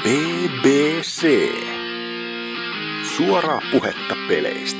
BBC. Suoraa puhetta peleistä.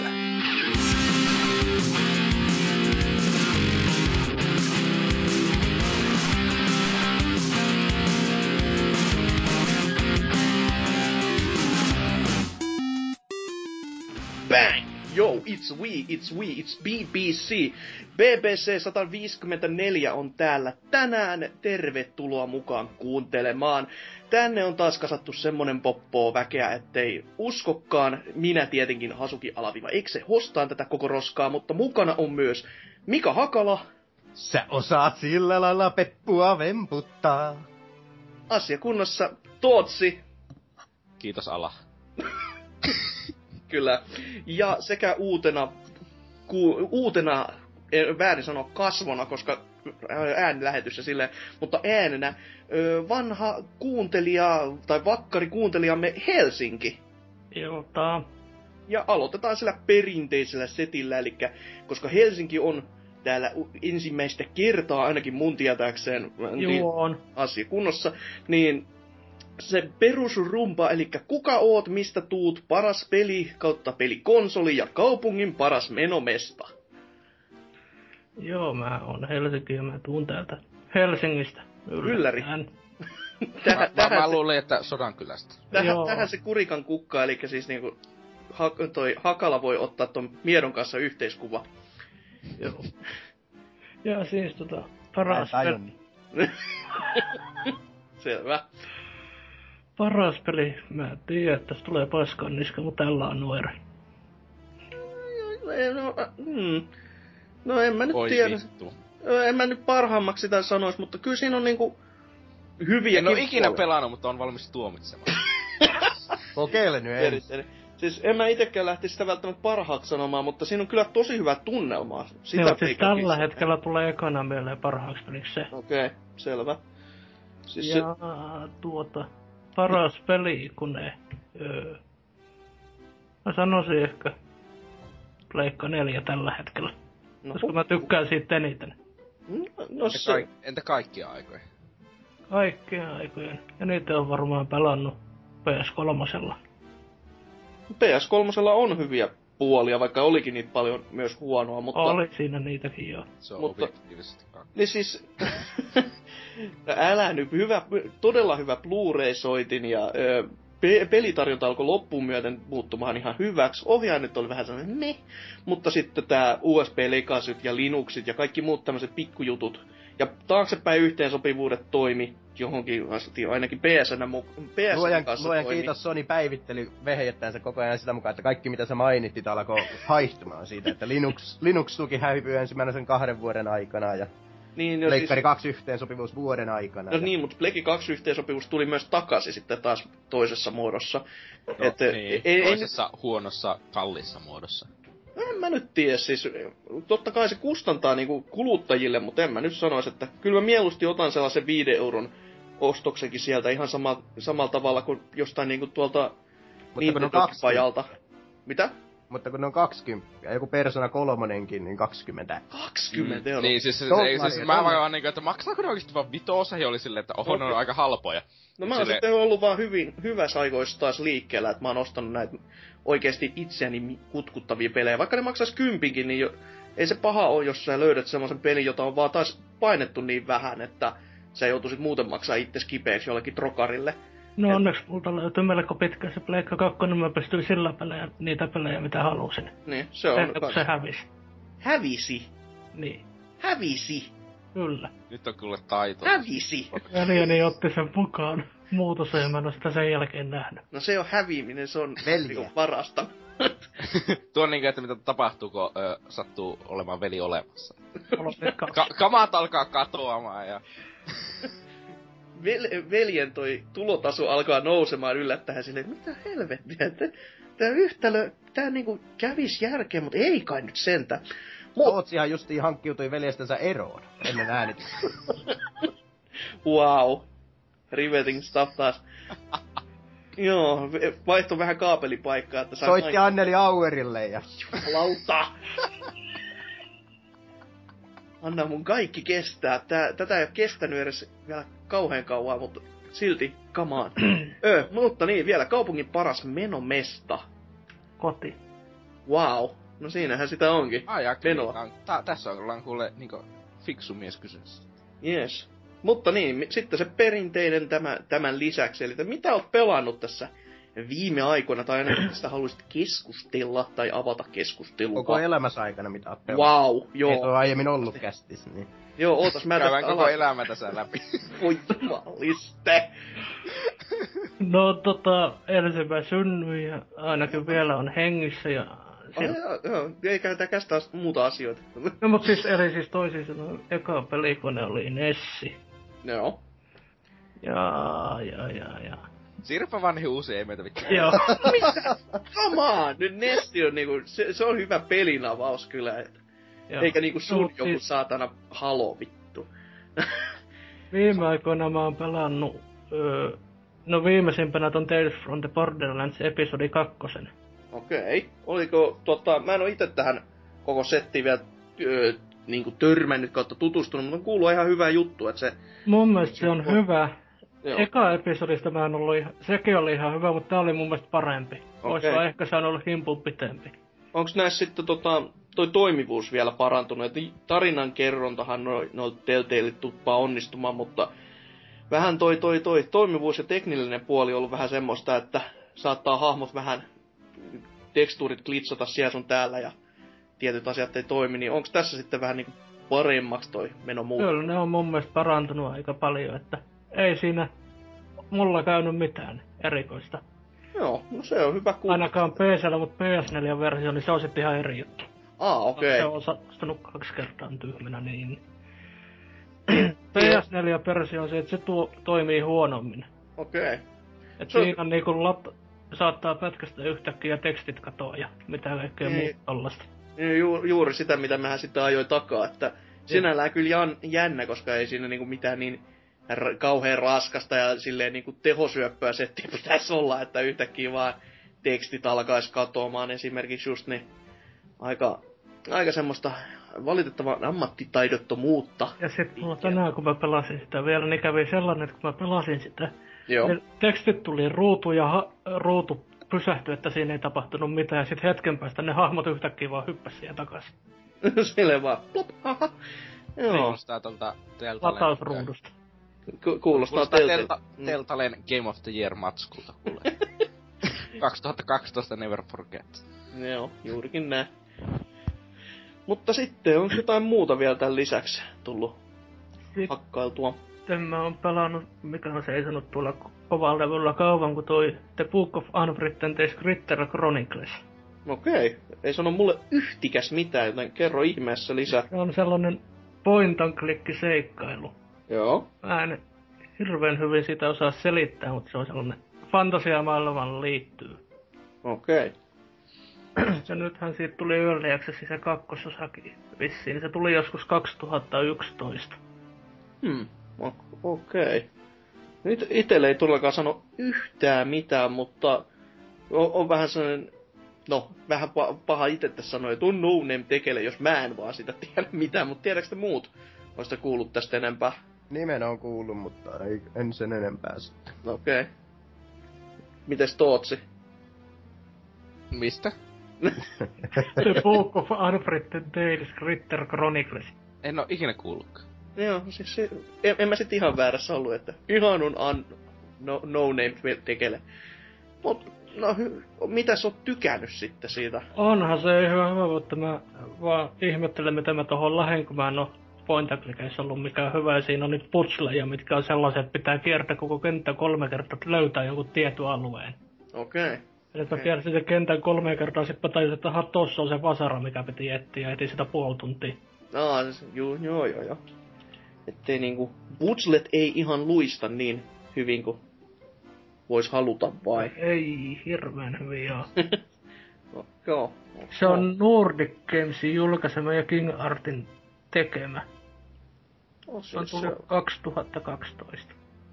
Bang! Yo, it's BBC. BBC 154 on täällä tänään. Tervetuloa mukaan kuuntelemaan. Tänne on taas kasattu semmonen poppoo väkeä, ettei uskokkaan. Minä tietenkin Hasuki _Ekse hostaan tätä koko roskaa, mutta mukana on myös Mika Hakala. Sä osaat sillä lailla peppua vemputtaa. Asia kunnossa Tootsi. Kiitos ala. Kyllä. Ja sekä uutena, väärin sanoa kasvona, koska äänilähetys ja silleen, mutta äänenä vanha kuuntelija tai vakkari kuuntelijamme Helsinki. Iltaa. Ja aloitetaan sillä perinteisellä setillä, eli koska Helsinki on täällä ensimmäistä kertaa ainakin mun tietääkseen asia kunnossa, niin se perusrumpa, eli kuka oot, mistä tuut, paras peli kautta pelikonsoli ja kaupungin paras menomesta. Joo, mä oon Helsinki ja mä tuun täältä Helsingistä. Ylläri. Mä luulin, että Sodankylästä. Tähän se kurikan kukka, eli siis niinku toi Hakala voi ottaa ton Miedon kanssa yhteiskuva. Joo. Ja siis paras peli. Selvä. Paras peli, mä en tiedä, että tässä tulee paskaan niska, mutta tällä on nuori. No en mä nyt tiedä. Vittu. En mä nyt parhaammaksi sitä sanois, mutta kyllä siinä on niinku hyviäkin. En oo ikinä pelannut, mutta on valmis tuomitsemaan. Kokeile nyt ensin. Siis en mä itekään lähtisi sitä välttämättä parhaaksi sanomaan, mutta siinä on kyllä tosi hyvä tunnelmaa. Sitä joo, siis tällä hetkellä tulee ekana mieleen parhaaksi peliksi se. Okei, selvä. Siis ja paras peli, kun mä sanoisin ehkä Pleikka 4 tällä hetkellä. No, koska mä tykkään siitä eniten. No entä kaikkia aikoja? Kaikkia aikojen. Ja niitä on varmaan pelannut PS3. PS3 on hyviä puolia, vaikka olikin niitä paljon myös huonoa, mutta... Oli siinä niitäkin joo. Se on objektiivisesti kakka. Niin siis... Älä nyt, todella hyvä Blu-ray-soitin ja pelitarjonta alkoi loppuun myöten muuttumaan ihan hyväksi. Ohjaimet oli vähän sellainen meh, mutta sitten tää USB-lekasyt ja Linuxit ja kaikki muut tämmöiset pikkujutut ja taaksepäin yhteensopivuudet toimi johonkin asti, ainakin PSN kanssa Luojan toimi. kiitos, Sony päivitteli vehjettänsä koko ajan sitä mukaan, että kaikki mitä sä mainittit alkoi haihtumaan siitä, että Linux-tuki häipyi ensimmäisen 2 vuoden aikana ja niin, Pleikkari 2 yhteensopivuus vuoden aikana. No niin, mutta Pleikki 2 yhteensopivuus tuli myös takaisin sitten taas toisessa muodossa. No, niin, toisessa huonossa, kalliissa muodossa. En mä nyt tiedä, siis totta kai se kustantaa niinku kuluttajille, mutta en mä nyt sanoisi, että kyllä mä mieluusti otan sellaisen 5 euron ostoksenkin sieltä ihan samalla tavalla kuin jostain niinku tuolta Nintendo-pajalta. Mitä? Mutta kun ne on 20, ja joku Persona 3:nkin, niin 20. 20 euroa? Niin, siis mä vaan niinku, että maksaako ne oikeesti vaan 5, ja oli silleen, että ne on aika halpoja. No mä oon sitten ollut vaan hyvässä aikoissa taas liikkeellä, että mä oon ostanut näitä oikeesti itseäni kutkuttavia pelejä. Vaikka ne maksais 10, niin ei se paha oo, jos sä löydät semmosen pelin, jota on vaan taas painettu niin vähän, että sä joutuisit muuten maksaa itses kipeäksi jollekin trokarille. No onneksi multa löytyy melko pitkä se Pleikka 2, niin mä pystyin sillä niitä pelejä mitä halusin. Niin, se on... Se hävisi. Hävisi? Niin. Hävisi? Kyllä. Nyt on kyllä taito. Hävisi? Väliäni otti sen mukaan muutoseen ja mä en oo sitä sen jälkeen nähnyt. No se on häviäminen, se on niinku parasta. Tuo on niinkö, että mitä tapahtuu, kun sattuu olemaan veli olemassa. Kamat alkaa katoamaan ja... Veljen toi tulotaso alkaa nousemaan yllättäen silleen, mitä helvettiä, tää yhtälö, tää niinku kävis järkeen, mutta ei kai nyt sentä. Tootsihan justiin hankkiutui veljestensä eroon ennen äänitystä. Wow. Riveting stuff taas. Joo, vaihto vähän kaapelipaikkaa, että saa... Soitti Anneli Auerille ja... Lauta! Anna mun kaikki kestää. Tätä ei oo kestänyt edes vielä kauhean kauan, mutta silti, come on. Mutta niin, vielä kaupungin paras menomesta. Koti. Wow. No siinähän sitä onkin. Menoa. Tässä ollaan kuule niinku fiksu mies kyseessä. Yes. Mutta niin, sitten se perinteinen tämän lisäksi, eli mitä oot pelannut tässä viime aikoina, tai ainakin sitä haluaisit keskustella tai avata keskustelua. Koko elämässä aikana, mitä oot pelannut. Wow, joo. Ei tuo aiemmin ollut kästis, niin. Joo, ootas mä käydään koko elämä tässä läpi. Voi jumaliste. No Elsebä synnyi ja ainakin vielä on hengissä ja... Joo, ei käytä käsittää muuta asioita. No mut siis, eli siis toisin sanoen, eka pelikone oli Nessi. Joo. Ja. Siirrypä vanhi uusi, ei meitä vittu. Joo. Mitä? Come on! Nyt Nessi on niinku, se on hyvä pelinavaus kyllä. Joo. Eikä niinku sun joku siis... saatana Halo vittu. Viime aikoina mä oon pelannut, no viimeisimpänä ton Tales from the Borderlands episodi 2. Okei. Oliko mä en oo ite tähän koko settiin vielä niinku törmännyt kautta tutustunut, mutta on kuullut ihan hyvää juttua, että se... Mun mielestä se on hyvä. Joo. Eka episodista mä en ollut sekin oli ihan hyvä, mutta tää oli mun mielestä parempi. Ois vaan ehkä saanut olla himpun pitempi. Onks näissä sitten toi toimivuus vielä parantunut? Et tarinan kerrontahan no Telltale tuppaa onnistumaan, mutta vähän toi toimivuus ja teknillinen puoli on ollut vähän semmoista, että saattaa hahmot vähän tekstuurit klitsata siellä sun täällä ja tietyt asiat ei toimi, niin onks tässä sitten vähän niinku paremmaksi toi meno muuta? Kyllä ne on mun mielestä parantunut aika paljon, että ei siinä mulla käynyt mitään erikoista. Joo, no se on hyvä kuulla. Ainakaan PC:llä, mutta PS4-versio, niin se on sitten ihan eri juttu. Okei. Se on ostanut 2 kertaa tyhmänä, niin... PS4-versio on se, että se toimii huonommin. Okei. Et siinä on niinku saattaa pätkästä yhtäkkiä tekstit katoa ja mitä kaikkea muuta tollasta. Juuri sitä, mitä mähän sitten ajoin takaa, että sinällään kyllä jännä, koska ei siinä niinku mitään niin kauhean raskasta ja silleen niinku tehosyöppöä settiä pitäisi olla, että yhtäkkiä vaan tekstit alkaisi katoamaan esimerkiksi just niin aika semmoista valitettavan ammattitaidottomuutta. Ja sit mulla tänään kun mä pelasin sitä vielä, niin kävi sellainen, että kun mä pelasin sitä, niin tekstit tuli ruutu ja ruutu pysähtyi, että siinä ei tapahtunut mitään, ja sit hetken päästä ne hahmot yhtäkkiä vaan hyppäsi siihen takas. Silleen vaan, plop, haha. Joo. Kuulostaa tolta Teltalen... Latausruudusta. Kuulostaa Teltalen Game of the Year -matskulta, kuule. 2012 Never Forget. Joo, juurikin näin. Mutta sitten on jotain muuta vielä tämän lisäksi tullut hakkailtua. Sitten mä oon pelannut, mikä on seisonut tuolla kovalla levyllä kauan, kun toi The Book of Unwritten Tales Critter Chronicles. Okei, ei sano mulle yhtikäs mitään, joten kerro ihmeessä lisää. Se on sellainen point-and-click-seikkailu. Joo. Mä en hirveän hyvin sitä osaa selittää, mutta se on sellainen fantasiamaailmaan liittyy. Okei. Ja nythän siitä tuli Early Access se kakkososakin vissiin. Se tuli joskus 2011. Okei. Nyt itelle ei todellakaan sano yhtään mitään, mutta on vähän sellainen... No, vähän paha itse tässä sanoa, että on no-name tekele, jos mä en vaan sitä tiedä mitään, mutta tiedätkö te muut? Oista kuullut tästä enempää? Nimen on kuullut, mutta en sen enempää sitten. Okei. Mites Tootsi? Mistä? The Book of Unwritten Tales Critter Chronicles. En oo ikinä kuullutkaan. Joo, siis en mä sit ihan väärässä ollut, että ihan on no-name tekele. Mut, no mitä sä oot tykännyt sitten siitä? Onhan se hyvä, mutta mä vaan ihmettelen, mitä mä tohon lähen, kun mä en oo point-and-clickissä ollut mikään hyvä. Ja siinä on nyt putsleja, mitkä on sellaisia, että pitää kiertää koko kentän 3 kertaa, että löytää jonkun tietyn alueen. Okei. Eli mä kiersin sen kentän 3 kertaa, sit mä tajusin, että tossa on se vasara, mikä piti etsiä, ja etin sitä puoli tuntia. Joo. Ettei niinku, putslet ei ihan luista niin hyvin kuin vois haluta vai? Ei hirveän hyvin, joo. Joo. Se on Nordic Gamesin julkaisema ja King Artin tekemä. Se on tullut 2012.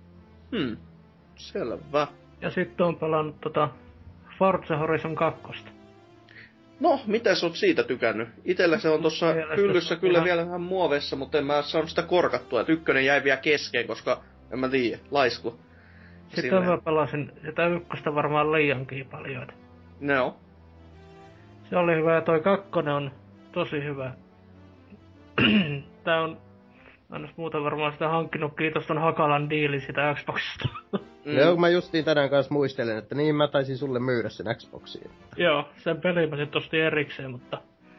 Selvä. Ja sitten on pelannut Forza Horizon 2. No, mitä sä oot siitä tykännyt? Itellä se on tossa hyllyssä kyllä vielä vähän muovessa, mutta en mä saanut sitä korkattua. Et ykkönen jäi vielä kesken, koska en mä tiedä, laisku. Sitten mä pelasin sitä ykköstä varmaan liiankin paljon. No. Se oli hyvä ja toi kakkonen on tosi hyvä. Tää on aina muuta varmaan sitä hankkinut, kiitos ton Hakalan diilin sitä Xboxista. Joo, mä justiin tänään kanssa muistelen, että niin mä taisin sulle myydä sen Xboxiin. Joo, sen pelin mä sit ostin erikseen, mutta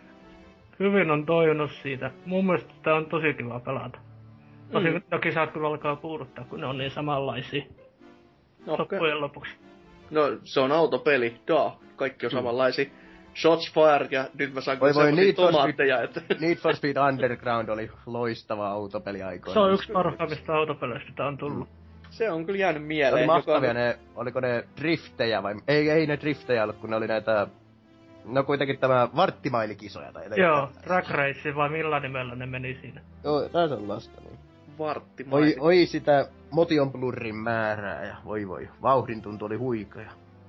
hyvin on toivonut siitä. Mun mielestä tää on tosi kiva pelata. Toki saat kyllä alkaa puuduttaa, kun ne on niin samanlaisia. Loppujen lopuksi. No, se on autopeli, kaikki on samanlaisia. Shots fired, ja nyt mä saan kyllä tomaatteja, että... Need for Speed Underground oli loistava autopeli aikoina. Se on yksi parhaimmista autopeleistä, mitä on tullut. Se on kyllä jäänyt mieleen. Oli mahtavia ne, oliko ne driftejä vai... Ei ne driftejä ollut, kun ne oli näitä... No kuitenkin tämä varttimailikisoja tai jotenkin. Joo, Drag Race vai millä nimellä ne meni siinä. Joo, tää sellaista niin. Varttimaili. Oi sitä motion blurrin määrää ja voi, vauhdin tuntu oli huikea.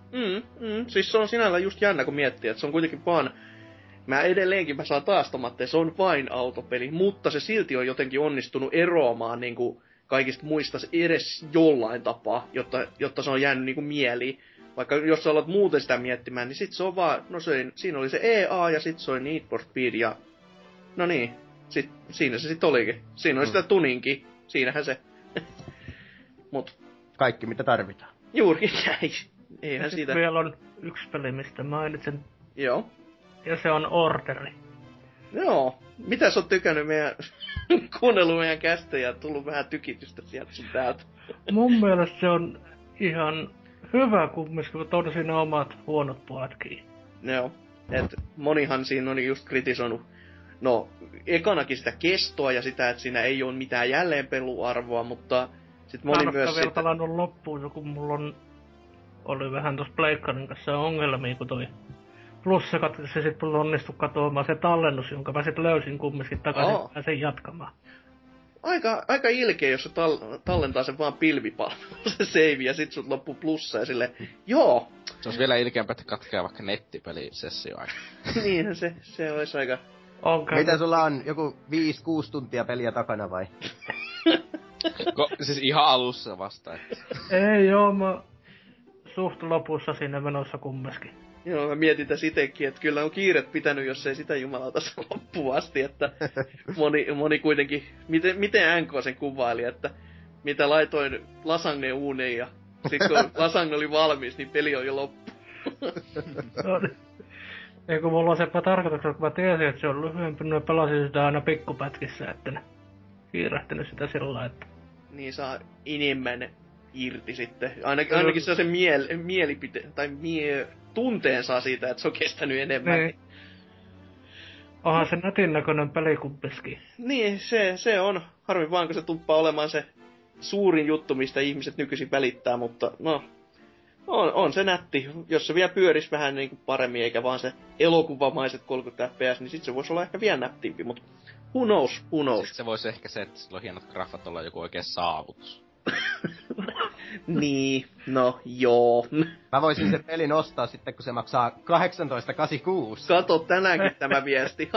Siis se on sinällä just jännä, kun miettii, että se on kuitenkin vaan... Mä saan taas tomatteja, se on vain autopeli, mutta se silti on jotenkin onnistunut eroamaan niinku kaikista muista edes jollain tapaa, jotta se on jäänyt niinku mieliin. Vaikka jos sä alat muuten sitä miettimään, niin sit se on vaan, siinä oli se EA ja sit se oli Need for Speed ja... No niin, siinä se sit olikin. Siinä oli sitä tuninki, siinähän se. Mut... Kaikki mitä tarvitaan. Juurikin näin. Eihän siitä... Sitten vielä on yksi peli, mistä mainitsen. Joo. Ja se on Orderi. Joo. Mitä sä oot tykännyt kuunnellut meidän kästejä ja tullut vähän tykitystä sieltä sun täältä? Mun mielestä se on ihan hyvä kumminkin, mutta on siinä omat huonot puoletkin. Joo. Et monihan siinä on just kritisoinut, no ekanakin sitä kestoa ja sitä, että siinä ei ole mitään jälleenpeluarvoa, mutta sit moni myös sitä... vielä pelannut loppuun, kun mulla oli vähän tossa Pleikkarin kanssa ongelmia, kun toi plussakat, se sit mulla onnistu katoamaan se tallennus, jonka mä sit löysin kumminkin takaisin ja sen jatkamaan. Aika ilkeä, jos se tallentaa sen vaan pilvipalveluun se save ja sit sut loppuu plussa ja sille joo. Se olisi vielä ilkeämpää, että katkeaa vaikka nettipelisessio aika. Niinhän se olisi aika... Mitä sulla on, joku 5-6 tuntia peliä takana vai? Siis ihan alussa vasta, että... Ei joo, mä suht lopussa sinne menossa kumminkin. Joo, mä mietin tässä itekin, että kyllä on kiiret pitänyt, jos ei sitä jumalauta loppuun asti, että moni kuitenkin, miten NK sen kuvaili, että mitä laitoin lasagne uuniin ja sit kun lasagne oli valmis, niin peli on jo loppu. Ei kun mulla on sepä tarkoituksena, kun mä tiesin, että se on lyhyempi, niin pelasin sitä aina pikkupätkissä, että ne kiirehtinyt sitä sillä että... Niin saa enemmän irti sitten. Ainakin se sen mielipite, tai tunteen saa siitä, että se on kestänyt enemmän. Niin. Onhan se nätin näköinen pelikumpiskin. Niin, se on. Harmi vaan, kun se tuppaa olemaan se suurin juttu, mistä ihmiset nykyisin välittää, mutta no... On se nätti. Jos se vielä pyörisi vähän niin kuin paremmin, eikä vaan se elokuvamaiset 30 fps, niin sit se voisi olla ehkä vielä nättiimpi, mutta who knows. Sitten se voisi ehkä se, että sillä on hienot graffat olla joku oikein saavutus. Niin, no joo. Mä voisin sen pelin ostaa sitten, kun se maksaa 18,86. Kato tänäänkin tämä viesti.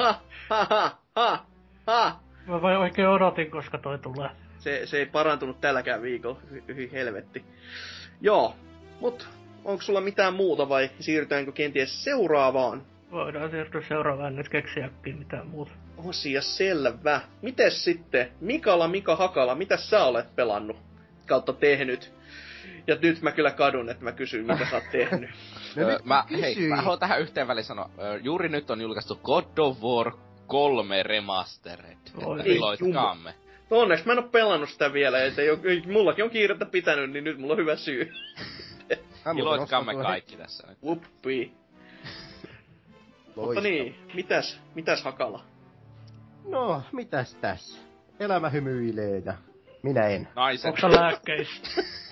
Ha. Mä vain oikein odotin, koska toi tulee. Se ei parantunut tälläkään viikolla. Hyi helvetti. Joo, mut onko sulla mitään muuta vai siirrytäänkö kenties seuraavaan? Voidaan siirtyä seuraavaan, nyt keksiäkin mitään muuta. Asia selvä. Mites sitten, Mika Hakala, mitä sä olet pelannut kautta tehnyt? Ja nyt mä kyllä kadun, että mä kysyn, mitä sä oot tehnyt. Mä haluan tähän yhteen väliin sanoa. Juuri nyt on julkaistu God of War 3 Remastered. Iloitkaamme. No onneksi mä en oo pelannut sitä vielä, että mullakin on kiirettä pitänyt, niin nyt mulla on hyvä syy. Iloitkaamme kaikki tässä nyt. Whoopii. Mutta niin, mitäs Hakala? No, mitäs tässä? Elämä hymyilee ja minä en. Naiset. Onko lääkkeistä?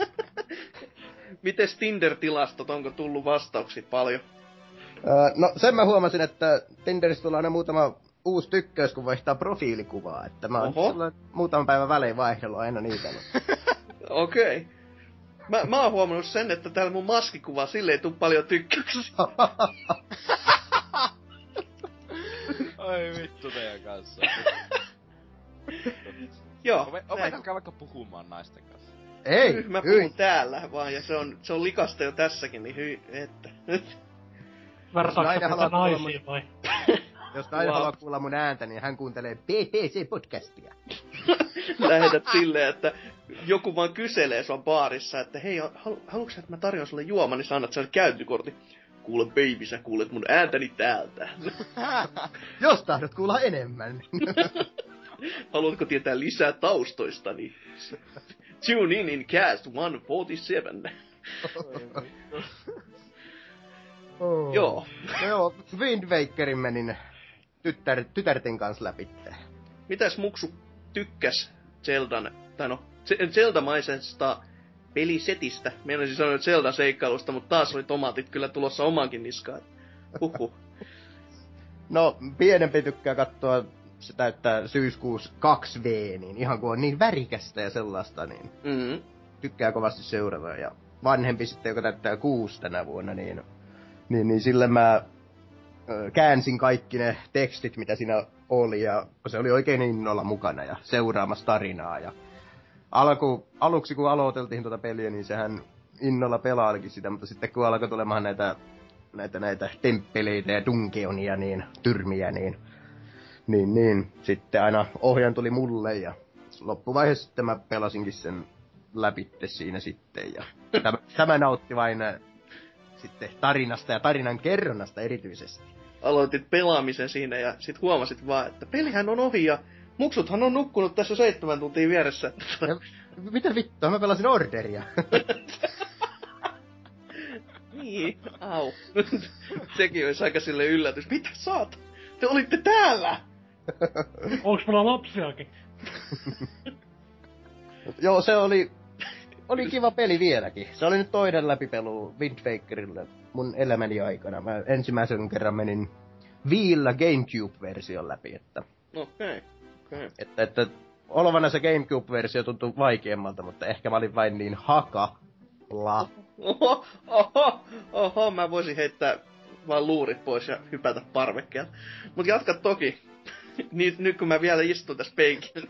Mites Tinder-tilastot, onko tullut vastauksia paljon? No sen mä huomasin, että Tinderissä tulee aina muutama uusi tykkäys, kun vaihtaa profiilikuvaa. Että mä oon muutaman päivän välein vaihdellut aina niitä. Okei. Mä oon huomannut sen, että täällä mun maskikuva sille ei tuu paljon tykkäyksiä. Ai vittu teidän kanssa. Joo. Opetelkaa vaikka puhumaan naisten kanssa. Ei, mä puhun täällä vaan, ja se on likasta jo tässäkin, niin että. Vertaatko sitä naisiin vai? Jos nainen haluaa kuulla mun ääntä, niin hän kuuntelee BBC-podcastia. Lähetät silleen, että joku vaan kyselee sua baarissa, että hei, haluatko että mä tarjoan sulle juoman, niin sä annat sen käyntikortin. Kuule baby, sä kuulet mun ääntäni täältä. Jos tahdot kuulla enemmän. Haluatko tietää lisää taustoistani? Tune in Cast 147. Joo. No joo, Wind Wakerin menin tytärten kanssa läpi. Mitäs Muksu tykkäs Zeldan, tai no, Zelda-maisesta pelisetistä? Meinasin sanoa Zelda-seikkailusta, mutta taas oli tomaatit kyllä tulossa omankin niskaan. Huhhuh. No, pienempi tykkää katsoa, se täyttää syyskuussa 2V, niin ihan kun on niin värikästä ja sellaista, niin tykkää kovasti seurata. Ja vanhempi sitten, joka täyttää 6 tänä vuonna, niin sille mä käänsin kaikki ne tekstit, mitä siinä oli, ja se oli oikein innolla mukana ja seuraamassa tarinaa. Ja aluksi kun aloiteltiin tuota peliä, niin sehän innolla pelaalikin sitä, mutta sitten kun alkoi tulemaan näitä temppeleitä ja dungeonia, niin tyrmiä, niin sitten aina ohjaan tuli mulle, ja loppuvaiheessa sitten mä pelasinkin sen läpitte siinä sitten, ja tämä nautti vain sitten tarinasta ja tarinan kerronnasta erityisesti. Aloitit pelaamisen siinä ja sit huomasit vaan, että pelihän on ohi ja muksuthan on nukkunut tässä 7 tuntia vieressä. Mitä vittua, mä pelasin Orderia. Niin, au. Sekin olisi aika silleen yllätys. Mitä saat? Te olitte täällä! Onks mulla lapsiakin? Joo, se oli kiva peli vieläkin. Se oli nyt toinen läpipelu Wind Wakerille mun elämäni aikana. Mä ensimmäisen kerran menin Viillä GameCube-version läpi, että... Okei. Että olevana se GameCube-versio tuntui vaikeammalta, mutta ehkä mä olin vain niin hakala. Oho, mä voisin heittää vaan luurit pois ja hypätä parvekkeelta. Mut jatka toki. Nyt kun mä vielä istun tässä penkillä.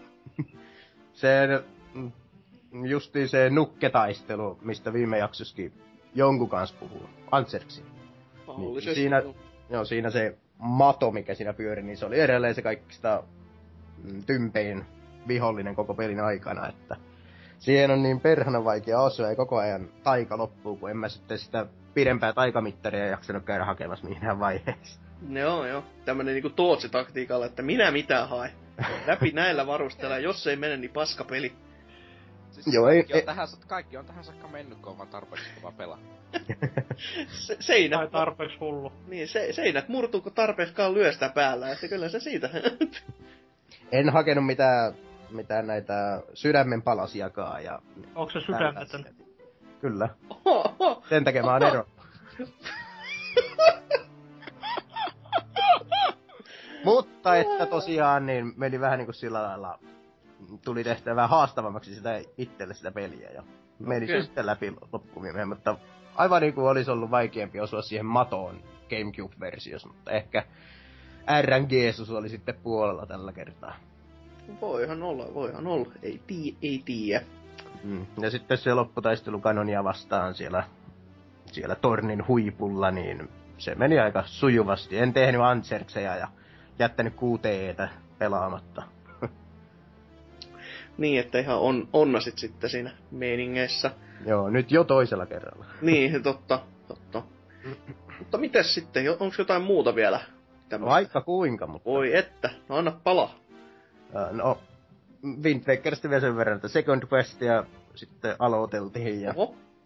Justiin se nukketaistelu, mistä viime jaksossakin jonkun kanssa puhuu, Antserksi. Niin siinä se mato, mikä siinä pyöri, niin se oli edelleen se kaikista tympein vihollinen koko pelin aikana, että siihen on niin perhana vaikea asua ja koko ajan taika loppuu, kun en mä sitten sitä pidempää taikamittaria jaksanut käydä hakemassa mihinään vaiheessa. Joo. Tämmönen niinku Tootsi-taktiikalla, että minä mitään hae. Läpi näillä varusteella, jos ei mene, niin paskapeli. Siis joo, kaikki on tähän saakka mennyt, kun on vaan tarpeeksi kova pelaa. Seinät... Tai tarpeeksi hullu. Niin, seinät murtuu, kun tarpeeksikaan lyö sitä päällä, että kyllä se siitä. En hakenut mitään näitä sydämen palasiakaan ja... Onko se sydämetön? Kyllä. Sen takia mä oon ero. Mutta että tosiaan niin meni vähän niinku sillä lailla... Tuli tehtävä vähän haastavammaksi sitä itselle sitä peliä ja meni se sitten läpi loppuviimeen, mutta aivan niin kuin olisi ollut vaikeampi osua siihen matoon GameCube-versiossa, mutta ehkä RNG-sus oli sitten puolella tällä kertaa. Voihan olla. Ei tiiä. Ja sitten se lopputaistelu Kanonia vastaan siellä tornin huipulla, niin se meni aika sujuvasti. En tehnyt Antserkseja ja jättänyt QTEtä pelaamatta. Niin, että ihan onnasit sitten siinä meiningeissä. Joo, nyt jo toisella kerralla. Niin, totta. Mutta mitäs sitten, onko jotain muuta vielä? Vaikka kuinka, mutta... Voi että, no anna palaa. No, Wind Wakerista vielä sen verran, että Second Questia sitten aloiteltiin ja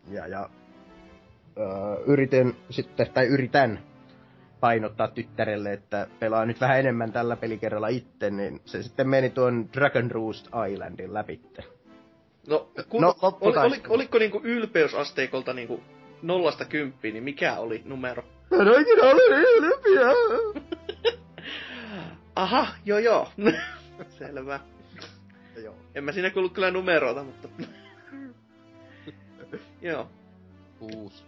yritän painottaa tyttärelle, että pelaa nyt vähän enemmän tällä pelikerralla itse, niin se sitten meni tuon Dragon Roost Islandin läpitte. Oliko niinku ylpeysasteikolta niinku 0-10, niin mikä oli numero? En oikein ole ylpeä! Aha, joo. Selvä. Joo. En mä siinä kuullut kyllä numeroita, mutta... Joo. 6.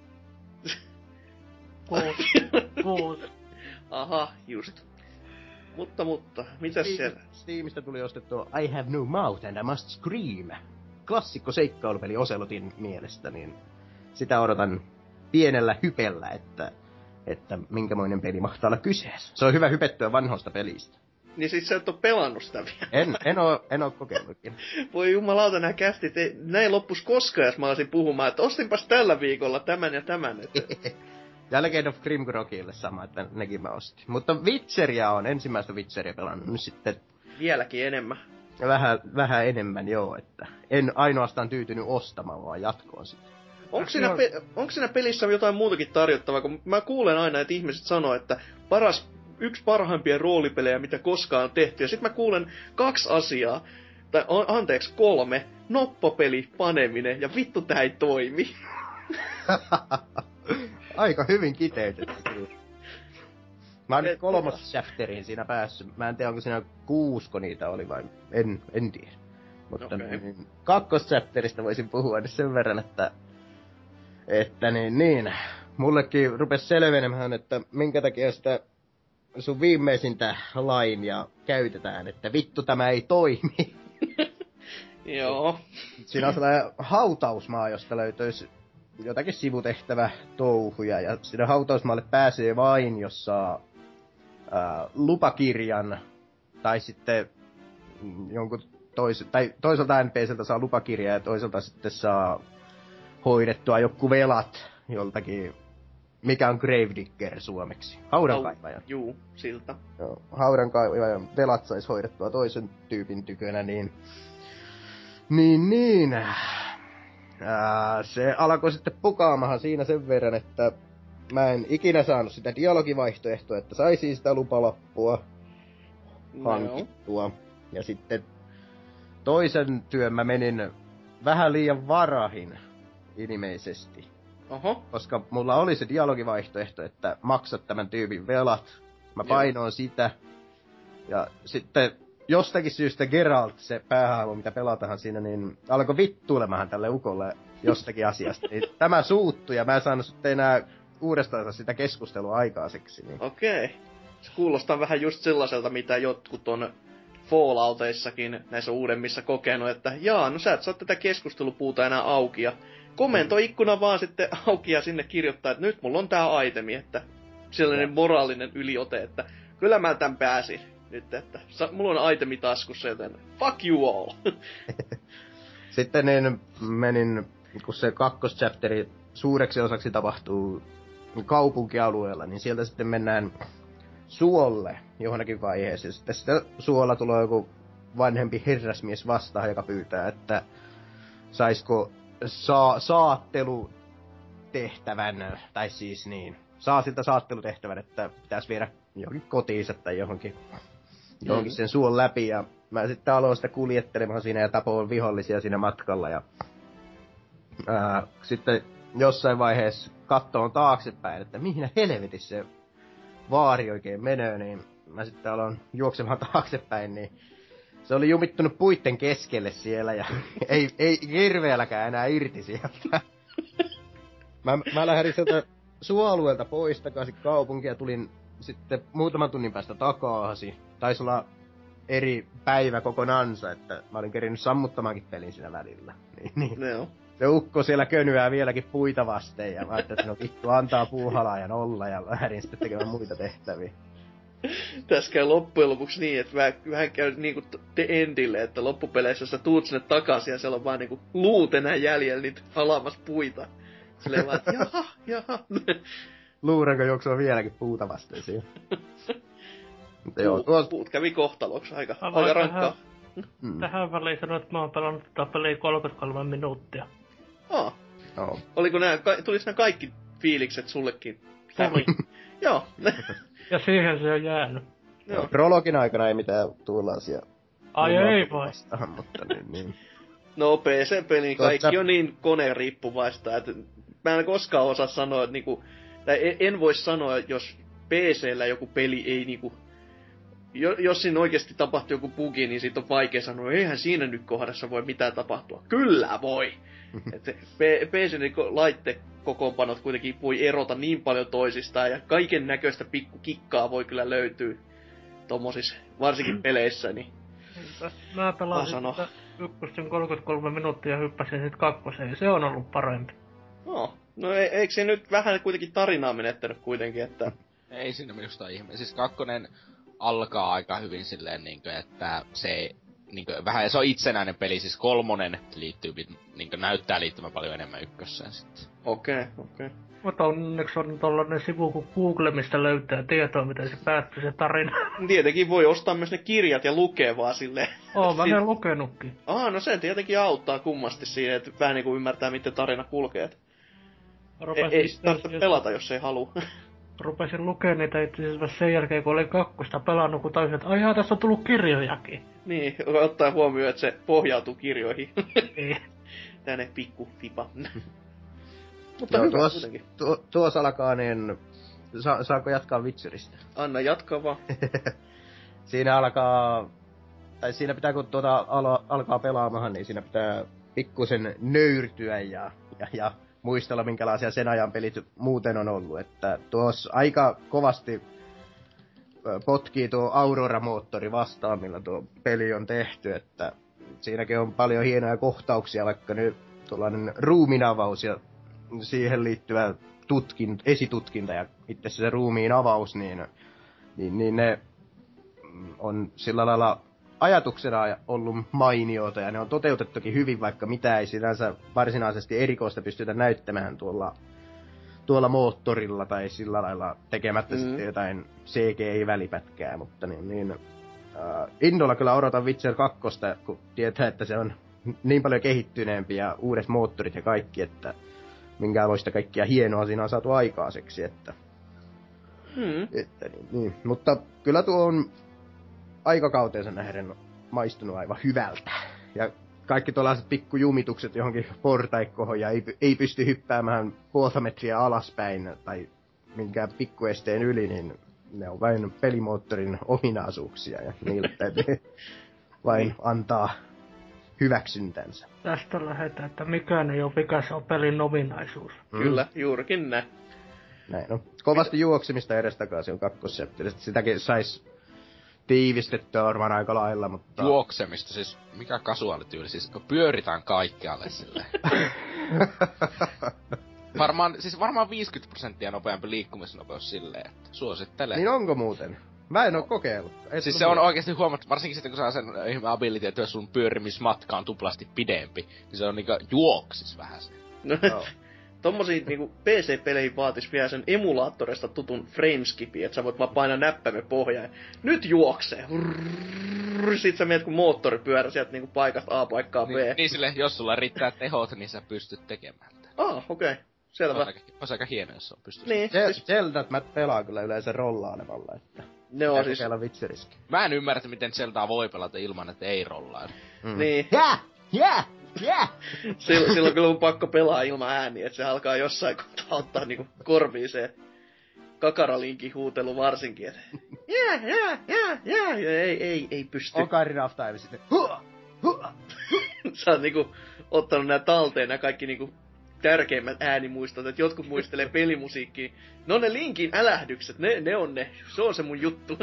6. Aha, just. Mutta, mitäs siellä? Steamista tuli ostettua I Have No Mouth and I Must Scream. klassikko seikkailupeli Ocelotin mielestä, niin sitä odotan pienellä hypellä, että minkämoinen peli mahtaa olla kyseessä. Se on hyvä hypettyä vanhoista pelistä. Niin sit sä et oo pelannut sitä vielä. En oo kokeillutkin. Voi jumalauta, nää kästit, näin loppus koskaan, jos mä olisin puhumaan, että ostinpas tällä viikolla tämän ja tämän. Ja Legend of Grimgrogille sama, että nekin mä ostin. Mutta Witcheria on, ensimmäistä Witcheria pelannut nyt sitten. Vieläkin enemmän. Vähän enemmän, joo, että en ainoastaan tyytynyt ostamaan, vaan jatkoon sitten. Onko siinä pelissä jotain muutakin tarjottavaa, kun mä kuulen aina, että ihmiset sanoo, että yksi parhaimpia roolipelejä, mitä koskaan on tehty, ja sit mä kuulen 2 asiaa, tai 3, noppapeli paneminen, ja vittu tää ei toimi. Aika hyvin kiteytetty kyllä. Mä oon nyt 3. chapteriin siinä päässyt. Mä en tiedä, onko siinä 6 niitä oli vai en tiedä. Mutta okay. 2. chapterista voisin puhua nyt sen verran, että niin. Mullekin rupes selvenemään, että minkä takia sitä sun viimeisintä lainia käytetään, että vittu tämä ei toimi. Joo. Siinä on sellainen hautausmaa, josta löytyisi jotakin sivutehtävä touhuja, ja siinä hautausmaalle pääsee vain, jos saa lupakirjan, tai sitten jonkun toiselta NPCltä saa lupakirjaa, ja toiselta sitten saa hoidettua joku velat joltakin, mikä on Gravedigger suomeksi. Haudankaivaja. Juu, siltä. Joo, haudankaivajan velat sais hoidettua toisen tyypin tykönä, niin. Se alkoi sitten pukaamahan siinä sen verran, että mä en ikinä saanut sitä dialogivaihtoehtoa, että saisin sitä lupalappua hankittua. Ja sitten toisen työn mä menin vähän liian varahin ilmeisesti. Oho. Koska mulla oli se dialogivaihtoehto, että maksat tämän tyypin velat. Mä painoin sitä. Ja sitten jostakin syystä Geralt, se päähahmo, mitä pelatahan siinä, niin alkoi vittuilemahan tälle ukolle jostakin asiasta. Niin tämä suuttui ja mä en saanut sitten enää uudestaan sitä keskustelua aikaiseksi. Niin. Okei. Se kuulostaa vähän just sellaiselta, mitä jotkut on Fallouteissakin näissä uudemmissa kokenut, että no sä et saa tätä keskustelupuuta enää auki ja komentoikkuna vaan sitten auki ja sinne kirjoittaa, että nyt mulla on tää itemi, että sellainen moraalinen yliote, että kyllä mä tän pääsin nyt, että mulla on itemi taskussa, joten fuck you all. Sitten niin menin, kun se 2. chapteri suureksi osaksi tapahtuu kaupunkialueella, niin sieltä sitten mennään suolle johonkin vaiheeseen. Sitten sitä suolla tulee joku vanhempi herrasmies vastaan, joka pyytää, että saisko saattelutehtävän, tai siis niin, saa siltä saattelutehtävän, että pitäisi viedä johonkin kotiinsa tai johonkin sen suon läpi, ja mä sitten aloin sitä kuljettelemaan siinä ja tapoin vihollisia siinä matkalla, ja sitten jossain vaiheessa kattoon taaksepäin, että mihin helvetissä se vaari oikein menee, niin mä sitten aloin juoksemaan taaksepäin, niin se oli jumittunut puitten keskelle siellä ja ei hirveälläkään enää irti sieltä. Mä lähdin sieltä suoalueelta pois takaisin kaupunkiin ja tulin sitten muutaman tunnin päästä takaisin. Taisi olla eri päivä kokonansa, että mä olin kerinyt sammuttamaankin pelin siinä välillä. Niin. No. Se ukko siellä könyää vieläkin puita vasten ja mä ajattelin, että no vittu antaa puuhalaajan olla ja lähdin sitten tekemään muita tehtäviä. Tässä käy loppujen lopuksi niin, että vähän käy niinku te endille, että loppupeleissä sä tuut sinne takaisin ja siellä on vaan niinku luut enää jäljellä niitä halaamassa puita. Silleen vaan, että jaha. Luuranko juoksua vieläkin puuta vasten siellä. Puut kävi kohtaloksi aika rankkaa. Tähän väliin sanoin, että mä oon pelannut tätä peliä 33 minuuttia. Oliko tulis nää kaikki fiilikset sullekin? Tuli. Joo. Ja siihen se on jäänyt. Joo. Prologin aikana ei mitään tuollaisia. Ai ei vai? Mutta niin. No PC-peli kaikki on niin koneriippuvaista, että mä en koskaan osaa sanoa, että niinku, tai en voi sanoa, jos PC:llä joku peli ei niinku, jos siinä oikeesti tapahtuu joku bugi, niin siitä on vaikea sanoa, eihän siinä nyt kohdassa voi mitään tapahtua. Kyllä voi! Että PC-laittekokoonpanot kuitenkin voi erota niin paljon toisistaan, ja kaiken näköistä pikkukikkaa voi kyllä löytyä tommosissa, varsinkin peleissä, niin mä pelasin ykkösen 33 minuuttia ja hyppäsin sit kakkoseen, ja se on ollut parempi. No eikö se nyt vähän kuitenkin tarinaa menettänyt kuitenkin, että... Ei siinä minusta ihme. Siis kakkonen alkaa aika hyvin silleen niinkö, että se niinkö vähän, se on itsenäinen peli, siis kolmonen liittyy, niinkö näyttää liittymään paljon enemmän ykkösseen sitten. Okei. Mutta onneksi on tollanen sivu kuin Google, mistä löytää tietoa, miten se päättyy se tarina. Tietenkin voi ostaa myös ne kirjat ja lukea vaan silleen. Oon mä ne lukenutkin. No se tietenkin auttaa kummasti siihen, että vähän niinku ymmärtää, miten tarina kulkee. Ei tarvitse pelata, jos ei halua. Rupesin lukemaan niitä itse asiassa sen jälkeen, kun olin kakkosta pelannut, kun tajusin, että ai tässä on tullut kirjojakin. Niin, ottaa huomioon, että se pohjautuu kirjoihin. Niin. Tänne pikku fipa. Mutta no, hyvä kuitenkin. Tuossa alkaa, niin... Saanko jatkaa Witcheristä? Anna jatkaa vaan. Siinä alkaa... Tai siinä pitää, kun alkaa pelaamaan, niin siinä pitää pikkusen nöyrtyä ja muistella, minkälaisia sen ajan pelit muuten on ollut. Että tuossa aika kovasti potkii tuo Aurora-moottori vastaan, millä tuo peli on tehty. Että siinäkin on paljon hienoja kohtauksia, vaikka nyt tuollainen ruumiinavaus ja siihen liittyvä esitutkinta ja itse se ruumiin avaus, niin ne on sillä lailla ajatuksena ollut mainiota ja ne on toteutettukin hyvin, vaikka mitä ei sinänsä varsinaisesti erikoista pystytä näyttämään tuolla moottorilla tai sillä lailla tekemättä sitten jotain CGI-välipätkää, mutta innolla kyllä odotan Witcher 2, kun tietää, että se on niin paljon kehittyneempi ja uudet moottorit ja kaikki, että minkäänlaista kaikkia hienoa siinä on saatu aikaiseksi, että niin. Mutta kyllä tuo on aikakautensa nähden maistunut aivan hyvältä. Ja kaikki tuollaiset pikkujumitukset johonkin portaikkoon ja ei pysty hyppäämään puolta metriä alaspäin tai minkään pikkuesteen yli, niin ne on vain pelimoottorin ominaisuuksia ja niille täytyy vain antaa hyväksyntänsä. Tästä lähdetään, että mikään ei ole vika, se on pelin ominaisuus. Kyllä, juurikin näin. Näin on. Kovasti juoksemista edestakaisin on kakkosseppi. Sitäkin sais tiivistettyä varmaan aika lailla, mutta... Juoksemista, siis mikä kasuaalityyli, siis pyöritään kaikkialle silleen. varmaan 50% nopeampi liikkumisnopeus silleen, että suosittelen. Niin onko muuten? Mä en oo kokeillut. Siis se on oikeesti huomattu, varsinkin sitten kun saa sen ability, että sun pyörimismatka on tuplasti pidempi, niin se on niinku juoksis vähän se. No, tommosia niinku PC-peleihin vaatis vielä sen emulaattorista tutun frameskipin, että sä voit vaan painaa näppäimen pohjaan. Nyt juoksee! Sit sä menet kun moottori pyörä sieltä niinku paikasta A paikkaan B. Niin sille, jos sulla riittää tehot, niin sä pystyt tekemään. Okei. Selvä. Olisi aika hieno, jos on pystynyt. Niin. Zeldat mä pelaan kyllä yleensä rollaanevalla, että... Ne on siis... Witcheriskin. Mä en ymmärrä, miten Zeldaa voi pelata ilman, että ei rollaa. Niin. Yeah! Silloin kyllä on pakko pelaa ilman ääniä, että se alkaa jossain kohtaa ottaa niinku korviin se kakaralinkin huutelu varsinkin, että ei pysty. Ocarina of Time sitten. Sä oot niinku ottanut nää talteen nää kaikki niinku tärkeimmät äänimuistot, että jotkut muistelee pelimusiikkia. No ne Linkin älähdykset, se on se mun juttu.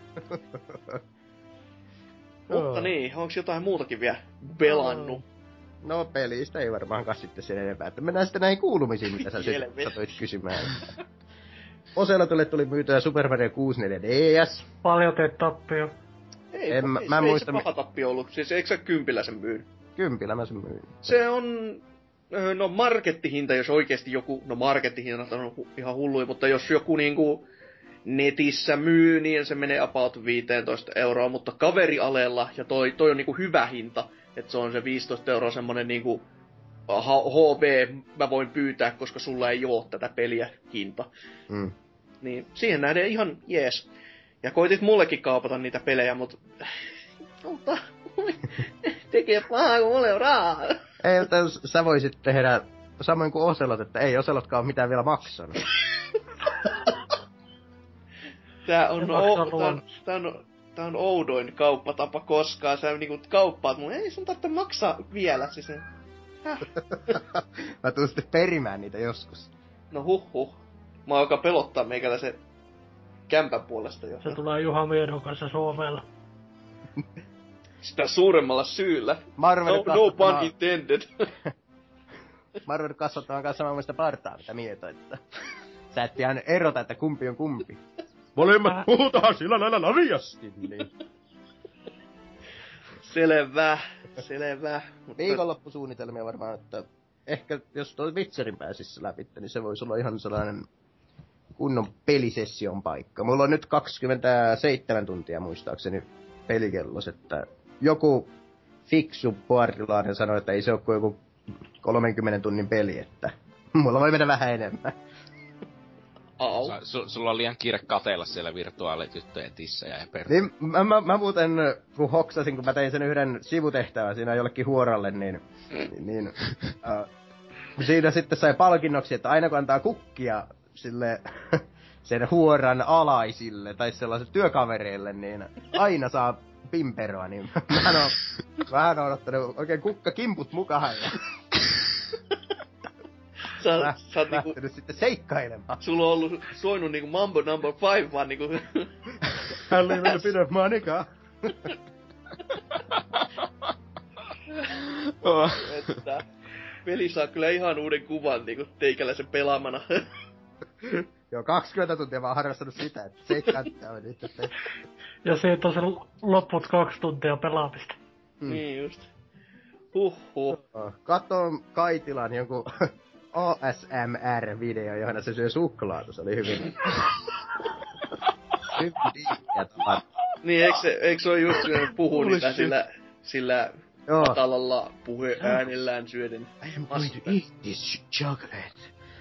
Mutta niin, onks jotain muutakin vielä pelannut? No pelistä ei varmaankaan sitten sen enempää, että mennään sitten näihin kuulumisiin, mitä sä satoit kysymään. Oselotulle tuli myytyä Super Mario 64 DS. Paljon teet tappio. Ei se paha tappio ollut, siis eikö sä 10 sen myyn? 10 mä sen myyn. Se on... No markettihinta, jos oikeesti joku... No markettihinnat on ihan hulluja, mutta jos joku niinku netissä myy, niin se menee about 15 €, mutta kaverialella, ja toi on niinku hyvä hinta, että se on se 15 € semmonen niinku HB, mä voin pyytää, koska sulla ei oo tätä peliä hinta. Niin siihen nähden ihan jees. Ja koitit mullekin kaupata niitä pelejä, mutta tekee pahaa, kun mulle on rahaa. Ei, mutta sä voisit tehdä samoin kuin Oselot, että ei Oselotkaan ole mitään vielä maksanut. Tää on oudoin kauppatapa koskaan. Sä niinku kauppaat mun, ei sun tarvitse maksaa vielä, siis Mä tuun sitten perimään niitä joskus. No Mä alkaa pelottaa meikäläisen kämpän puolesta jo. Se tulee Juha Miedon kanssa Suomella. Sitä suuremmalla syyllä. No pun intended. Mä oon ruvennut kasvattamaan kanssa samanlaista partaa, mitä mietoin, että sä et ihan erota, että kumpi on kumpi. Molemmat puhutaan sillä lailla laviasti. Niin. Selvä. Viikonloppusuunnitelmia varmaan, että ehkä jos toi Witcherin pääsisi läpi, niin se voisi olla ihan sellainen kunnon pelisession paikka. Mulla on nyt 27 tuntia muistaakseni pelikellos, että joku fiksu boardilainen sanoi, että ei se ole kuin joku 30 tunnin peli, että mulla voi mennä vähän enemmän. Sulla on liian kiire katella siellä virtuaalityttöjen tissejä ja niin, mä muuten, kun hoksasin, kun mä tein sen yhden sivutehtävän siinä jollekin huoralle, niin siinä sitten sai palkinnoksi, että aina kun antaa kukkia sille sen huoran alaisille tai sellaisille työkavereille, niin aina saa pimperoa, niin vähän on ottanut oikein kukkakimput mukaan. Sä oot niinku sitten seikkailemaan. Sulla on ollut soinut niinku Mambo number 5 vaan niinku Hän oli vielä pidä manika. Että peli saa kyllä ihan uuden kuvan niinku teikäläisen pelaamana. Joo, 20 tuntia mä oon harrastanut sitä, että 7 on nyt tehty. Ja siitä on se loput 2 tuntia pelaamista. Niin just. Katsoin Kaitilan jonkun ASMR-video, johon se syö suklaata. Se oli hyvin... hyvin diikkiä tavat. Niin, eikö se ole just puhu niitä sillä matalalla puheäänellään syöden? I am going to eat this chocolate.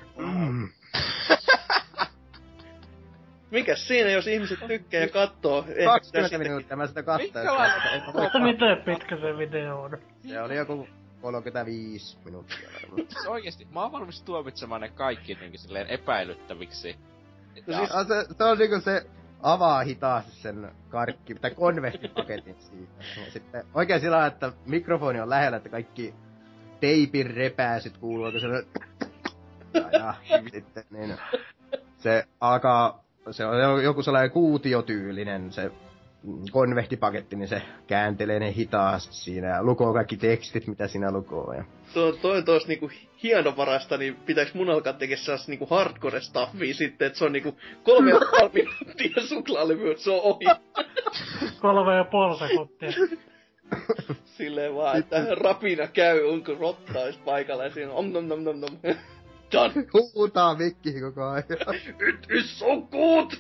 Mikäs siinä, jos ihmiset tykkää ja kattoo? 20 minuuttia mä sitä katsoin. Miten pitkä se video on? Se oli joku 35 minuuttia varmaan. Oikeesti, mä oon valmis tuomitsemaan ne kaikki niinku silleen epäilyttäviksi. No siis, se on niinku se avaa hitaasti sen tai konvehtipaketin siitä. Ja sitten oikein sillä että mikrofoni on lähellä, että kaikki teipin repääsyt kuuluu oikein sellainen... Ja sitten niin se alkaa... Se on joku sellainen kuutiotyylinen se konvehtipaketti, niin se kääntelee ne hitaasti siinä ja lukoo kaikki tekstit, mitä siinä lukoo. Ja... Toi on niinku hienovarasta, niin pitääks mun alkaa tekee sellaista niinku hardcore stuffia sitten, että se on niinku 3,5 minuuttia suklaalevy, se on ohi. 3,5 sekuntia. Silleen vaan, että rapina käy, onko rotta ois paikalla ja siinä on nom. Done. Huutaa mikkiin koko ajan. It is so good!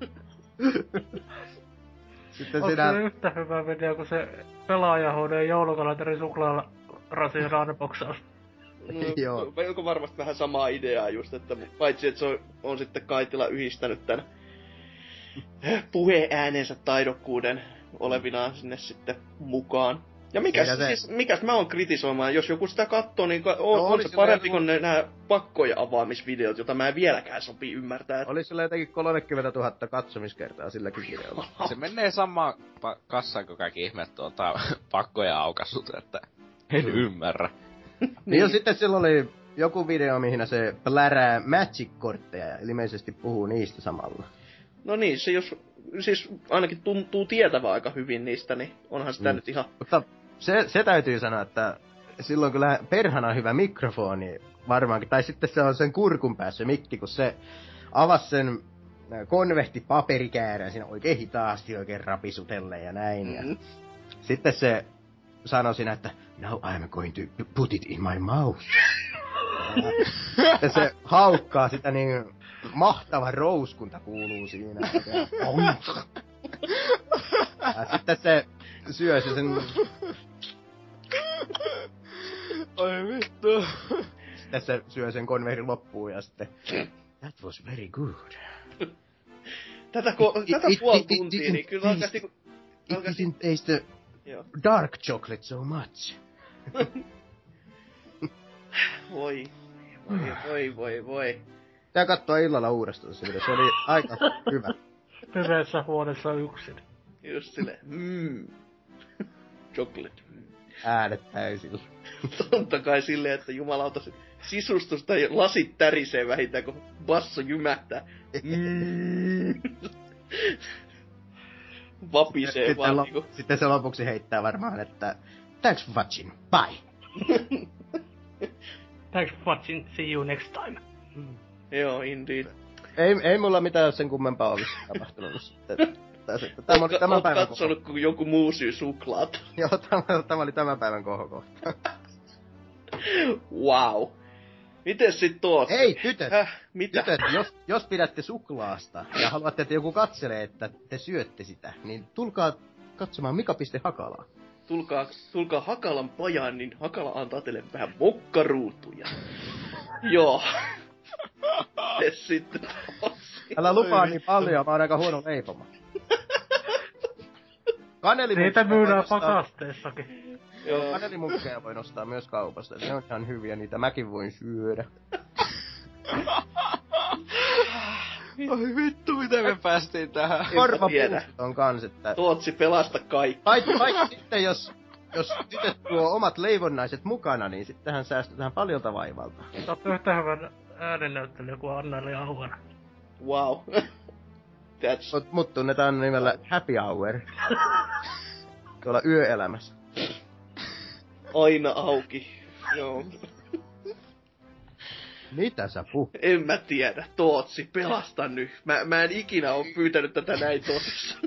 Sitten onko se yhtä hyvä video kuin se pelaajahuoneen joulukalenterin suklaarasiin raanepoksaus? Joo. Onko varmasti vähän samaa ideaa just, että paitsi että se on sitten Kaitila yhdistänyt tän puheäänensä taidokkuuden olevinaan sinne sitten mukaan. Ja mikäs mä oon kritisoimaan, jos joku sitä kattoo, niin on se parempi kuin nää pakkoja avaamisvideot, jota mä en vieläkään sopii ymmärtää. Oli sillä jotenkin 30 000 katsomiskertaa silläkin videolla. Se menee samaan kassaan kuin kaikki ihmeet pakkoja aukaisut, että en ymmärrä. Niin jo sitten silloin oli joku video, mihin se plärää Magic-kortteja ja ilmeisesti puhuu niistä samalla. No niin, se jos siis ainakin tuntuu tietävä aika hyvin niistä, niin onhan sitä nyt ihan... Mutta se täytyy sanoa, että silloin kyllä perhana hyvä mikrofoni varmaankin, tai sitten se on sen kurkun päässä mikki, kun se avasi sen konvehtipaperikäärän siinä oikein hitaasti, oikein rapisutellen ja näin. Ja sitten se sanoi siinä, että now I'm going to put it in my mouth. Ja se haukkaa sitä niin mahtava rouskunta kuuluu siinä. Ja sitten se syö sen... Oi vittu. Sitten se syö sen konvehdin loppuun ja sitten... That was very good. Tätä puoli tuntia, niin kyllä alkaisi... It didn't taste the dark chocolate so much. Voi. Tää kattoo illalla uudestaan se video, se oli aika hyvä. Pimeässä huoneessa yksin. Just silleen, chocolate. Äänet täysillä. Totta kai silleen, että jumalauta se sisustus tai lasit tärisee vähintään, kun basso jymähtää. vapisee vaan niinku. Sitten se lopuksi heittää varmaan, että thanks for watching, bye. Thanks for watching, see you next time. Joo, indeed. Ei mulla mitään sen kummempaa olisi tapahtunut sitten. Tämä oli tämän päivän Oot katsonut, kun joku muu syy suklaata. Joo, tämä oli tämän päivän kohokohta. Wow. Mites sit tuot? Hei, tytöt! Mitä? Tytöt, jos pidätte suklaasta ja haluatte, että joku katselee, että te syötte sitä, niin tulkaa katsomaan Mika.Hakalaa. Tulkaa Hakalan pajaan, niin Hakala antaa teille vähän mokkaruutuja. Joo. Sitten Älä lupaa niin paljon, mä oon aika huono leipoma. Niitä myydään pakasteessakin. Joo, kanelimunkkeja voi nostaa myös kaupasta. Ne on ihan hyviä, niitä mäkin voin syödä. Oi vittu, miten me päästiin tähän? Korvapuustot on kans, että... Tootsi, pelasta kaikki. Paitsi sitten, jos tytöt tuo omat leivonnaiset mukana, niin sittenhän säästetään paljolta vaivalta. Sä oot yhtä hyvän äänennäyttelijä kuin Anneli Auhana. Wow. Mut tunnetaan nimellä Happy Hour. Tuolla yöelämässä. Aina auki. Joo. Mitä sä puhut? En mä tiedä. Tootsi, pelasta nyt. Mä en ikinä oo pyytänyt tätä näin tosissaan.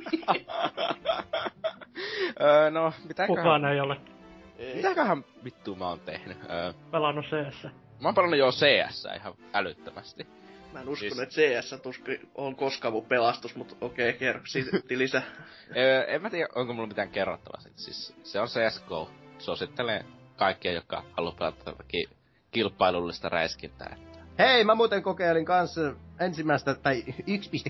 No, Kukaan ei ole. Mitäköhän vittua mä oon tehnyt? Pelannut CS. Mä oon pelannut jo CS ihan älyttömästi. Mä en uskonut, että CS on koskaan mun pelastus, mutta okei, kerro silti lisää. En mä tiedä, onko mulla mitään kerrottavaa siitä. Siis se on CSGO. Suosittelen kaikkia, jotka haluaa pelata kilpailullista räiskintää. Hei, mä muuten kokeilin kanssa ensimmäistä, tai 1.6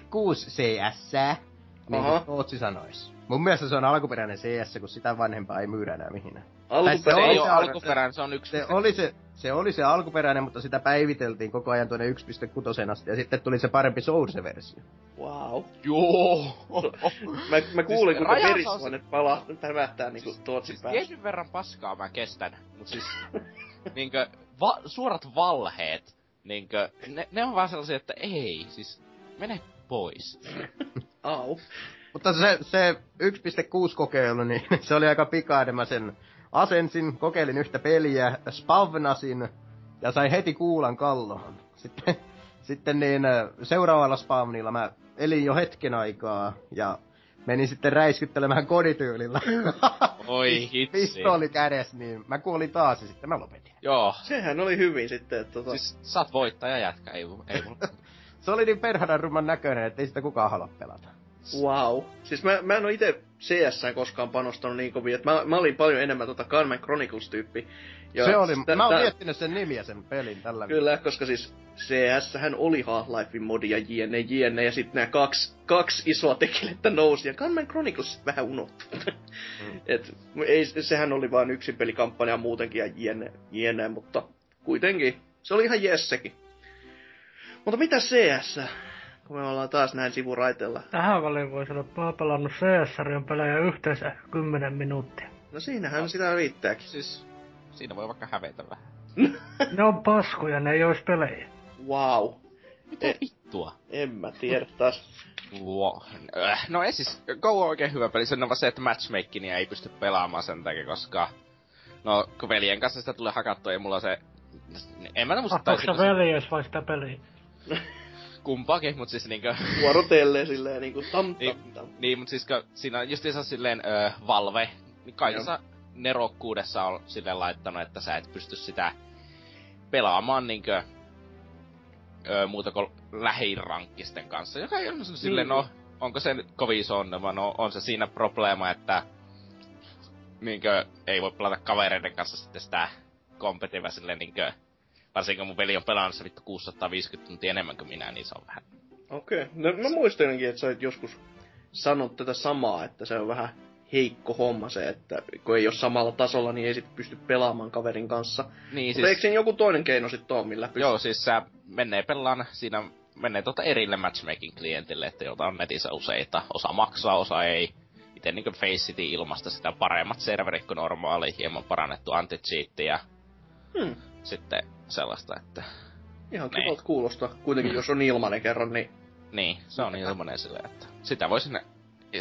CS-sää, niin kuin Tootsi sanois. Mun mielestä se on alkuperäinen CS, kun sitä vanhempaa ei myydä enää mihinä. Se ei ole alkuperäinen, se on 1. Se oli se alkuperäinen, mutta sitä päiviteltiin koko ajan tuonne 1.6 asti, ja sitten tuli se parempi Source-versio. Wow. Joo. Mä kuulin, kuinka verisuonet pävähtää niinku Tootsin siis päässä. tietyn verran paskaa mä kestän, mut siis niinkö suorat valheet, niinkö ne on vaan sellaisia, että ei, siis mene pois. Au. Mutta se 1.6 kokeilu, niin se oli aika pikainen. Mä sen asensin, kokeilin yhtä peliä, spavnasin ja sai heti kuulan kalloon. Sitten niin seuraavalla spavnilla mä elin jo hetken aikaa ja menin sitten räiskyttelemään kodityylillä. Oi hitsi. Pistooli kädessä, niin mä kuolin taas ja sitten mä lopetin. Joo. Sehän oli hyvin sitten, että Siis sä oot voittaja jätkä, ei mulla. Se oli niin perhanan rumman näköinen, ettei sitä kukaan halua pelata. Wow. Siis mä en oo ite CS:ään koskaan panostanut niin kovin, että mä olin paljon enemmän Gunman Chronicles-tyyppi. Ja se oli, mä oon miettinyt sen nimiä sen pelin tällä Kyllä, koska siis CS:hän oli Half-Lifein modi ja jne, ja sit nää kaksi isoa tekelettä nousi, ja Gunman Chronicles vähän unohtui. Et sehän oli vaan yksin pelikampanja muutenkin ja jne, mutta kuitenkin, se oli ihan jessekin. Mutta mitä CS? Kun me ollaan taas näin sivuraiteella. Tähän väliin voi sanoa, että mä oon pelannut CS-sarjan pelejä yhteensä 10 minuuttia. No siinähän sitä riittääkin. Siis siinä voi vaikka hävetä vähän. Ne on paskoja, ne ei ois pelejä. Wow. Mitä vittua? En mä tiedä taas. Wow. No ei siis, Go on oikein hyvä peli. Se on vaan se, että matchmakingia ei pysty pelaamaan sen takia, koska... No, kun veljen kanssa sitä tulee hakattua ja mulla on se... En mä muista taisi... Onko veljes vai sitä peliä? Kumpaakin, mut siis niinkö... Vuorotelleen silleen niinku tam. Niin, mut siis siinä on justiinsa silleen Valve, niin kaikessa nerokkuudessa on silleen laittanut, että sä et pysty sitä pelaamaan niinkö muuta kuin lähirankkisten kanssa. Joka ei ole silleen, no, onko se nyt kovin iso ongelma? No, on se siinä probleema, että niinkö ei voi pelata kavereiden kanssa sitten sitä kompetiivä silleen niinkö... Varsinkin mun veli on pelannut se vittu 650 tuntia enemmän kuin minä, niin se on vähän... Okei. No mä muistelenkin, että sä oot joskus sanonut tätä samaa, että se on vähän heikko homma se, että kun ei oo samalla tasolla, niin ei sit pysty pelaamaan kaverin kanssa. Niin, mutta eikö siinä joku toinen keino sit oo, millä pystyy? Joo, siis sä menee pelaan, siinä menee erille matchmaking-klientille, että jota on netissä useita. Osa maksaa, osa ei. Ite niinkö Face City ilmasta sitä paremmat serverit kuin normaali, hieman parannettu anti-cheat ja... Sitten sellaista, että... Ihan kivalta kuulostaa. Kuitenkin jos on ilmanen kerran, niin... Niin, se on ilmanen silleen, että... Sitä voi sinne... Se on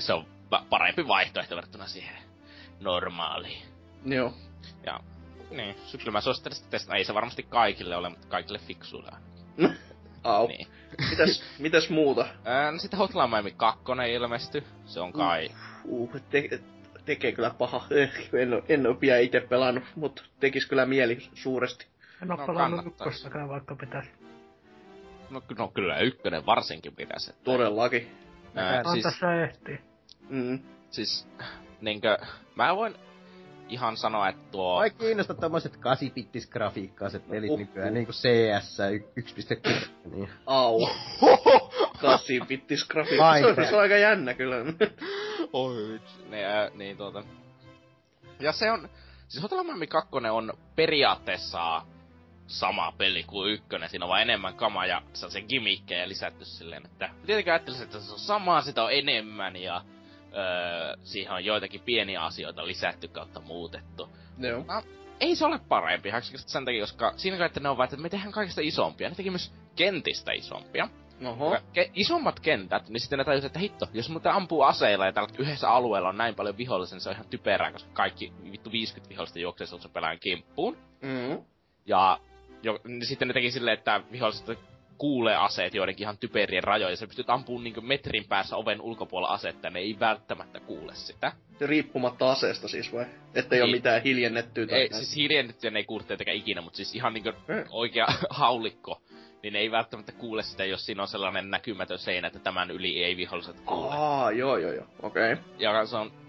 parempi vaihtoehto verrattuna siihen normaaliin. Joo. Ja niin, kyllä mä suosittelen sitä testata. Ei se varmasti kaikille ole, mutta kaikille fiksuille. Au. Niin. Mitäs muuta? No sitten Hotline Miami 2 ilmestyi. Se on kai... Tekee kyllä paha. En oo vielä ite pelannut, mutta tekis kyllä mieli suuresti. En oo pelannut ykköstäkään, vaikka pitäis. No kyllä ykkönen varsinkin pitäis. Että... Todellakin. Siis... tässä ehtii. Siis niinkö... Mä voin ihan sanoa, että tuo... Vai kiinnostaa tommoset 8-bittis grafiikkaiset pelit nykyään, niinku CS 1.6, niin. Au. 8-bittis grafiikka, se on aika jännä kyllä. Oi, niin Ja se on... Siis Hotline Miami 2 on periaatteessa sama peli kuin ykkönen, siinä on vaan enemmän kamaa ja se gimmikkejä lisätty silleen, että... Tietenkin ajattelisin, että se on samaa, sitä on enemmän ja... siihen on joitakin pieniä asioita lisätty kautta muutettu. Joo. Ei se ole parempi, sen takia, koska siinä kai, että ne on vaan, että me tehdään kaikista isompia. Ne teki myös kentistä isompia. Oho. Isommat kentät, niin sitten ne tajusivat, että hitto, jos muuten ampuu aseilla ja tällä yhdessä alueella on näin paljon vihollisia, niin se on ihan typerää, koska kaikki vittu 50 vihollista juoksee se pelaajan kimppuun. Ja niin sitten ne teki silleen, että viholliset kuulee aseet joidenkin ihan typerien rajoja, ja sä pystyt ampumaan niinku metrin päässä oven ulkopuolella asetta, ne ei välttämättä kuule sitä. Riippumatta aseesta siis vai? Että ei oo mitään hiljennettyä tai ei, siis hiljennettyä ne ei kuule tietenkään ikinä, mutta siis ihan niinku oikea haulikko, niin ne ei välttämättä kuule sitä, jos siinä on sellainen näkymätön seinä, että tämän yli ei viholliset kuule. Joo, okei. Ja se on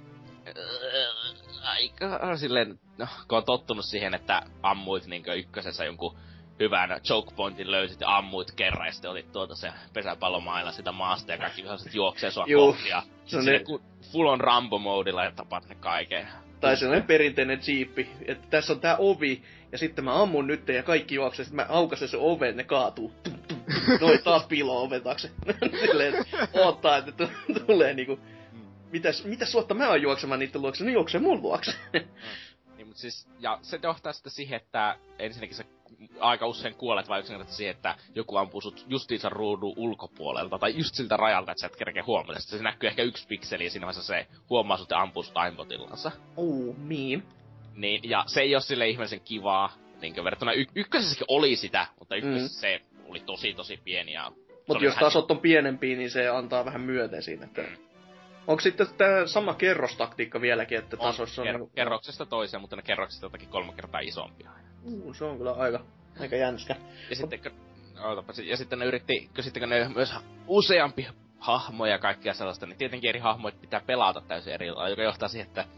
aika silleen, no, kun on tottunut siihen, että ammuit niinkö ykkösessä jonkun hyvän choke pointin löysit ja ammuit kerran ja sitten otit se pesäpallomailla sitä maasta ja kaikki viholliset juoksee sua kohti ja sitten full on Rambo-moodilla ja tapat ne kaiken. Tai sellainen perinteinen jeeppi, että tässä on tää ovi ja sitten mä ammun nyt ja kaikki juoksee, sitten mä aukasen se oven, ne kaatuu. Noin taas piiloo oven taakse. Silleen odottaa, että tulee niinku... Mitäs suotta mä oon juoksemaan niitten luokse? Ne juoksee mun luokse. Niin, mut siis, ja se johtaa sitten siihen, että ensinnäkin sä aika usein kuolet vai yksinkertaisesti siihen, että joku ampuu sut justiinsa ruudun ulkopuolelta tai just siltä rajalta, että sä et kerkeä huomata. Sitten se näkyy ehkä 1 pikseli ja siinä vaiheessa se huomaa sut ja ampuu sut aimpotillansa. Niin, ja se ei oo silleen ihmeellisen kivaa. Niinkö verrattuna ykkösessäkin oli sitä, mutta ykkösessä se oli tosi pieni ja... Mut jos tasot on pienempiä, niin se antaa vähän myöten siinä, että... Onko sitten tää sama kerrostaktiikka vieläkin, että tasoissa on... Kerroksesta toiseen, mutta ne kerroksesta jotakin 3 kertaa isompia. Se on kyllä aika jänskä. Ja sitten ne yritti, kun ne myös useampi hahmoja ja kaikkea sellaista, niin tietenkin eri hahmoit pitää pelata täysin eri lailla, joka johtaa siihen, että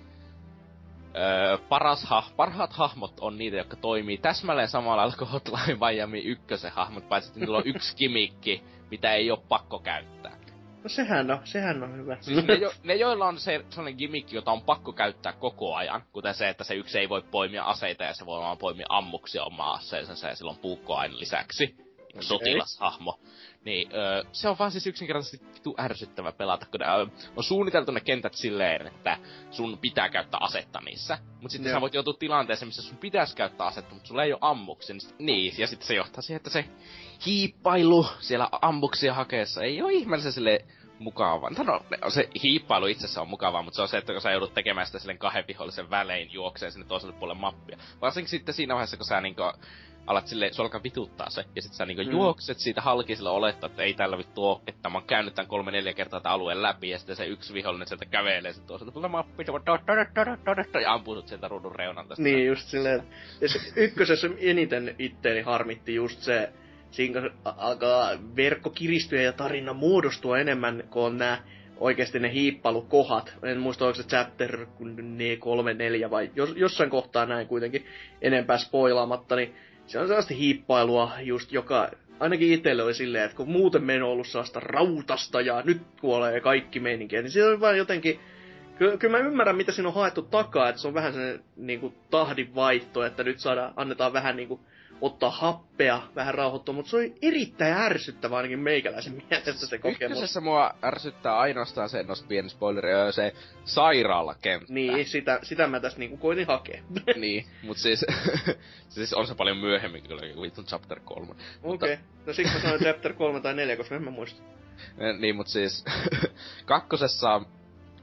parhaat hahmot on niitä, jotka toimii täsmälleen samalla lailla kuin Hotline Miami 1 hahmot, paitsi että niillä on yksi gimikki, mitä ei oo pakko käyttää. No sehän on hyvä. Siis ne joilla on sellainen gimmikki, jota on pakko käyttää koko ajan, kuten se, että se yksi ei voi poimia aseita ja se voi vaan poimia ammuksia omaa aseensa ja silloin puukko aina lisäksi. Okay. Sotilashahmo. Niin, se on vaan siis yksinkertaisesti vitu ärsyttävä pelata, kun on suunniteltu ne kentät silleen, että sun pitää käyttää asetta niissä. Mut sitten sä voit joutua tilanteeseen, missä sun pitäisi käyttää asetta, mutta sulla ei oo ammuksia. Niin, ja sitten se johtaa siihen, että se hiippailu siellä ammuksia hakeessa ei oo ihmeellisen silleen mukavaa. No, se hiippailu itsessä on mukavaa, mutta se on se, että kun sä joudut tekemään sitä silleen 2 vihollisen välein juokseen sinne toiselle puolelle mappia. Varsinkin sitten siinä vaiheessa, kun sä niinku alat silleen, sua alkaa vituttaa se, ja sit sä niinku juokset siitä halki sillä olettaa, että ei tällä vittu oo, että mä oon käynyt tän 3-4 kertaa tämän alueen läpi, ja sitten se yksi vihollinen sieltä kävelee sit toiselta puolelle mappia, ja ampuu sut sieltä ruudun reunalta. Niin, just silleen, ja se ykkösessä eniten itteeni harmitti just se, siinä alkaa verkko kiristyä ja tarina muodostua enemmän, kun on nää oikeesti ne hiippailukohat. En muista, onko se chapter 3-4 vai jossain kohtaa näin kuitenkin enempää spoilaamatta, niin se on sellaista hiippailua just, joka ainakin itselle oli silleen, että kun muuten meno on ollut sellaista rautasta ja nyt kuolee kaikki meininkiä, niin se on vaan jotenkin... Kyllä mä ymmärrän, mitä siinä on haettu takaa, että se on vähän sellainen niinku tahdinvaihto, että nyt annetaan vähän niinku ottaa happea, vähän rauhoittua, mutta se on erittäin ärsyttävä ainakin meikäläisen mielestä se kokemus. Ykkösessä mua ärsyttää ainoastaan se, pieni spoileri, se sairaalakenttä. Niin, sitä mä tässä niinku koitin hakea. Niin, mut siis on se paljon myöhemmin kyllä, joku vitun chapter 3. Okei. No siksi mä sanoin chapter 3 tai 4, koska en mä muista. Niin, mut siis kakkosessa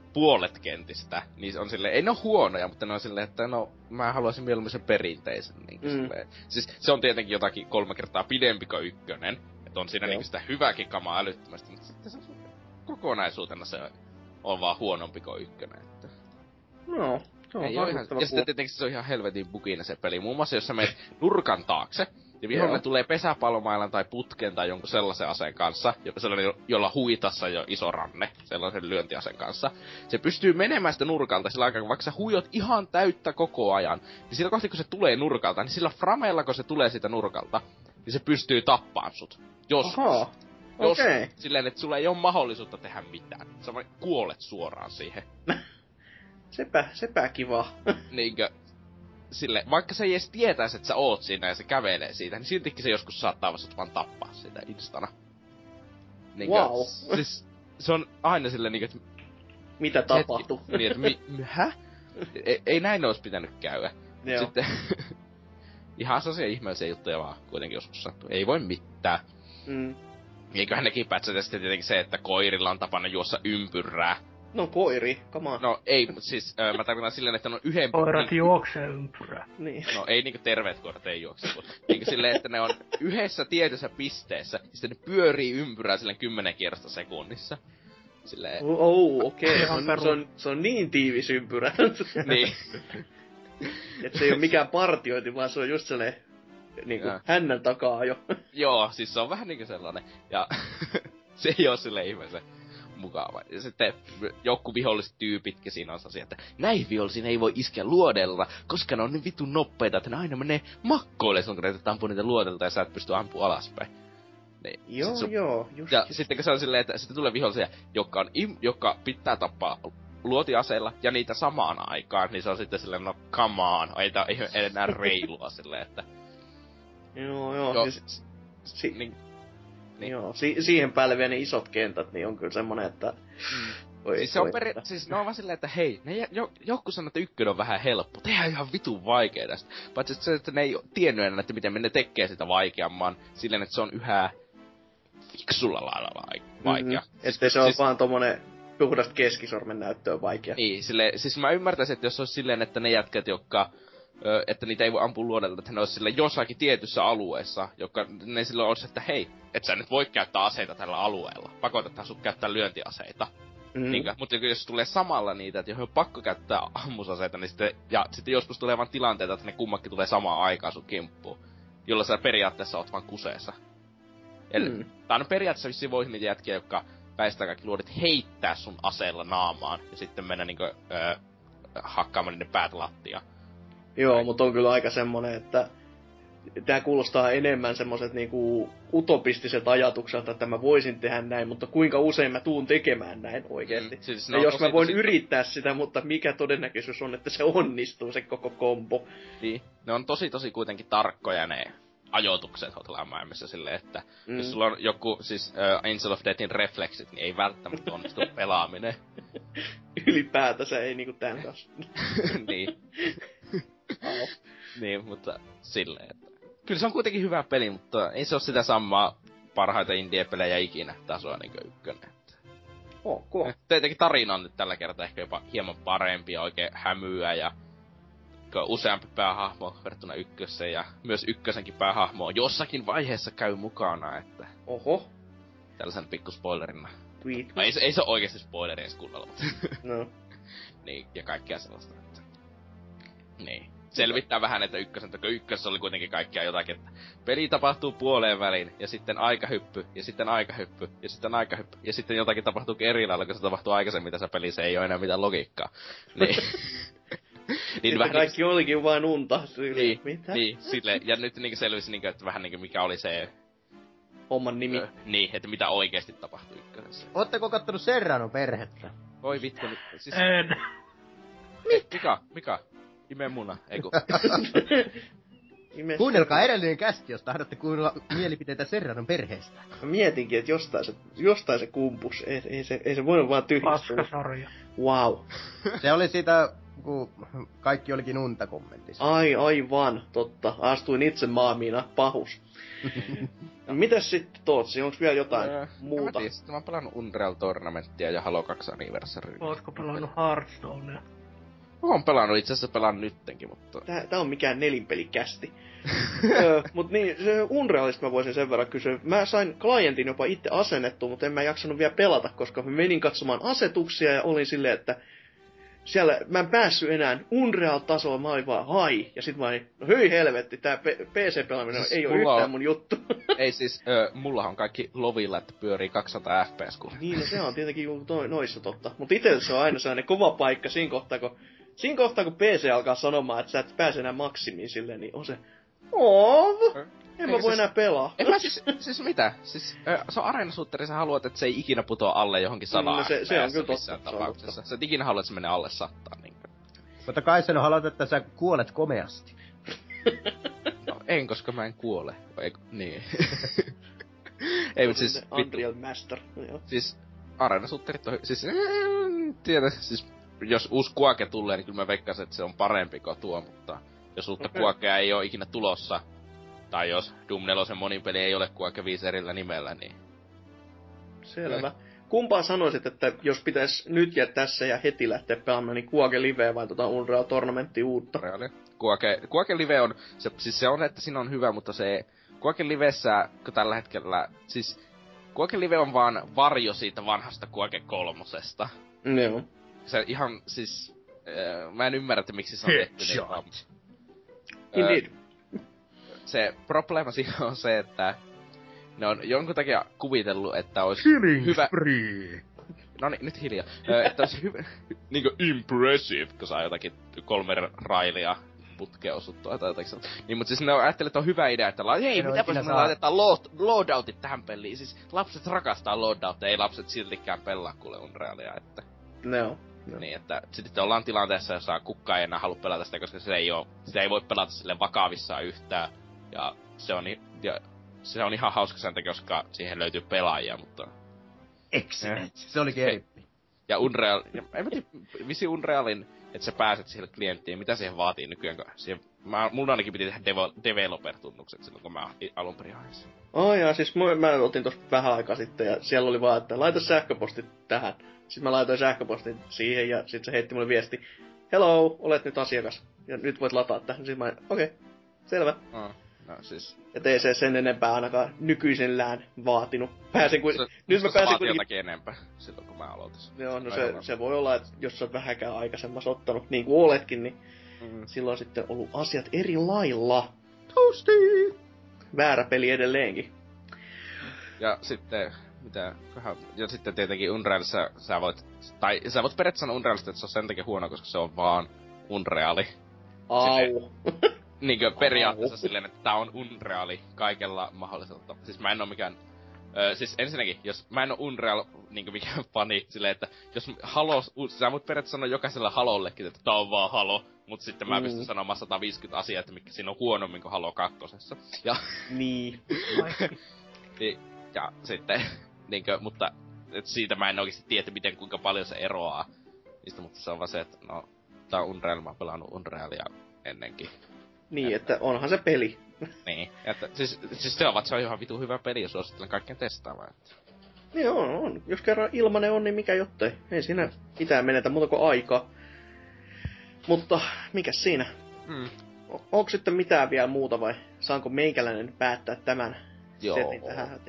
puolet kentistä, niin on silleen, ei ne oo huonoja, mutta ne on silleen, että no, mä haluaisin mieluummin sen perinteisen, niin silleen. Siis se on tietenkin jotakin 3 kertaa pidempi kuin 1, että on siinä niinku sitä hyvääkin kamaa älyttömästi, mutta sitten se on kokonaisuutena se on vaan huonompi kuin 1, että. No, se on ihan, ja sitten tietenkin se on ihan helvetin bugina se peli. Muun muassa jos sä menet nurkan taakse, ja vihollinen tulee pesäpallomailan tai putken tai jonkun sellaisen aseen kanssa, sellainen, jolla huitassa jo iso ranne, sellaisen lyöntiaseen kanssa. Se pystyy menemään sitä nurkalta sillä aikaa, kun vaikka sä huijot ihan täyttä koko ajan, niin sillä kohti kun se tulee nurkalta, niin sillä frameella kun se tulee sitä nurkalta, niin se pystyy tappaan sut. Jos silleen, että sulla ei oo mahdollisuutta tehdä mitään. Sä vain kuolet suoraan siihen. Sepä kiva. Niinkö, sille, vaikka se ei edes tietäis, että sä oot siinä ja se kävelee siitä, niin siltikin se joskus saattaa vaan tappaa sitä instana. Niinkö, wow. Siis se on aina silleen niinkö, että mitä tapahtuu? Niin, että hä? Ei näin ois pitänyt käydä. Sitten ihan sellaisia ihmeellisiä juttuja vaan kuitenkin joskus sattuu. Ei voi mitään. Eiköhän nekin pätsätä sitten tietenkin se, että koirilla on tapana juossa ympyrää. No koiri, come on. No ei, siis mä tarkoitan silleen, että on yhden... Koirat juoksee ympyrää. Niin. No ei niinku terveet koirat ei juokse, mutta niinku silleen, että ne on yhdessä tietyssä pisteessä, ja sitten ne pyörii ympyrää silleen 10 kierrosta sekunnissa. Silleen... Okei. Se on niin tiivis ympyrä. Niin. Et se ei oo mikään partiointi, vaan se on just sellainen niinku hännän takaa jo. Joo, siis se on vähän niinku sellainen. Ja se ei oo silleen ihmeellisen mukava. Ja sitten joku viholliset tyypitkin siinä on sellaisia, että näin vihollisiin ei voi iskeä luodella, koska ne on niin vitun nopeita, että ne aina menee makkoille silloin, kun ne ampuu niitä luodelta ja sä et pysty ampua alaspäin. Niin, joo, just. Ja sitten kun se on silleen, että sitten tulee vihollisia, jotka pitää tappaa luotiaseilla ja niitä samaan aikaan, niin se on sitten silleen, no come on, ei enää reilua silleen, että... Joo. Niin. Joo, siihen päälle vielä ne isot kentät, niin on kyllä semmonen, että... Siis se on siis ne on vaan silleen, että hei, joku sanoo, että 1 on vähän helppo, tehdään ihan vitun vaikea tästä. Paitsi se, että ne ei tiennyt enää, että miten ne tekee sitä vaikeamman, silleen, että se on yhä fiksulla lailla vaikea. Ettei se ole vaan tommonen puhdasta keskisormen näyttöön vaikea. Niin, siis mä ymmärtäisin, että jos se olisi silleen, että ne jätkät, jotka... että niitä ei voi ampua luodelta, että ne olisi sille jossakin tietyssä alueessa, joka ne silloin olisi, että hei, et sä nyt voi käyttää aseita tällä alueella. Pakotetaan sut käyttää lyöntiaseita. Niinkö? Mutta jos tulee samalla niitä, että johon on pakko käyttää ammusaseita, niin sitten joskus tulee vaan tilanteita, että ne kummakin tulee samaan aikaan sun kimppuun. Jolla sä periaatteessa oot vaan kuseessa. Eli, tai no periaatteessa vissiin voisi niitä jätkiä, jotka väistää kaikki luodit heittää sun aseella naamaan. Ja sitten mennä niinkö hakkaamaan niiden päät lattia. Joo, mutta on kyllä aika semmonen, että tää kuulostaa enemmän semmoset niinku utopistiset ajatukset, että mä voisin tehdä näin, mutta kuinka usein mä tuun tekemään näin oikeesti. Siis ja jos mä voin yrittää sitä, mutta mikä todennäköisyys on, että se onnistuu, se koko kombo. Niin, ne on tosi kuitenkin tarkkoja ne ajoitukset Hotline Miamiissa silleen, että jos sulla on joku, siis Angel of Deathin refleksit, niin ei välttämättä onnistu pelaaminen. Ylipäätänsä ei niinku tän kanssa. Niin. Niin, mutta silleen, että... Kyllä se on kuitenkin hyvä peli, mutta ei se oo sitä samaa parhaita indie-pelejä ikinä tasoa niinkö 1. Ok. Tietenkin tarina on nyt tällä kertaa ehkä jopa hieman parempi ja oikein hämyä ja... useampi päähahmo verrattuna 1, ja myös 1:nkin päähahmo on jossakin vaiheessa käy mukana, että... Oho. Tällaisen pikku spoilerina. Tweet. No, ei se oikeesti spoileri edes kunnolla, mutta... No. Niin, ja kaikkea sellaista, että... Niin. Selvittää vähän, että 1 oli kuitenkin kaikkia jotakin, että peli tapahtuu puoleen väliin, ja sitten aikahyppy, ja sitten aikahyppy, ja sitten aikahyppy, ja sitten jotakin tapahtuu eri lailla, kun se tapahtuu aikaisemmin tässä pelissä, ei oo enää mitään logiikkaa. Niin. Niin vähän kaikki olikin vain unta. Niin, mitä? Niin, silleen, ja nyt niinku selvisi niinku, että vähän niinku mikä oli se... homman nimi. Niin, että mitä oikeesti tapahtui 1. Ootteko kattonut Serrano perhettä? Voi vittu, siis... En. Mikä? Ime muna, eiku. Kuunnelkaa edellinen kästi, jos tahdotte kuunnella mielipiteitä Serranon perheestä. Mä mietinkin, että jostain se kumpus. Ei se voinut vaan tyhjistä. Paskasarja. Wow. Se oli siitä kun kaikki olikin unta kommentissa. Aivan, totta. Astuin itse maamiina, pahus. Mitäs sitten Tootsi, onks vielä jotain muuta? Mä oon pelannut Unreal Tournamentia ja Halo 2 Anniversary. Ootko pelannut Hearthstonea? Oon pelannut, itse asiassa pelaan nyttenkin, mutta... Tää on mikään nelinpelikästi. Mut niin, se Unrealista mä voisin sen verran kysyä. Mä sain klientin jopa itse asennettua, mutta en mä jaksanut vielä pelata, koska mä menin katsomaan asetuksia ja olin silleen, että siellä mä en päässyt enää Unreal-tasolla, mä olin vaan hai. Ja sit mä olin, no hyi helvetti, tää PC-pelaaminen siis ei oo yhtään mun juttu. Ei siis, mulla on kaikki lovilla, että pyörii 200 fps kun. Niin, no se on tietenkin noissa totta. Mut ite se on aina sellainen kova paikka siinä kohtaa, kun PC alkaa sanomaan, että sä et pääse enää maksimiin silleen, niin on se... En mä voi enää pelaa. En mä siis mitä? Siis se on areenasuutteri, sä haluat, että se ei ikinä putoa alle johonkin 100 no se on kyllä totta. Tapauksessa. Sä et ikinä halua, että se menee alle 100. Niin. Mutta kai sen haluat, että sä kuolet komeasti. No, en, koska mä en kuole. Niin. Ei, mut siis... Unreal Master. Joo. Siis areenasuutterit on... Siis... Tiedä, siis... Jos uusi Quake tulee, niin kyllä mä veikkaisin, että se on parempi kuin tuo, mutta... Jos uutta Quakea ei oo ikinä tulossa... Tai jos Doom 4 monipeli ei ole Quake 5 erillä nimellä, niin... Selvä. Kumpaa sanoisit, että jos pitäis nyt ja tässä ja heti lähteä pelaamaan, niin Quake Live vai Unreal Tournamentti uutta? Quake Live on... Se on, että siinä on hyvä, mutta se... Quake Livessä, kun tällä hetkellä... Siis... Quake Live on vaan varjo siitä vanhasta Quake 3:sta. Joo. Se ihan siis... mä en ymmärrä, että miksi se on tehty niin vaan... Indeed. Se probleema siinä on se, että ne on jonkun takia kuvitellut, että olisi hyvä... Spree. Noniin, nyt hiljaa. Että olisi hyvä... niinku impressive, kun saa jotakin 3 railia putkeen osuttua tai jotakin. Niin, mutta siis ne ajattelee, että on hyvä idea, että hei, mitäpä me laitetaan loadoutit tähän peliin. Siis lapset rakastaa loadoutteja, ei lapset siltikään pelaa kuule Unrealia, että... No. Niin, että sitten ollaan tilanteessa, jossa kukaan ei enää halua pelata sitä, koska sitä ei voi pelata sille vakavissaan yhtään. Ja se on ihan hauska sen takia, koska siihen löytyy pelaajia, mutta... Excellent. Se olikin erippi. Ja Unreal... En mä tiedä, visi Unrealin, että sä pääset siihen klienttiin, mitä siihen vaatii nykyään, mun ainakin piti tehdä developer-tunnukset silloin, kun mä alun perin hain sen. Siis mä otin tossa vähän aikaa sitten, ja siellä oli vaan, että laita sähköpostit tähän. Sitten mä laitoin sähköpostin siihen, ja sit se heitti mulle viesti, hello, olet nyt asiakas, ja nyt voit lataa tähän. Sitten mä okei, selvä. No siis... Et ei se sen enempää ainakaan nykyisellään vaatinut. Nyt mä pääsin jotakin enempää silloin, kun mä aloitin. Joo, no se voi olla, että jos sä oot vähänkään aikaisemmassa ottanut, niin kuin oletkin, niin silloin sitten ollut asiat eri lailla. Toasty! Väärä peli edelleenkin. Ja sitten... Ja sitten tietenkin Unrealissa sä voit periaatteessa sanoa Unrealista, että se on sen takia huono, koska se on vaan Unreali. Au! Niinkö periaatteessa silleen, että tää on Unreali kaikella mahdollisella. Siis mä en oo mikään... siis ensinnäkin, jos mä en oo Unreal niinkö mikään fani, silleen, että jos Halo... Sä voit periaatteessa sanoa jokaiselle Halollekin, että tää on vaan Halo. Mut sitten mä pystyn sanomaan 150 asiaa, että mikä siinä on huonommin kuin Halo 2. Ja... Niin. Ja sitten... Niinkö, mutta et siitä mä en oikeesti tiedä, kuinka paljon se eroaa niistä, mutta se on vaan se, että no, tää on Unreal, mä oon pelannut Unrealia ennenkin. Niin, että onhan se peli. Niin, että siis se on ihan vitu hyvä peli, ja suosittelen kaikkien testaamaan. Niin on. Jos kerran ilmanen on, niin mikä jottei. Ei siinä mitään menetä muuta kuin aikaa. Mutta, mikäs siinä? Onko sitten mitään vielä muuta vai saanko meikäläinen päättää tämän setin tähän?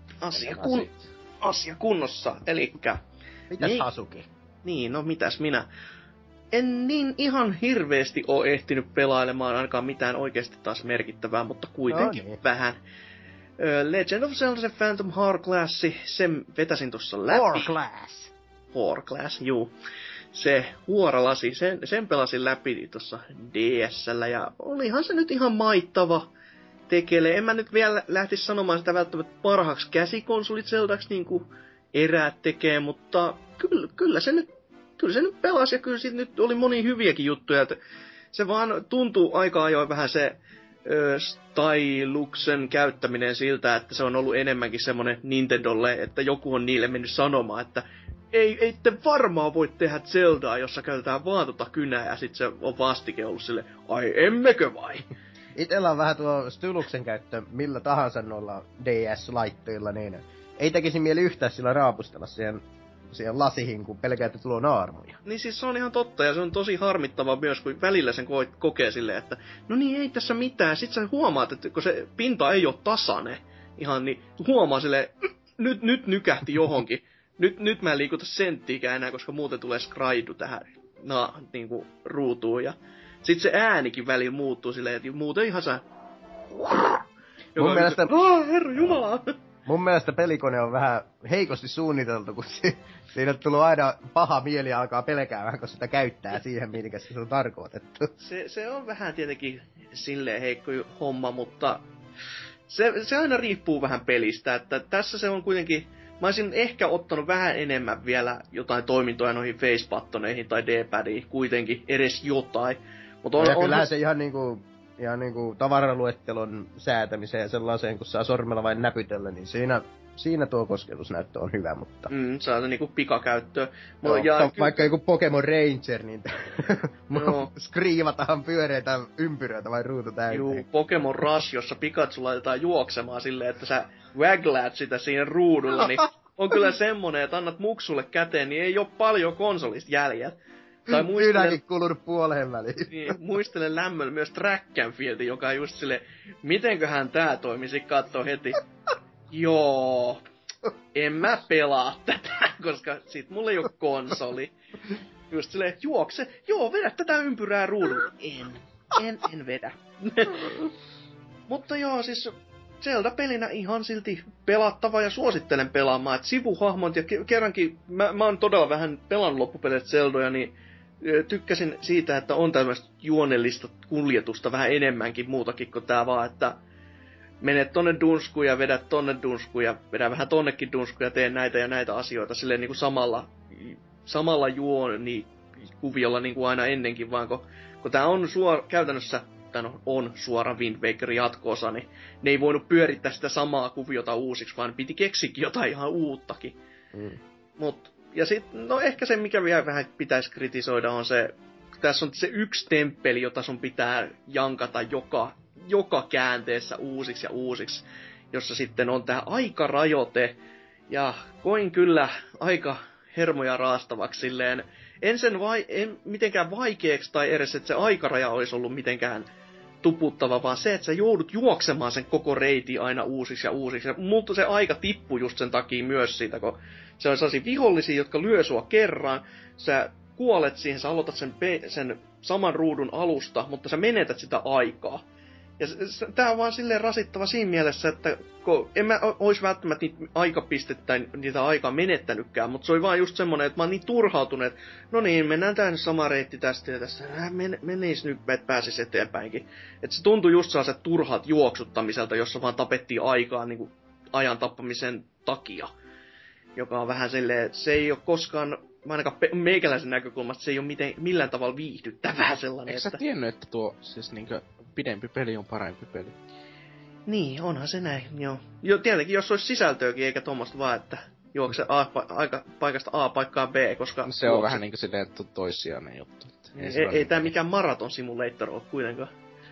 Asia kunnossa, elikkä... Mitäs Hasuki? Niin, no mitäs minä? En niin ihan hirveesti oo ehtinyt pelailemaan ainakaan mitään oikeesti taas merkittävää, mutta kuitenkin vähän. Legend of Zelda se Phantom Hourglass, sen vetäsin tossa läpi. Hourglass, juu. Se huoralasi, sen pelasin läpi tossa DS:llä ja olihan se nyt ihan maittava tekele. En mä nyt vielä lähtis sanomaan sitä välttämättä parhaaksi käsikonsolit Zeldaksi niinku eräät tekee, mutta kyllä se nyt pelasi ja kyllä siitä nyt oli monia hyviäkin juttuja. Että se vaan tuntuu aika ajoin vähän se styluksen käyttäminen siltä, että se on ollut enemmänkin semmonen Nintendolle, että joku on niille mennyt sanomaan, että ei te varmaan voi tehdä Zeldaa, jossa käytetään vaan kynää, ja sit se on vastike ollut silleen, ai emmekö vai? Itellä on vähän tuo styluksen käyttö millä tahansa noilla DS-laitteilla, niin ei tekisi mieli yhtään sillä raapustella siihen lasihin, kun pelkää, että tulee naarmuja. Niin siis se on ihan totta, ja se on tosi harmittava myös, kun välillä sen kokee silleen, että no niin, ei tässä mitään. Sitten sä huomaat, että kun se pinta ei ole tasainen, ihan niin huomaa silleen, nyt nykähti johonkin. Nyt mä en liikuta senttiikään enää, koska muuten tulee skraidu tähän niinku ruutuun. Ja sit se äänikin välillä muuttuu silleen, että muuten ihan sä... Mun mielestä... Herra Jumala! Mun mielestä pelikone on vähän heikosti suunniteltu, kun siinä tulee aina paha mieli ja alkaa pelkäämään, kun sitä käyttää siihen, minkä se on tarkoitettu. Se on vähän tietenkin silleen heikko homma, mutta se aina riippuu vähän pelistä. Että tässä se on kuitenkin... Mä olisin ehkä ottanut vähän enemmän vielä jotain toimintoja noihin facepattoneihin tai D-padiin, kuitenkin edes jotain. Mutta kyllähän se ihan niinku tavaraluettelon säätämiseen ja sellaiseen, kun saa sormella vain näpytellä, niin siinä tuo kosketusnäyttö on hyvä, mutta... saa se niinku pikakäyttöä. Vaikka joku Pokemon Ranger, niin skriivataan pyöreitä ympyröitä vai ruutu täyteen. Juu, Pokemon Rush, jossa Pikachu laitetaan juoksemaan silleen, että sä waglaat sitä siinä ruudulla, niin on kyllä semmonen, että annat muksulle käteen, niin ei oo paljon konsolista jäljellä. Tai muistelen... kulunut puoleen väliin. Niin, muistelen lämmöllä myös Track and Field, joka on just silleen, mitenköhän tää toimisi, kattoo heti. Joo, en mä pelaa tätä, koska sit mulla ei oo konsoli. Just silleen, juokse, vedä tätä ympyrää ruudulla. En vedä. Mutta joo, siis Zelda-pelinä ihan silti pelattava ja suosittelen pelaamaan. Et sivuhahmot ja kerrankin, mä oon todella vähän pelannut loppupeleissä Zeldoja, niin tykkäsin siitä, että on tämmöistä juonellista kuljetusta vähän enemmänkin muutakin kuin tää vaan, että menet tonne dunskuun ja vedät tonne dunskuun ja vedät vähän tonnekin dunskuun ja teen näitä ja näitä asioita silleen niinku samalla kuviolla niinku aina ennenkin, vaan kun tää on käytännössä, on suora Wind Waker jatko-osa, niin ne ei voinut pyörittää sitä samaa kuviota uusiksi, vaan piti keksikin jotain ihan uuttakin. Ja sit, no ehkä se, mikä vielä vähän pitäisi kritisoida, on se, tässä on se yksi temppeli, jota sun pitää jankata joka käänteessä uusiksi, jossa sitten on tää aikarajoite, ja koin kyllä aika hermoja raastavaksi silleen, en mitenkään vaikeaksi tai edes, että se aikaraja olisi ollut mitenkään tuputtava, vaan se, että sä joudut juoksemaan sen koko reitin aina uusiksi. Ja multa se aika tippui just sen takia myös siitä, kun se on sellaisia vihollisia, jotka lyö sua kerran, sä kuolet siihen, sä aloitat sen saman ruudun alusta, mutta sä menetät sitä aikaa. Ja tää on vaan silleen rasittava siinä mielessä, että en mä ois välttämättä niitä aikapistettä tai niitä aikaa menettänytkään, mutta se oli vaan just semmonen, että mä oon niin turhautunut, että no niin, mennään tää sama reitti tästä ja tästä, menis nyt, että pääsis eteenpäinkin. Että se tuntui just sellaiset turhat juoksuttamiselta, jossa vaan tapettiin aikaa niin kuin ajan tappamisen takia. Joka on vähän silleen, että se ei oo koskaan, ainakaan meikäläisen näkökulmasta, se ei oo millään tavalla viihdyttävää sellainen. Eikö sä tiennyt, että tuo siis niinkö pidempi peli on parempi peli? Niin, onhan se näin, joo. Jo, tietenkin, jos olisi sisältöäkin, eikä tommoista vaan, että juokse paikasta A paikkaan B, koska... Se on vähän niinku silleen toissijainen juttu. Ei tää mikään maraton simulator oo kuitenkaan.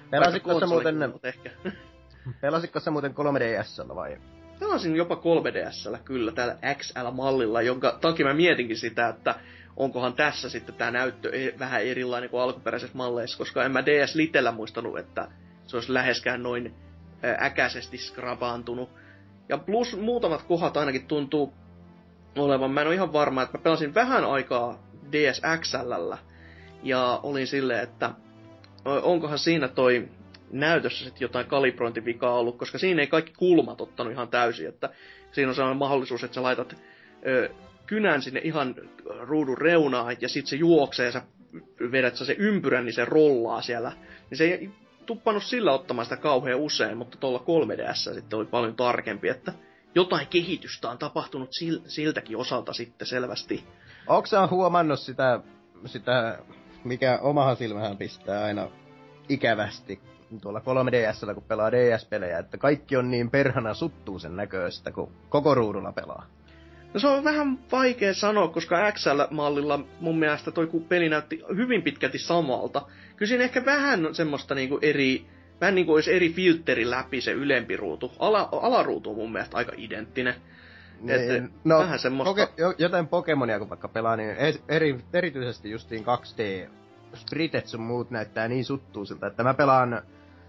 Pelasitko sä muuten 3DS:llä vai? Pelasin jopa 3DS:llä kyllä, täällä XL-mallilla, jonka takia mä mietinkin sitä, että onkohan tässä sitten tää näyttö vähän erilainen kuin alkuperäisessä malleissa, koska en mä DS Litellä muistanut, että se olisi läheskään noin äkäisesti skrabaantunut. Ja plus muutamat kohdat ainakin tuntuu olevan, mä en ole ihan varma, että mä pelasin vähän aikaa DS XL:llä ja olin silleen, että onkohan siinä toi näytössä sitten jotain kalibrointivikaa ollut, koska siinä ei kaikki kulmat ottanut ihan täysin, että siinä on sellainen mahdollisuus, että sä laitat kynän sinne ihan ruudun reunaan ja sit se juoksee ja sä vedät sä se ympyrän, niin se rollaa siellä. Niin se ei tuppannut sillä ottamaan sitä kauhean usein, mutta tuolla 3DS sitten oli paljon tarkempi, että jotain kehitystä on tapahtunut siltäkin osalta sitten selvästi. Onko sä huomannut sitä, mikä omahan silmähän pistää aina ikävästi tuolla 3DS:llä, kun pelaa DS-pelejä, että kaikki on niin perhana suttuusen näköistä, kun koko ruudulla pelaa? No se on vähän vaikea sanoa, koska XL-mallilla mun mielestä toi peli näytti hyvin pitkälti samalta. Kyllä siinä ehkä vähän semmoista niinku vähän niinku olisi eri filtteri läpi se ylempi ruutu. Alaruutu on mun mielestä aika identtinen. Niin, no, vähän semmoista... jotain Pokemonia kun vaikka pelaa, niin erityisesti justiin 2D spritet sun muut näyttää niin suttuisilta, että mä pelaan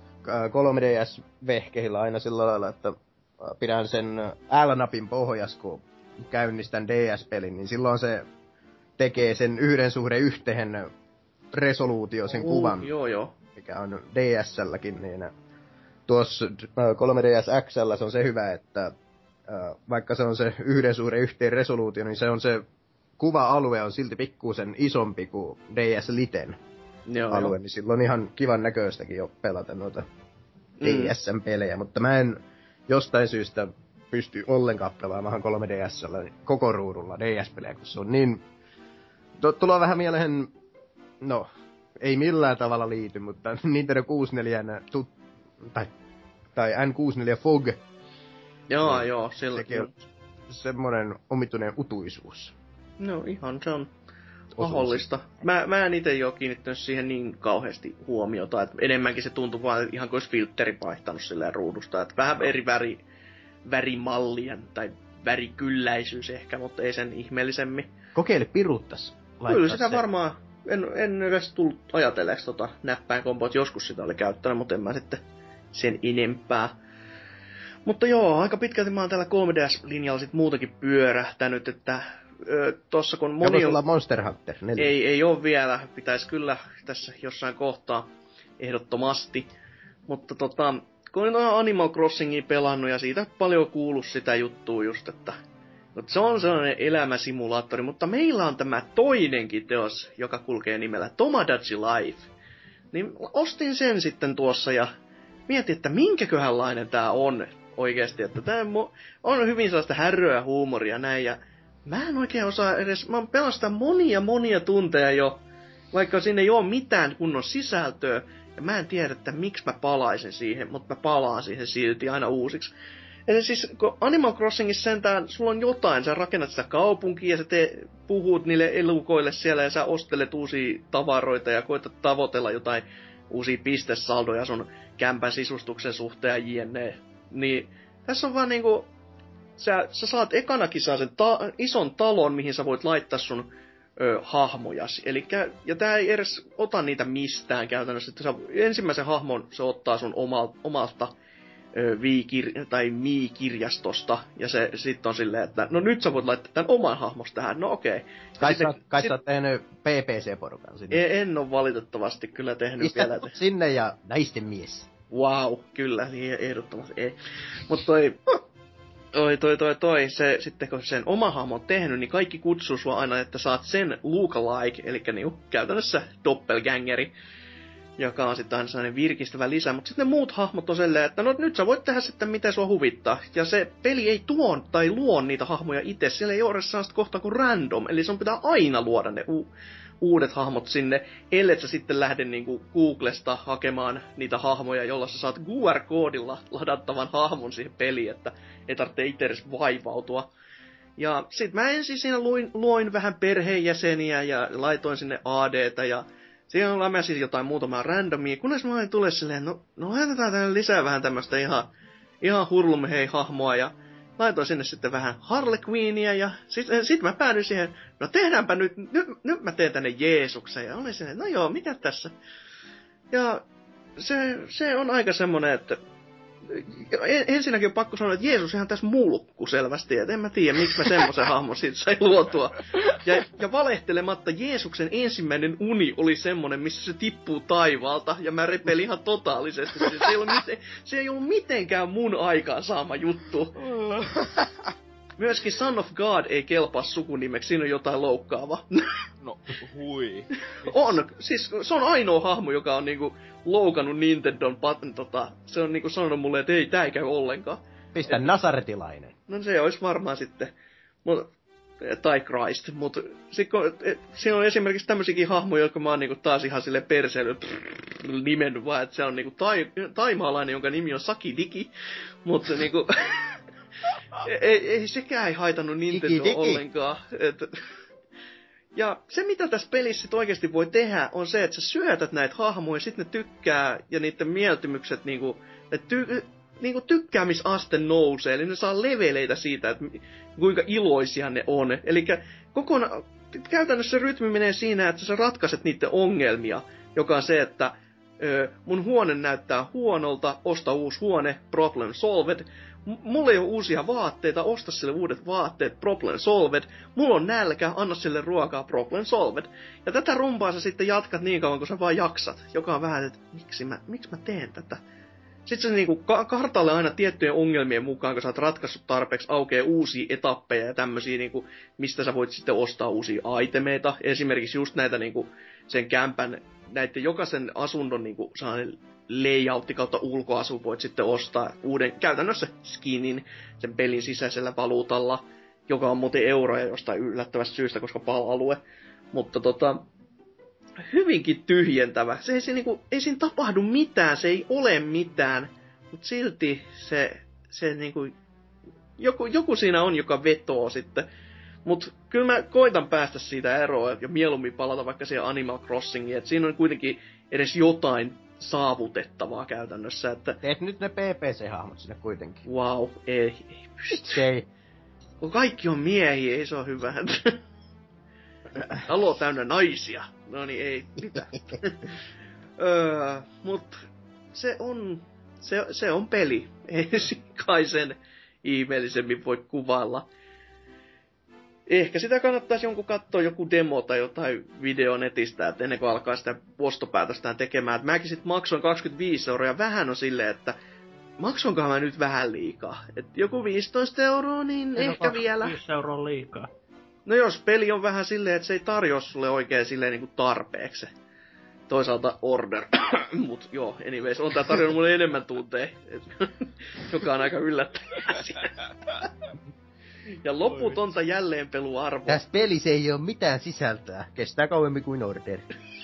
3DS-vehkeillä aina sillä lailla, että pidän sen L-napin pohjas, kun käynnistän DS-pelin, niin silloin se tekee sen 1:1 resoluutio sen kuvan, joo. mikä on DS:lläkin, niin tuossa 3DS XL se on se hyvä, että vaikka se on se 1:1 resoluutio, niin se on se kuva-alue on silti pikkuisen isompi kuin DS Liten alue, niin silloin ihan kivan näköistäkin jo pelata noita DS:n-pelejä, mutta mä en jostain syystä pysty ollenkaan pelaamaan 3DS:llä koko ruudulla DS-pelejä, kun se on niin... Tulee vähän mieleen, no, ei millään tavalla liity, mutta Nintendo 64 tai N64 Fog. Joo, sekin on semmonen omituinen utuisuus. No ihan, se on mahdollista. Mä en ite jo kiinnittänyt siihen niin kauheasti huomiota, että enemmänkin se tuntuu vaan ihan kuin olisi filtteri vaihtanut silleen ruudusta, että vähän eri värimallien tai värikylläisyys ehkä, mutta ei sen ihmeellisemmin. Kokeile piruuttas. Kyllä sitä varmaan, en edes tullut ajatelleeksi näppäinkomboa, että joskus sitä oli käyttänyt, mutta en mä sitten sen enempää. Mutta joo, aika pitkälti mä oon täällä 3DS-linjalla sit muutakin pyörähtänyt, että tossa kun moni on... Monster Hunter 4. Ei oo vielä, pitäis kyllä tässä jossain kohtaa ehdottomasti. Mutta kun on Animal Crossingia pelannut ja siitä paljon kuullut sitä juttua just, että se on sellainen elämäsimulaattori, mutta meillä on tämä toinenkin teos, joka kulkee nimellä Tomodachi Life. Niin ostin sen sitten tuossa ja mietin, että minkäköhänlainen tää on oikeesti, että tää on hyvin sellaista häröä huumoria näin ja mä en oikein osaa edes, mä oon pelannut sitä monia tunteja jo, vaikka siinä ei oo mitään kunnon sisältöä, ja mä en tiedä, että miksi mä palaisin siihen, mutta mä palaan siihen silti aina uusiksi. Eli siis, kun Animal Crossingissa sentään, sulla on jotain, sä rakennat sitä kaupunkia, ja sä puhut niille elukoille siellä, ja sä ostelet uusia tavaroita, ja koetat tavoitella jotain uusia pistesaldoja sun kämpän sisustuksen suhteen ja jne. Niin, tässä on vaan niinku, sä saat ekanakin saa sen ison talon, mihin sä voit laittaa sun hahmojas. Ja tää ei edes ota niitä mistään käytännössä. Että ensimmäisen hahmon se ottaa sun omalta Mii-kirjastosta. Ja se sitten on silleen, että no nyt sä voit laittaa tän oman hahmos tähän. No okei. Kai sä oot tehnyt PPC-porukan sinne. En oo valitettavasti kyllä tehnyt vielä. Sinne ja naisten mies. Wow, kyllä, niin ehdottomasti ei. Mutta se, sitten kun sen oma hahmo on tehnyt, niin kaikki kutsuu sua aina, että saat sen lookalike, eli niinku käytännössä doppelgängeri, joka on sitten aina sellainen virkistävä lisä, mutta sitten ne muut hahmot on silleen, että no nyt sä voit tehdä sitten mitä sua huvittaa, ja se peli ei luo niitä hahmoja itse, siellä ei ole sellaista kohtaa kuin random, eli sun pitää aina luoda ne uudet hahmot sinne, ellei sä sitten lähde niinku Googlesta hakemaan niitä hahmoja, jolla sä saat QR-koodilla ladattavan hahmon siihen peliin, että ei tarvitse itse edes vaivautua. Ja sit mä ensin siinä luoin vähän perheenjäseniä ja laitoin sinne AD:tä ja siinä lämäsin jotain muutamaa randomia, kunnes mä olin tule silleen, no laitetaan tänne lisää vähän tämmöstä ihan hurlumhei hahmoa ja laitoin sinne sitten vähän Harley Quinnia ja sit mä päädyin siihen, no tehdäänpä nyt mä teen tänne Jeesuksen ja olin sinne, no joo, mikä tässä? Ja se on aika semmonen, että ensinnäkin on pakko sanoa, että Jeesus ihan tässä mulkku selvästi, että en mä tiedä, miksi mä semmoisen hahmon siitä sai luotua. Ja valehtelematta Jeesuksen ensimmäinen uni oli semmonen, missä se tippuu taivaalta, ja mä repelin ihan totaalisesti. Se ei ollut mitenkään mun aikaan saama juttu. Myöskin Son of God ei kelpaa sukunimeksi, siinä on jotain loukkaavaa. No, hui. On, siis se on ainoa hahmo, joka on niinku loukannut Nintendon se on niinku sanonut mulle, että ei, tää ei käy ollenkaan. Pistä nasaretilainen. No se olisi varmaan sitten, tai Christ, mut siinä on esimerkiksi tämmösiäkin hahmoja, jotka mä oon niinku taas ihan silleen perseily nimennyt vaan, että se on niinku taimaalainen, jonka nimi on Saki Diki, mut niinku ei sekään ei haitannut Nintendoa ollenkaan. Ja se, mitä tässä pelissä oikeasti voi tehdä, on se, että sä syötät näitä hahmoja, ja sitten ne tykkää, ja niiden mieltymykset, tykkäämisaste nousee, eli ne saa leveleitä siitä, että kuinka iloisia ne on. Eli käytännössä rytmi menee siinä, että sä ratkaiset niiden ongelmia, joka on se, että mun huone näyttää huonolta, osta uusi huone, problem solved. Mulla ei ole uusia vaatteita, osta sille uudet vaatteet, problem solved. Mulla on nälkä, anna sille ruokaa, problem solved. Ja tätä rumpaa sä sitten jatkat niin kauan, kun sä vaan jaksat. Joka on vähän, että miksi mä teen tätä? Sitten se niinku kartalle aina tiettyjen ongelmien mukaan, kun sä oot ratkaissut tarpeeksi, aukeaa uusia etappeja ja tämmösiä, niinku, mistä sä voit sitten ostaa uusia itemeita. Esimerkiksi just näitä niinku, sen kämpän, näiden jokaisen asunnon niinku, sellainen layoutti kautta ulkoasu voit sitten ostaa uuden, käytännössä skinin sen pelin sisäisellä valuutalla, joka on muuten euroja jostain yllättävästä syystä, koska pala-alue. Mutta hyvinkin tyhjentävä. Ei siinä tapahdu mitään, se ei ole mitään, mutta silti se niinku, joku siinä on, joka vetoo sitten. Mut kyllä mä koitan päästä siitä eroon ja mieluummin palata vaikka siihen Animal Crossingiin, että siinä on kuitenkin edes jotain saavutettavaa käytännössä, että... Teet nyt ne PPC-hahmot sinne kuitenkin. Wow, ei pysty. Ei. Kun kaikki on miehiä, ei se ole hyvä. Talo täynnä naisia. No niin, ei mitään. Mut se on peli. Ei kai sen ihmeellisemmin voi kuvailla. Ehkä sitä kannattaisi jonkun katsoa joku demo tai jotain video netistä, että ennen kuin alkaa sitä ostopäätöstään tekemään. Et mäkin sit maksoin 25 € ja vähän on silleen, että maksoinkohan mä nyt vähän liikaa. Et joku 15 €, niin ehkä vielä. 25 € liikaa. No jos peli on vähän silleen, että se ei tarjoa sulle oikein silleen niinku tarpeeksi. Toisaalta Order. Mut joo, anyways, on tää tarjonnut mulle enemmän tunteja. Joka on aika yllättävää. Ja loputonta jälleenpeluarvoa. Tässä pelissä ei oo mitään sisältöä. Kestää kauemmin kuin Order.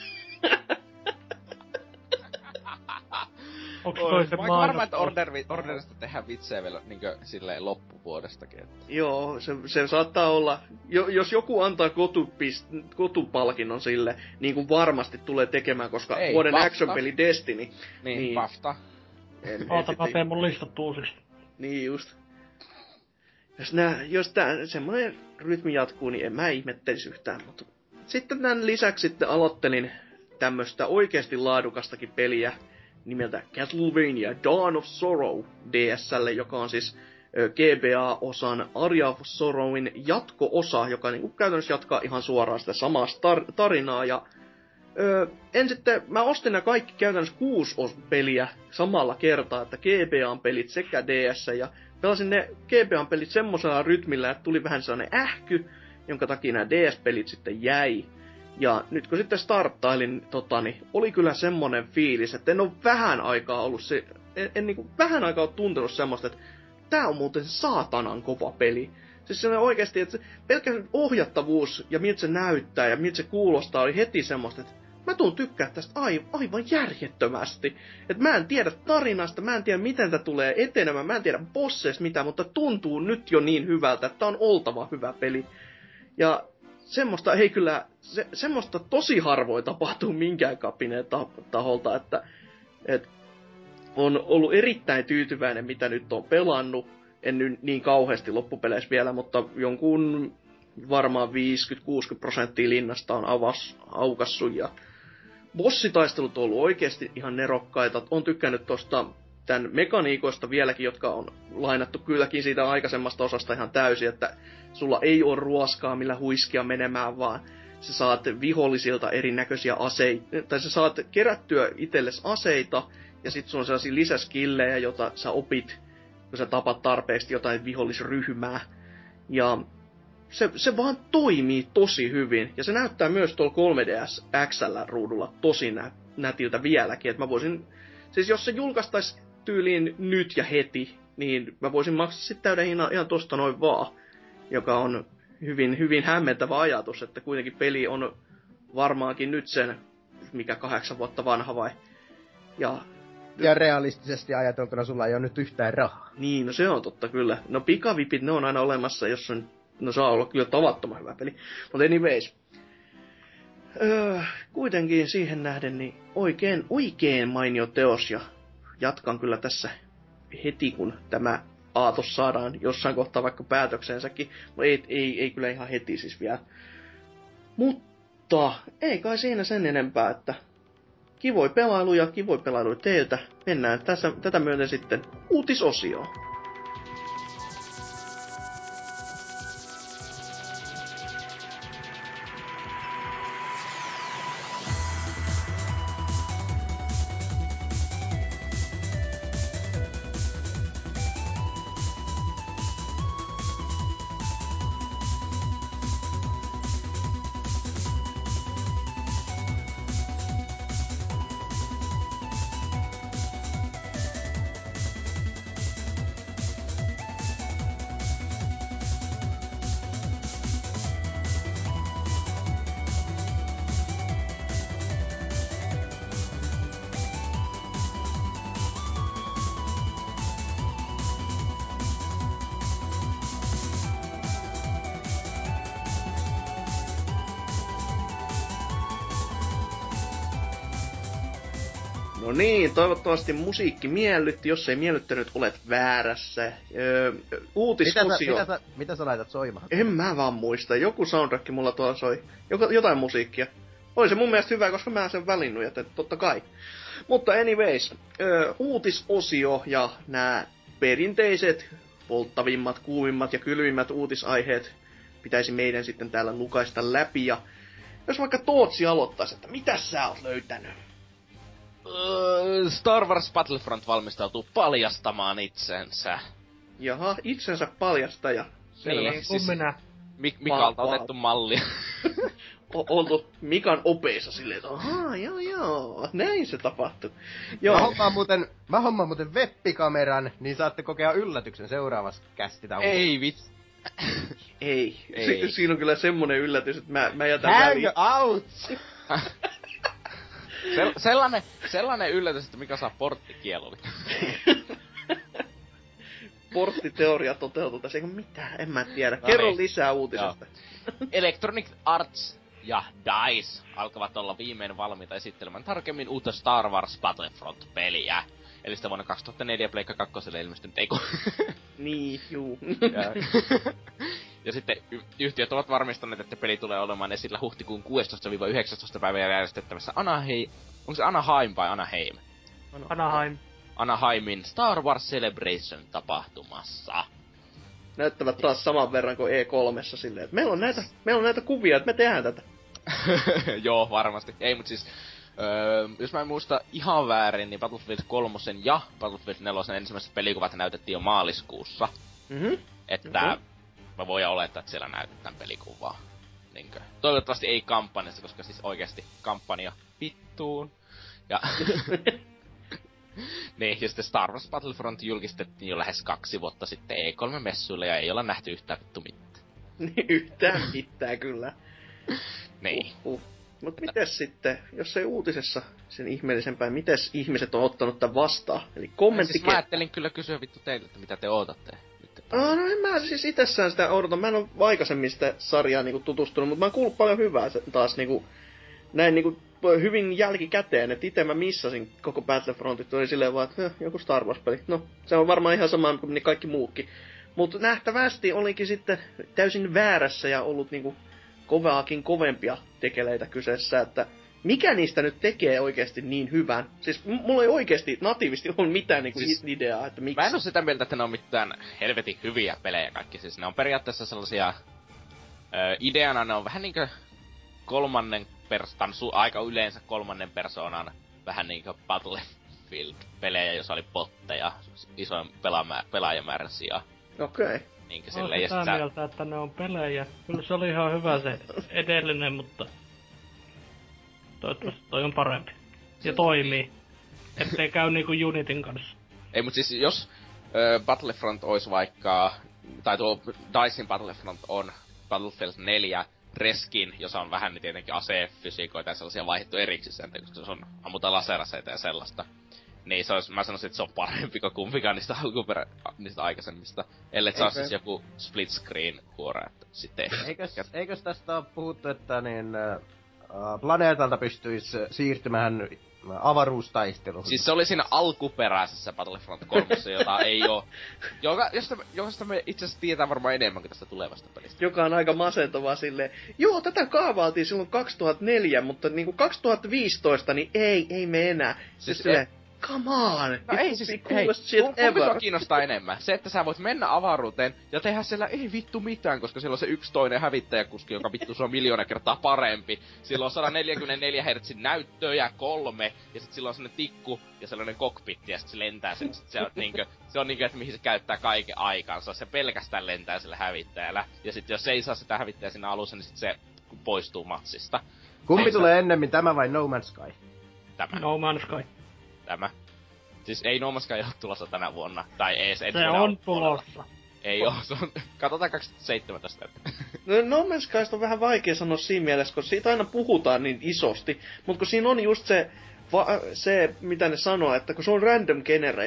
Onks toisen mä varmaan, että Orderista tehdään vitsejä vielä niinkö silleen loppuvuodestakin. Että... Joo, se saattaa olla. Jos joku antaa kotupalkinnon sille, niin kuin varmasti tulee tekemään, koska ei, vuoden action-peli Destiny. Niin, BAFTA. Oota, mä teen mun listat uusiksi. Niin just. Jos tää semmoinen rytmi jatkuu, niin en mä ihmettelisi yhtään. Mutta sitten tämän lisäksi sitten aloittelin tämmöstä oikeasti laadukastakin peliä nimeltä Castlevania Dawn of Sorrow DS:lle, joka on siis GBA-osan Aria of Sorrowin jatko-osa, joka niinku käytännössä jatkaa ihan suoraan sitä samaa tarinaa. Ja mä ostin nämä kaikki käytännössä 6 peliä samalla kertaa, että GBA-pelit sekä DS, ja pelasin ne GBA-pelit semmosella rytmillä, että tuli vähän sellainen ähky, jonka takia nämä DS-pelit sitten jäi. Ja nyt kun sitten starttailin, oli kyllä semmonen fiilis, että en oo vähän aikaa ollut se, en niinku vähän aikaa ole tuntenut semmoista, että tää on muuten saatanan kova peli. Siis se oikeesti, että se pelkkä ohjattavuus ja miltä se näyttää ja miltä se kuulostaa oli heti semmoista, että mä tuun tykkää tästä aivan järjettömästi. Että mä en tiedä tarinasta, mä en tiedä miten tää tulee etenemään, mä en tiedä bosseista mitään, mutta tuntuu nyt jo niin hyvältä, että tää on oltava hyvä peli. Ja semmoista ei kyllä, semmoista tosi harvoin tapahtuu minkään kapineen taholta, että on ollut erittäin tyytyväinen, mitä nyt on pelannut. En nyt niin kauheasti loppupeleissä vielä, mutta jonkun varmaan 50-60% linnasta on aukassut. Ja bossitaistelut on ollut oikeasti ihan nerokkaita. On tykkännyt tosta tämän mekaniikoista vieläkin, jotka on lainattu kylläkin siitä aikaisemmasta osasta ihan täysin, että sulla ei ole ruoskaa, millä huiskia menemään, vaan sä saat vihollisilta erinäköisiä aseita, tai sä saat kerättyä itsellesi aseita, ja sit sulla on sellaisia lisäskillejä, joita sä opit, kun sä tapat tarpeeksi jotain vihollisryhmää. Ja se vaan toimii tosi hyvin, ja se näyttää myös tuolla 3DS XL-ruudulla tosi nätiltä vieläkin, että mä voisin, siis jos se julkaistais tyyliin nyt ja heti, niin mä voisin maksaa sit täyden hinnan ihan tosta noin vaan, joka on hyvin, hyvin hämmentävä ajatus, että kuitenkin peli on varmaankin nyt sen, mikä 8 vuotta vanha vai, ja Ja realistisesti ajateltuna sulla ei ole nyt yhtään rahaa. Niin, no se on totta kyllä. No pikavipit, ne on aina olemassa, jos on... No saa olla kyllä tavattoman hyvä peli. Mutta anyways. Kuitenkin siihen nähden, niin oikein mainio teos. Ja jatkan kyllä tässä heti, kun tämä aatos saadaan jossain kohtaa vaikka päätöksensäkin. No ei kyllä ihan heti siis vielä. Mutta ei kai siinä sen enempää, että kivoi pelailuja teiltä. Mennään tätä myöten sitten uutisosioon. No niin, toivottavasti musiikki miellytti. Jos ei miellyttänyt, olet väärässä. Uutisosio. Mitä sä laitat soimaan? En mä vaan muista. Joku soundtrack mulla tuolla soi. Jotain musiikkia. Oli se mun mielestä hyvä, koska mä sen välinnut, joten totta kai. Mutta anyways, uutisosio ja nämä perinteiset, polttavimmat, kuumimmat ja kylmimmät uutisaiheet pitäisi meidän sitten täällä lukaista läpi. Ja jos vaikka Tootsi aloittaisi, että mitä sä oot löytänyt? Star Wars Battlefront valmistautuu paljastamaan itsensä. Jaha, itsensä paljastaja. Selvä. Niin, siis minä. Mikalta otettu mallia. Oltu Mikan opeissa silleen, että ahaa, joo, näin se tapahtui. Joo. Mä hommaan muuten web-kameran, niin saatte kokea yllätyksen seuraavassa kästitaukossa. Ei vitsi. Ei. Siinä on kyllä semmonen yllätys, että mä jätän väliin. Hang out! Sellainen yllätys, että mikä saa porttikieloli. Porttiteoria toteutuu tässä, eikö mitään, en mä tiedä. Kerro lisää uutisesta. Electronic Arts ja DICE alkavat olla viimein valmiita esittelemään tarkemmin uutta Star Wars Battlefront-peliä. Eli sitä vuonna 2004 Pleikka 2 ilmestynyt, eikö? Niin, juu. Ja sitten yhtiöt ovat varmistaneet, että peli tulee olemaan esillä huhtikuun 16-19 päivää järjestettävässä onko se Anaheim vai Anaheim? Anaheim. Anaheimin Star Wars Celebration-tapahtumassa. Näyttävät taas saman verran kuin E3:ssa silleen, että meillä on näitä kuvia, että me tehdään tätä. Joo, varmasti. Ei, mut siis... jos mä en muista ihan väärin, niin Battlefield 3 ja Battlefield 4 ensimmäiset pelikuvat näytettiin jo maaliskuussa. Että mä voin olettaa, että siellä näytetään pelikuvaa. Niinkö? Toivottavasti ei kampanjasta, koska siis oikeesti kampanja vittuun. Ja... niin, ja sitten Star Wars Battlefront julkistettiin jo lähes 2 vuotta sitten E3-messuilla ja ei olla nähty yhtään vittu mitään. Yhtään mitään, kyllä. Niin. Mut mites sitten, jos ei uutisessa sen ihmeellisempää, mites ihmiset on ottanut tän vastaan? Eli Siis mä ajattelin kyllä kysyä vittu teille, että mitä te ootatte. No en mä siis itsessään sitä odota. Mä en oo aikaisemmin sitä sarjaa niinku tutustunut, mutta mä oon kuullut paljon hyvää taas niinku näin niinku hyvin jälkikäteen, että ite mä missasin koko Battlefrontit, oli silleen vaan, että joku Star Wars-peli. No, se on varmaan ihan sama kuin niin kaikki muukin. Mutta nähtävästi olikin sitten täysin väärässä ja ollut niinku kovaakin kovempia tekeleitä kyseessä, että mikä niistä nyt tekee oikeesti niin hyvän? Siis mulla ei oikeesti natiivisti ole mitään niinku siis, ideaa, että miksi. Mä en oo sitä mieltä, että ne on mitään helvetin hyviä pelejä kaikki. Siis ne on periaatteessa sellaisia... ideana ne on vähän niinkö kolmannen aika yleensä kolmannen persoonan vähän niinkö Battlefield-pelejä, jossa oli botteja isoin pelaajamäärän sijaan. Okei. Niinkö silleen, ja sitä mieltä, että ne on pelejä. Kyllä se oli ihan hyvä se edellinen, mutta toivottavasti toi on parempi. Ja toimii. Ettei käy niinku Unitin kanssa. Ei, mut siis jos Battlefront ois vaikka, tai tuo DICEin Battlefront on Battlefield 4 Reskin, jossa on vähän niin tietenkin asefysiikoita ja sellaisia vaihdettu erikseen, koska se on ammutaan laseraseita ja sellaista. Niin, mä sanoisin, että se on parempi kuin kumpikaan niistä aikaisemmista. Ellei saa siis joku split screen huora, että sitten eikös tästä ole puhuttu, että planeetalta pystyisi siirtymään avaruustaisteluun? Siis se oli siinä alkuperäisessä Battlefront 3, jota ei oo... josta me itse asiassa tietää varmaan enemmän kuin tästä tulevasta pelistä. Joka on aika masentavaa silleen, joo, tätä kaavailtiin silloin 2004, mutta niinku 2015, niin ei me enää. Siis silleen, come on! No ei siis, kumpi sua kiinnostaa enemmän? Se, että sä voit mennä avaruuteen ja tehdä siellä ei vittu mitään, koska siellä on se yksi toinen hävittäjäkuski, joka vittu se on 1,000,000 kertaa parempi. Sillä on 144 Hz näyttöjä, 3, ja sit sillä on sellainen tikku ja sellainen kokpitti, ja sit se lentää sen. Se on niinkö, että mihin se käyttää kaiken aikansa. Se pelkästään lentää sillä hävittäjällä. Ja sit jos se ei saa sitä hävittäjää siinä alussa, niin sit se poistuu matsista. Kumpi tulee ennemmin, tämä vai No Man's Sky? Tämä. No Man's Sky. Tämä. Siis ei No Man's Sky ole tulossa tänä vuonna. Tai ei se se on tulossa. Ei oo, se on... Katsotaan 2017. No Man's Skysta on vähän vaikea sanoa siinä mielessä, koska siitä aina puhutaan niin isosti. Mutta kun siinä on just se, mitä ne sanoo, että kun se on random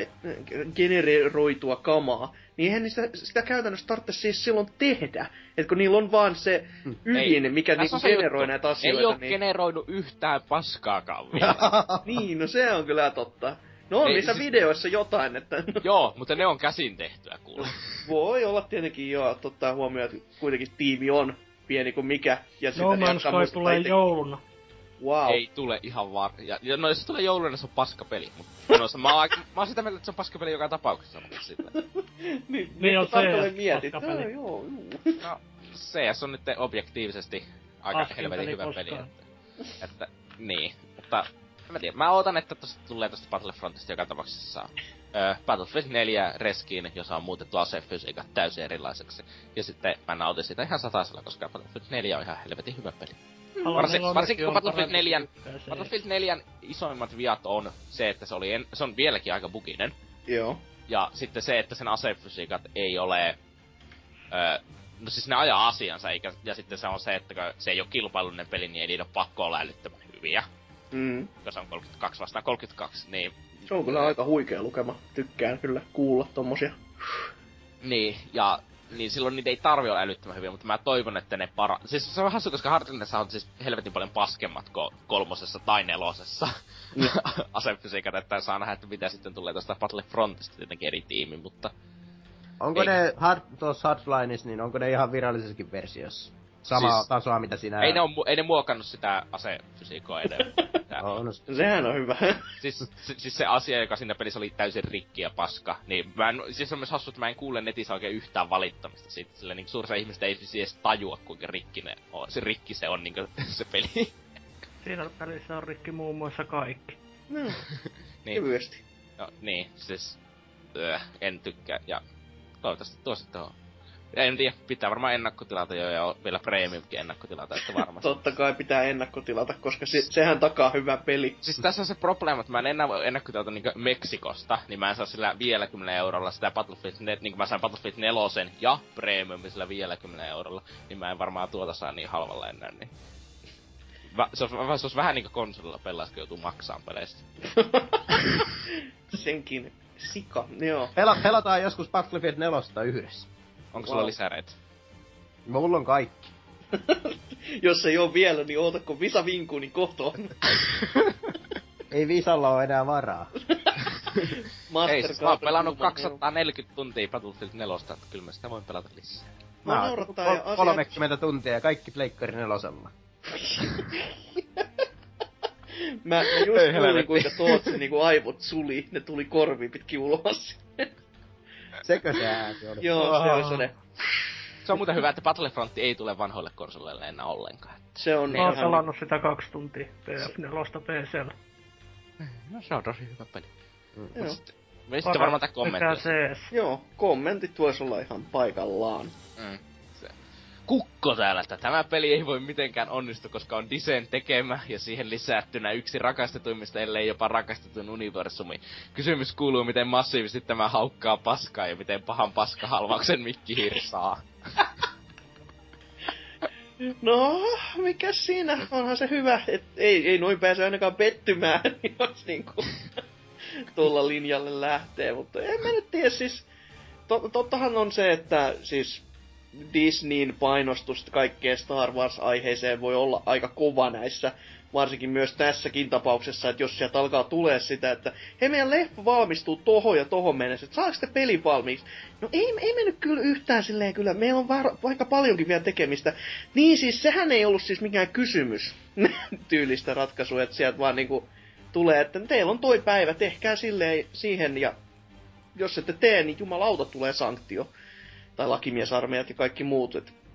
generoitua kamaa, niin eihän sitä käytännössä tarvitse siis silloin tehdä. Et kun niillä on vaan se ydin, mikä niinku generoi näitä asioita. Ei oo generoinut yhtään paskaakaan vielä. Niin, no se on kyllä totta. No on niissä videoissa jotain, että... Joo, mutta ne on käsin tehtyä, kuule. Voi olla tietenkin joo, ottaa huomioon, että kuitenkin tiimi on pieni kuin mikä. Ja No Man's Sky tulee jouluna. Wow. Ei tule ihan no jos se tulee jouluna, se on paskapeli. Mutta mä oon sitä mieltä, että se on paskapeli joka tapauksessa. niin on CS paskapeli. Joo. No, CS on nyt objektiivisesti aika helvetin hyvä peli. Että niin, mutta... Mä ootan, että tosta tulee tosta Battlefrontista joka tapauksessa Battlefield 4 Reskin, jossa on muutettu asefysiikat täysin erilaiseksi. Ja sitten mä nautin sitä ihan satasella, koska Battlefield 4 on ihan helvetin hyvä peli. Varsinkin kun Battlefield 4 isoimmat viat on se, että se on vieläkin aika buginen. Joo. Ja sitten se, että sen asefysiikat ei ole... no siis ne ajaa asiansa, ja sitten se on se, että kun se ei oo kilpailullinen peli, niin ei niitä ole pakko olla älyttömän hyviä. Koska se on 32 vastaan 32, niin... Se on kyllä aika huikea lukema. Tykkään kyllä kuulla tommosia. Niin, niin silloin niitä ei tarvi olla älyttömän hyviä, mutta mä toivon, että ne Siis se on hassu, koska Heartlandissa on siis helvetin paljon paskemmat kuin 3. tai 4. asefysiikat, että saa nähdä, että mitä sitten tulee tosta Battlefrontista tietenkin eri tiimi, mutta... Onko ne tuossa Hardlineissa, niin onko ne ihan virallisessakin versiossa? Samaa siis, tasoa, mitä sinä... Ei ne muokannut sitä asefysiikkoa edelleen. Sehän on hyvä. siis se asia, joka siinä pelissä oli täysin rikki ja paska, niin siis on myös hassu, että mä en kuule netissä oikein yhtään valittamista siitä. Sillä niin suurissa ihmistä ei siis edes tajua, kuinka rikki se on niinku se peli. Siinä pelissä on rikki muun muassa kaikki. No, niin. Kevyesti. No niin, siis... en tykkää, ja toivottavasti tuo sitten on. En tiedä, pitää varmaan ennakkotilata jo, ja vielä premiumkin ennakkotilata, että varmasti. Totta kai pitää ennakkotilata, koska sehän takaa hyvä peli. Siis tässä on se probleema, että mä en enää voi ennakkotilata niinku Meksikosta, niin mä en saa sillä 50 eurolla sitä Battlefield, niin kuin mä sain Battlefield 4 ja premiumin sillä 50 eurolla, niin mä en varmaan tuota saa niin halvalla enää, niin... Se olisi vähän niinku konsolilla pelaas, kun joutuu maksaan peleistä. Senkin sika, joo. Pelataan joskus Battlefield 4 yhdessä. Onko sulla lisäreitä? Mulla on kaikki. Jos ei oo vielä, niin oota kun Visa vinkuu, niin kohta on. Ei Visalla oo enää varaa. Ei, siis mä oon pelannut 240 tuntia Battlefield 4, että kyllä mä sitä voin pelata lisää. Mä naurattaa ja 30 tuntia ja kaikki Pleikkari 4. Mä just kuulin, kuinka Tootsin niinku aivot suli, ne tuli korviin pitkin ulos. Sekö se ääni oli? Joo, se on sellainen. Se on muuten hyvä, että Battlefront ei tule vanhoille konsoleille enää ollenkaan. Se on mä oon pelannut sitä 2 tuntia PF4 PC:llä. No se on tosi hyvä peli. Me sitten varmaan tää kommentti. Joo, kommentit vois olla ihan paikallaan. Kukko täällä, että tämä peli ei voi mitenkään onnistu, koska on Disen tekemä ja siihen lisättynä yksi rakastetuimmista, ellei jopa rakastetuin universumi. Kysymys kuuluu, miten massiivisesti tämä haukkaa paskaa ja miten pahan paskahalvauksen Mikki Hiiri saa. No, mikä siinä? Onhan se hyvä, et ei noin pääse ainakaan pettymään, jos niinku... tuolla linjalle lähtee, mutta en mä nyt tiedä, siis tottahan on se, että siis Disneyn painostus kaikkeen Star Wars-aiheeseen voi olla aika kova näissä, varsinkin myös tässäkin tapauksessa, että jos sieltä alkaa tulee sitä, että hei, meidän leffa valmistuu tohon ja tohon mennessä, että saako te pelin valmiiksi? No ei mennyt kyllä yhtään silleen, kyllä meillä on vaikka paljonkin vielä tekemistä. Niin siis sehän ei ollut siis mikään kysymys tyylistä ratkaisua, että sieltä vaan niinku tulee, että teillä on toi päivä, tehkää silleen siihen, ja jos ette tee, niin jumalauta tulee sanktio. Tai lakimiesarmeijat ja kaikki muut.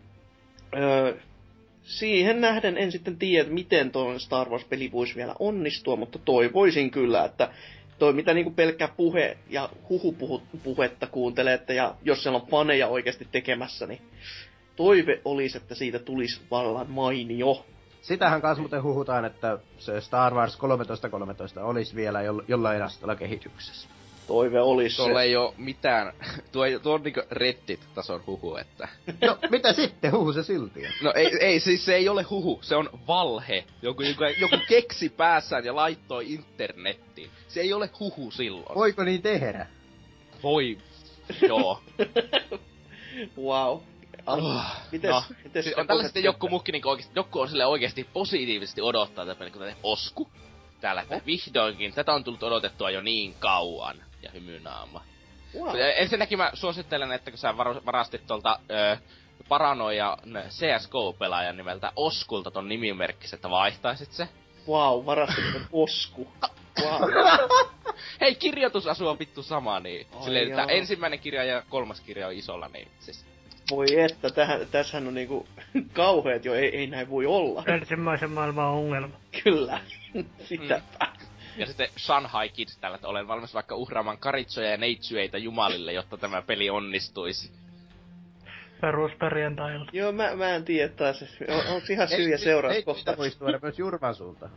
Siihen nähden en sitten tiedä, miten tuon Star Wars-peli voisi vielä onnistua, mutta toivoisin kyllä, että toi mitä niinku pelkkää puhe ja huhupuhetta kuuntelette, ja jos siellä on faneja oikeasti tekemässä, niin toive olisi, että siitä tulisi vallan mainio. Sitähän kanssa muuten huhutaan, että se Star Wars 1313 olisi vielä jollain asteella kehityksessä. Toive olisi tuolla ei oo mitään, tuo on niinku Reddit-tason huhu, että... No, mitä sitten? Huhu se silti. No ei, siis se ei ole huhu, se on valhe. Joku keksi päässään ja laittoi internettiin. Se ei ole huhu silloin. Voiko niin tehdä? Voi, joo. Wow. Mites siis on tällaiset joku muhki niinku oikeesti, joku on silleen oikeesti positiivisesti odottaa tätä niinku Osku. Täällä, että vihdoinkin, tätä on tullut odotettua jo niin kauan. Ja hymynaama. Wow. Ensinnäkin mä suosittelen, että kun sä varastit tuolta Paranoia CSGO-pelaajan nimeltä Oskulta ton nimimerkkis, että vaihtaisit se. Wow, varastit Osku. Wow. Hei, kirjoitusasu on vittu sama, niin silleen, että ensimmäinen kirja ja kolmas kirja on isolla, niin siis... Voi että, tässähän on niinku kauheet jo, ei näin voi olla. Ensimmäisen maailman ongelma. Kyllä, sitäpä. Ja sitten Shanghai Kids tällä, että olen valmis vaikka uhraamaan karitsoja ja neitsyöitä jumalille, jotta tämä peli onnistuisi. Perusperjantailta. Joo, mä en tiedä taas, onko ihan syy ja seuraus kohta. Ei voisi tuoda myös Jurvan suuntaan.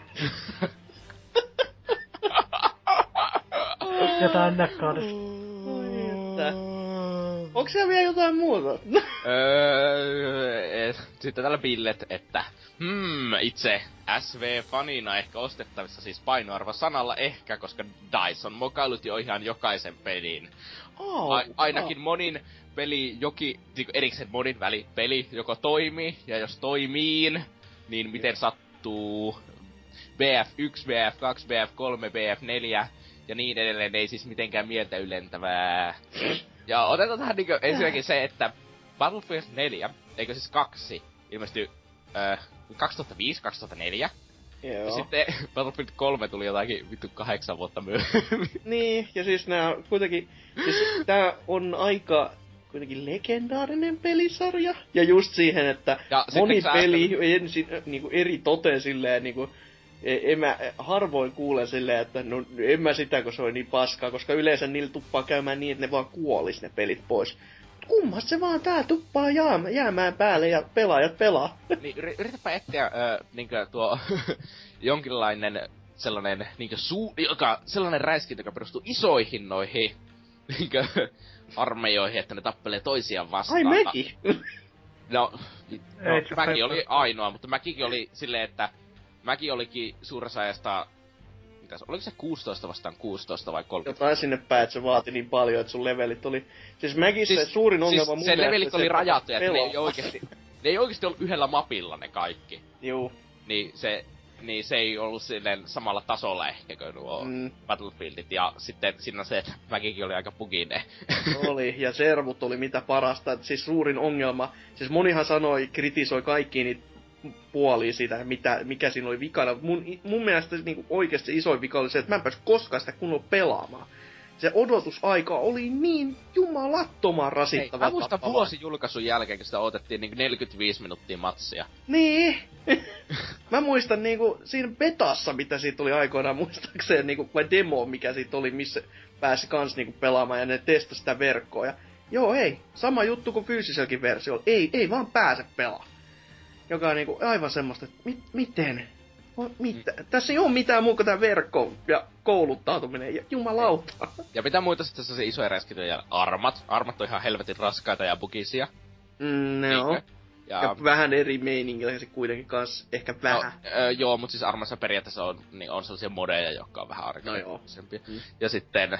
Jotain näkkaadista. Onko siellä vielä jotain muuta? Sitten täällä billet, että itse SV-fanina ehkä ostettavissa, siis painoarvo sanalla ehkä, koska DICE on mokailut jo ihan jokaisen pelin. Ainakin monin peli, erikseen monin välipeli joko toimii, ja jos toimiin, niin miten sattuu BF1, BF2, BF3, BF4 ja niin edelleen, ei siis mitenkään mieltä ylentävää. Ja otetaan tähän niinku ensinnäkin se, että Battlefield 4, eikö siis 2, ilmestyi 2005-2004. Joo. Ja sitten Battlefield 3 tuli jotakin vittu 8 vuotta myöhemmin. Niin, ja siis nää kuitenkin, siis tää on aika kuitenkin legendaarinen pelisarja. Ja just siihen, että ja moni peli ensin niinku eri toteen silleen niinku, mä harvoin kuulen silleen, että no en mä sitä, kun se on niin paskaa, koska yleensä niillä tuppaa käymään niin, että ne vaan kuolis ne pelit pois. Kummasta se vaan tää tuppaa jäämään päälle ja pelaajat pelaa. Niin, yritäpä etsiä niinkö tuo jonkinlainen sellainen niinkö sellainen räiskintä, joka perustuu isoihin noihin niinkö armeijoihin, että ne tappelee toisiaan vastaan. Ai Mäki! No Mäki oli ainoa, mutta Mäkikin oli silleen, että Mäki olikin suuressa ajasta, oliko se 16 vastaan 16 vai 30? Jotain sinne päin, että se vaati niin paljon, että sun levelit oli... Siis Mäkissä siis, suurin ongelma mun mielestä... Se levelit oli rajattu, että ne ei oikeesti ollut yhdellä mapilla ne kaikki. Juu. Niin se ei ollut silleen samalla tasolla ehkä kuin nuo Battlefieldit. Ja sitten siinä on se, että Mäkikin oli aika bugine. Oli, ja servut oli mitä parasta. Että siis suurin ongelma... Siis monihan kritisoi kaikki niitä puolia siitä, mikä siinä oli vikana. Mun mielestä niinku oikeesti isoin vika oli se, että mä en päässyt koskaan sitä kunnolla pelaamaan. Se odotusaika oli niin jumalattoman rasittava. Mä muistan vuosi julkaisun jälkeen, kun sitä odotettiin niinku 45 minuuttia matsia. Niin. Mä muistan niinku siinä betassa, mitä siitä oli aikoinaan muistaakseen, niinku vai demo, mikä siitä oli, missä pääsi kans niinku pelaamaan ja ne testasi sitä verkkoa. Ja joo, ei. Sama juttu kuin fyysiselläkin versiolla. Ei vaan pääse pelaamaan. Joka on niinku aivan semmoista, että miten? Tässä ei oo mitään muuta kuin tää verkko ja kouluttautuminen, ja jumalauta. Ja pitää muita sitten se isoja räskitöjä armat. Armat on ihan helvetin raskaita ja bugisia. Ne on. Ja vähän eri meiningillä se kuitenkin kans, ehkä vähän. No, joo, mut siis Armassa periaatteessa on sellaisia modeja, jotka on vähän arkeisempia. Ja sitten...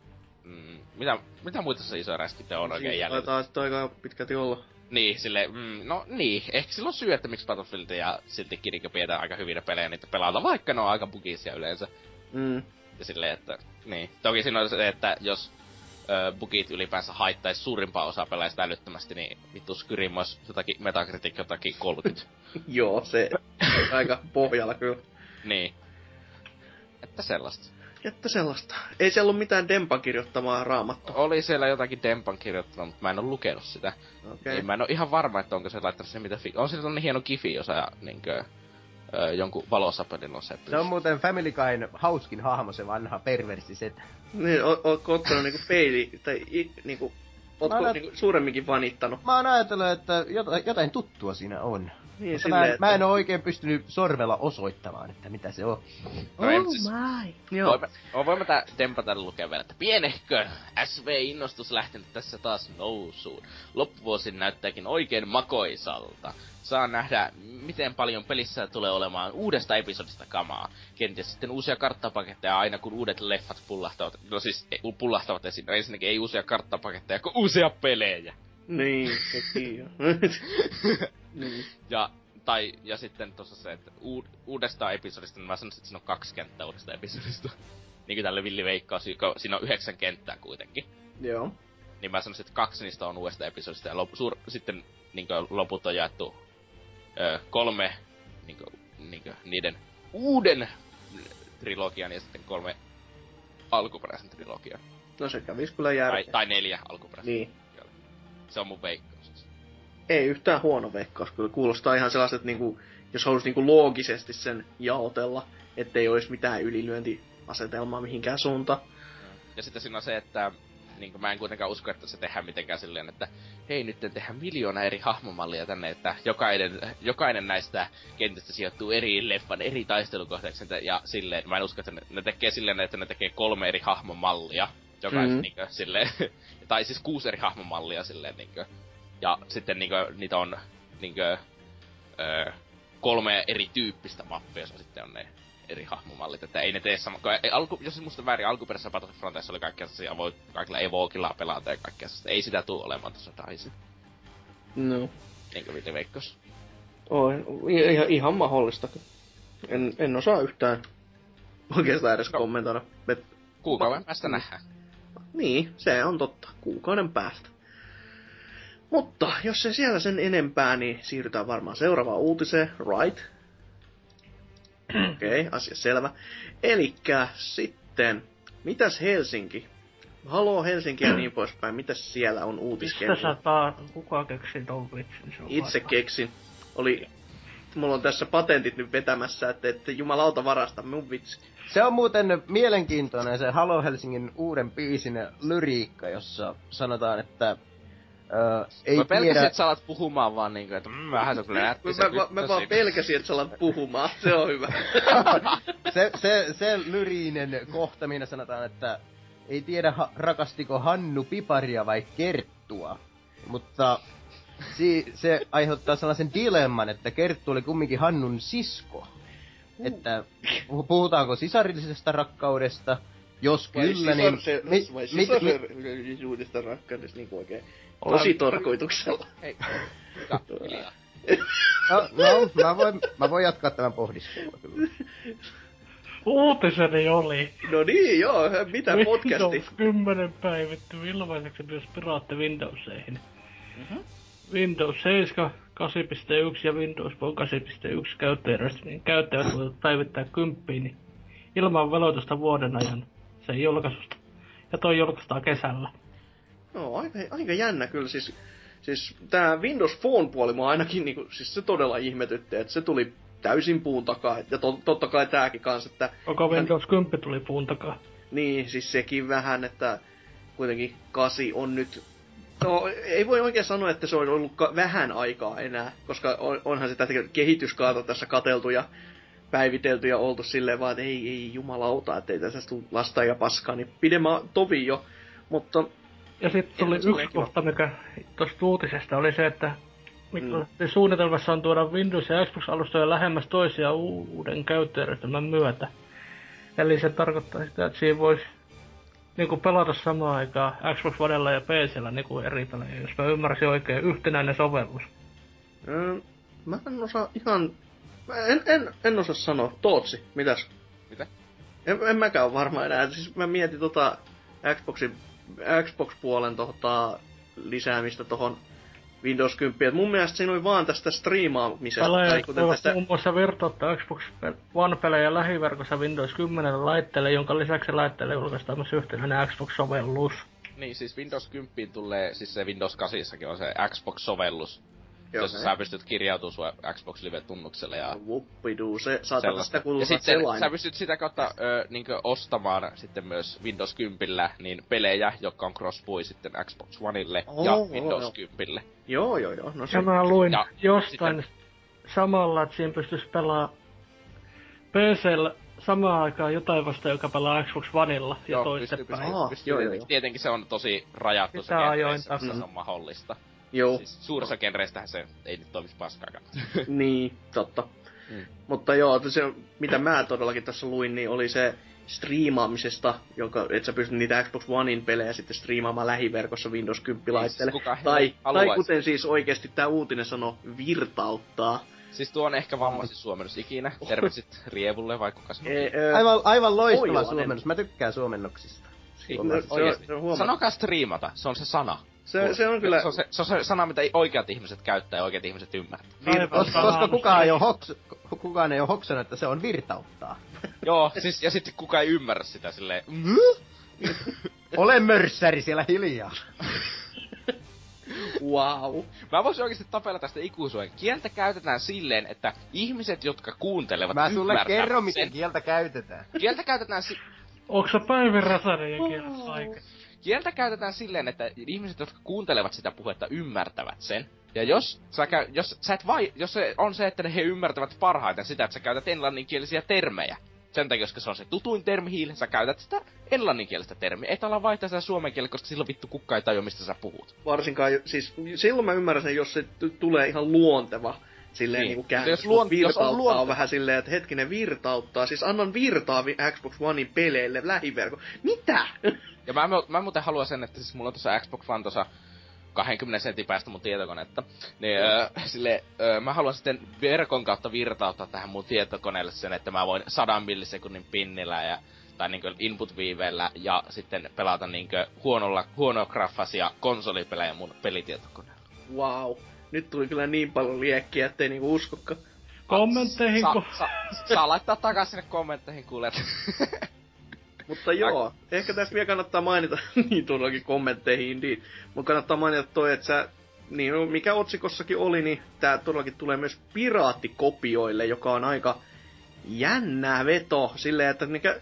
mitä muita se isoja räskintöjä on oikein jäljellä? Taitaa sitten aika pitkälti olla. Niin, ehkä sillä on syy, että miksi Battlefield ja silti Kirikko pidetään aika hyvinä pelejä niitä pelata, vaikka ne on aika bugisia yleensä. Ja silleen, että niin. Toki siinä on se, että jos bugit ylipäänsä haittais suurimpaa osaa pelaajista älyttömästi, niin vittu Skyrim olisi jotakin Metacritic jotakin 30. Joo, se aika pohjalla kyllä. Niin. Että sellaista. Ei siellä ollut mitään Dempan kirjoittamaa raamattua. Oli siellä jotakin Dempan kirjoittamaa, mutta mä en oo lukenut sitä. Okay. Niin mä en oo ihan varma, että onko se laittanut se mitä on siinä tällainen hieno kifi-osa ja niinkö jonkun valosapelin on se. Se on muuten Family Guyn hauskin hahmo, se vanha perversi setä. Niin, ootko ottanut niinku peili, tai niinku, ootko niinku suuremminkin vanittanut? Mä oon ajatellut, että jotain tuttua siinä on. Niin, mutta silleen, mä en oo oikein pystynyt sormella osoittamaan, että mitä se on. No, Joo. Voimme dempata lukea vielä, että pienehkö SV-innostus lähtenyt tässä taas nousuun. Loppuvuosin näyttääkin oikein makoisalta. Saa nähdä, miten paljon pelissä tulee olemaan uudesta episodista kamaa. Kenties sitten uusia karttapaketteja aina kun uudet leffat pullahtavat. No siis pullahtavat esiin. Ensinnäkin ei uusia karttapaketteja, kun uusia pelejä. Niin, sekin jo. Niin. Ja sitten tossa se, että uudesta episodista, niin mä sanoisin, että siinä on 2 kenttää uudesta episodista. Niin kuin tälle villiveikkaus, siinä on 9 kenttää kuitenkin. Joo. Niin mä sanoisin, että 2 niistä on uudesta episodista, ja sitten niin loput on jaettu 3 niiden uuden trilogian ja sitten 3 alkuperäisen trilogian. No se kävis kyllä järkeä. Tai 4 alkuperäisen. Niin. Se on mun veikkaus. Ei yhtään huono veikkaus, kyllä kuulostaa ihan sellaiset, että niinku, jos haluaisi niinku loogisesti sen jaotella, ettei olisi mitään ylilyöntiasetelmaa mihinkään suuntaan. Ja sitten siinä on se, että niin mä en kuitenkaan usko, että se tehdään mitenkään silleen, että hei, nyt tehdään 1 eri hahmomallia tänne, että jokainen näistä kentistä sijoittuu eri leffan, eri taistelukohteeksi, ja silleen, mä en usko, että ne tekee silleen, että ne tekee 3 eri hahmomallia, jokaisen niinkö silleen, tai siis 6 eri hahmomallia silleen niinkö. Ja sitten niitä on 3 eri tyyppistä mappia, jossa sitten on ne eri hahmomallit, että ei ne tee sama. Jos musta väärin, alkuperäisessä Battlefrontissa oli kaikkea sellaisia, voi kaikilla Evokilla pelata ja kaikkea sellaista. Ei sitä tuu olemaan tässä Daisin. No. Eikö Ville Veikkos? Ihan mahdollista. En osaa yhtään oikeastaan edes kommentoida. Kuukauden päästä nähdään. Niin, se on totta. Kuukauden päästä. Mutta jos ei siellä sen enempää, niin siirrytään varmaan seuraavaan uutiseen, right? Okei, asia selvä. Elikkä sitten, mitäs Helsinki? Haloo Helsinki ja niin poispäin, mitäs siellä on uutiskentällä? Mistä sä kuka keksin ton vitsin? Itse keksin. Mulla on tässä patentit nyt vetämässä, että jumalauta varasta mun vitsi. Se on muuten mielenkiintoinen se Halo Helsingin uuden biisin lyriikka, jossa sanotaan, että ei mä pelkäsin, että sä alat puhumaan vaan niinku, että vähän se on kyllä nätti. Mä vaan pelkäsin, että sä alat puhumaan, se on hyvä. se lyriinen kohta, minä sanotaan, että ei tiedä rakastiko Hannu piparia vai Kerttua, mutta se aiheuttaa sellaisen dilemman, että Kerttu oli kumminkin Hannun sisko. Että puhutaanko sisarillisesta rakkaudesta, jos vai kyllä, niin... Vai sisarillisesta rakkaudesta niinku oikein tosi tarkoituksella. Hei, hiljaa. Mä voin jatkaa tämän pohdiskelua kyllä. Uutiseni oli. No niin, joo, mitä podcasti? Windows 10 päivitty ilmaiseksi myös piraatte Windowseihin. Windows 7, 8.1 ja Windows Phone 8.1 käyttäjät voivat päivittää 10, niin ilman veloitusta vuoden ajan sen julkaisusta. Ja toi julkaistaan kesällä. No, aika jännä kyllä. Siis tää Windows Phone puoli mua ainakin niinku, siis se todella ihmetytti, että se tuli täysin puun takaa. Ja totta kai tääkin kans, että... Koko Windows 10 tuli puun takaa. Niin, siis sekin vähän, että kuitenkin 8 on nyt... No, ei voi oikein sanoa, että se on ollut vähän aikaa enää, koska onhan sitä kehityskaarta tässä katseltu ja päivitelty ja oltu silleen vaan, että ei jumalauta, ettei tässä tule lasta ja paskaa, niin pidemmä tovi jo, mutta... Ja sitten tuli yksi kohta, mikä tosta uutisesta oli se, että Microsoftin suunnitelmassa on tuoda Windows- ja Xbox-alustoja lähemmäs toisia uuden käyttöjärjestelmän myötä. Eli se tarkoittaa sitä, että siinä voisi niinku pelata samaan aikaan Xbox Onella ja PC:llä niinku eri pelejä, jos mä ymmärsin oikein, yhtenäinen sovellus. Mä en osaa ihan... En osaa sanoa. Tootsi, mitäs? Mitä? En mäkään ole varma enää. Siis mä mietin Xbox-puolen lisäämistä tohon Windows 10. Et mun mielestä siinä oli vaan tästä striimaamisesta. Pelaajat voivat muun muassa virtauttaa Xbox One-pelejä lähiverkossa Windows 10 laitteelle, jonka lisäksi laitteelle julkaistaan myös yhtenäinen Xbox-sovellus. Niin, siis Windows 10 tulee, siis se Windows 8 on se Xbox-sovellus. Jossa sä pystyt kirjautumaan sun Xbox Live-tunnukselle ja... Vuppiduu, se saattaa sitä kuulua ja sitten sä pystyt sitä kautta niinkö ostamaan sitten myös Windows 10 niin pelejä, jotka on crossbuy sitten Xbox Oneille ja Windows 10. Joo. No se... Mä luin jostain sitten... samalla, että siinä pystyis pelaa PC:llä samaan aikaan jotain vasta, joka pelaa Xbox Oneilla ja toistepäin. Joo. Tietenkin se on tosi rajattu se genreissä, se on mahdollista. Joo. Siis suurissa genreistähän se ei nyt toimisi paskaakaan. Niin, totta. Mutta joo, se, mitä mä todellakin tässä luin, niin oli se striimaamisesta, että sä pystyt niitä Xbox Onein pelejä sitten striimaamaan lähiverkossa Windows 10 laitteelle. Tai kuten siis oikeesti tää uutinen sanoo, virtauttaa. Siis tuo on ehkä vammaisin suomennus ikinä. Terveisit Rievulle vai kuka sanoo? Aivan loistava suomennus. Mä tykkään suomennoksista. Sanokaa striimata, se on se sana. Se on kyllä... Se on se sana, mitä oikeat ihmiset käyttää ja oikeat ihmiset ymmärtää. Koska kukaan ei oo hoksannut, että se on virtauttaa. Joo, siis ja sitten kukaan ei ymmärrä sitä silleen... Ole mörssäri siellä hiljaa. Wow. Mä voisin oikeesti tapella tästä ikuisuuden. Kieltä käytetään silleen, että ihmiset, jotka kuuntelevat, mä sulle kerron, miten kieltä käytetään. Kieltä käytetään Onks sä Päivi Räsänen ja kielessä aika? Kieltä käytetään silleen, että ihmiset, jotka kuuntelevat sitä puhetta, ymmärtävät sen. Ja jos se on se, että he ymmärtävät parhaiten sitä, että sä käytät englanninkielisiä termejä. Sen takia, koska se on se tutuin termi hiille, sä käytät sitä englanninkielistä termiä. Et ala vaihtaa sitä suomen kielellä, koska silloin vittu kukka ei tajua, mistä sä puhut. Varsinkaan, siis silloin mä ymmärrän sen, jos se tulee ihan luonteva. Silleen niinku käännös. Virtauttaa on vähän silleen, että hetkinen virtauttaa. Siis annan virtaa Xbox Onein peleille lähiverkon. Mitä? Ja mä muuten haluan sen, että siis mulla on tossa Xbox One tossa 20 sentin päästä mun tietokonetta. Niin mä haluan sitten verkon kautta virtauttaa tähän mun tietokoneelle sen, että mä voin 100 millisekunnin pinnillä tai niinkö input-viiveellä ja sitten pelata niinkö huonograffasia konsolipelejä mun pelitietokoneella. Wow. Nyt tuli kyllä niin paljon liekkiä, ettei niinku uskokaan. Kommentteihinko? Saa laittaa takas sinne kommentteihin, kuulet. Mutta joo, ehkä tässä vielä kannattaa mainita, niin todellakin kommentteihin indeed, mutta kannattaa mainita toi, että niin mikä otsikossakin oli, niin tää todellakin tulee myös piraattikopioille, joka on aika jännää veto, silleen,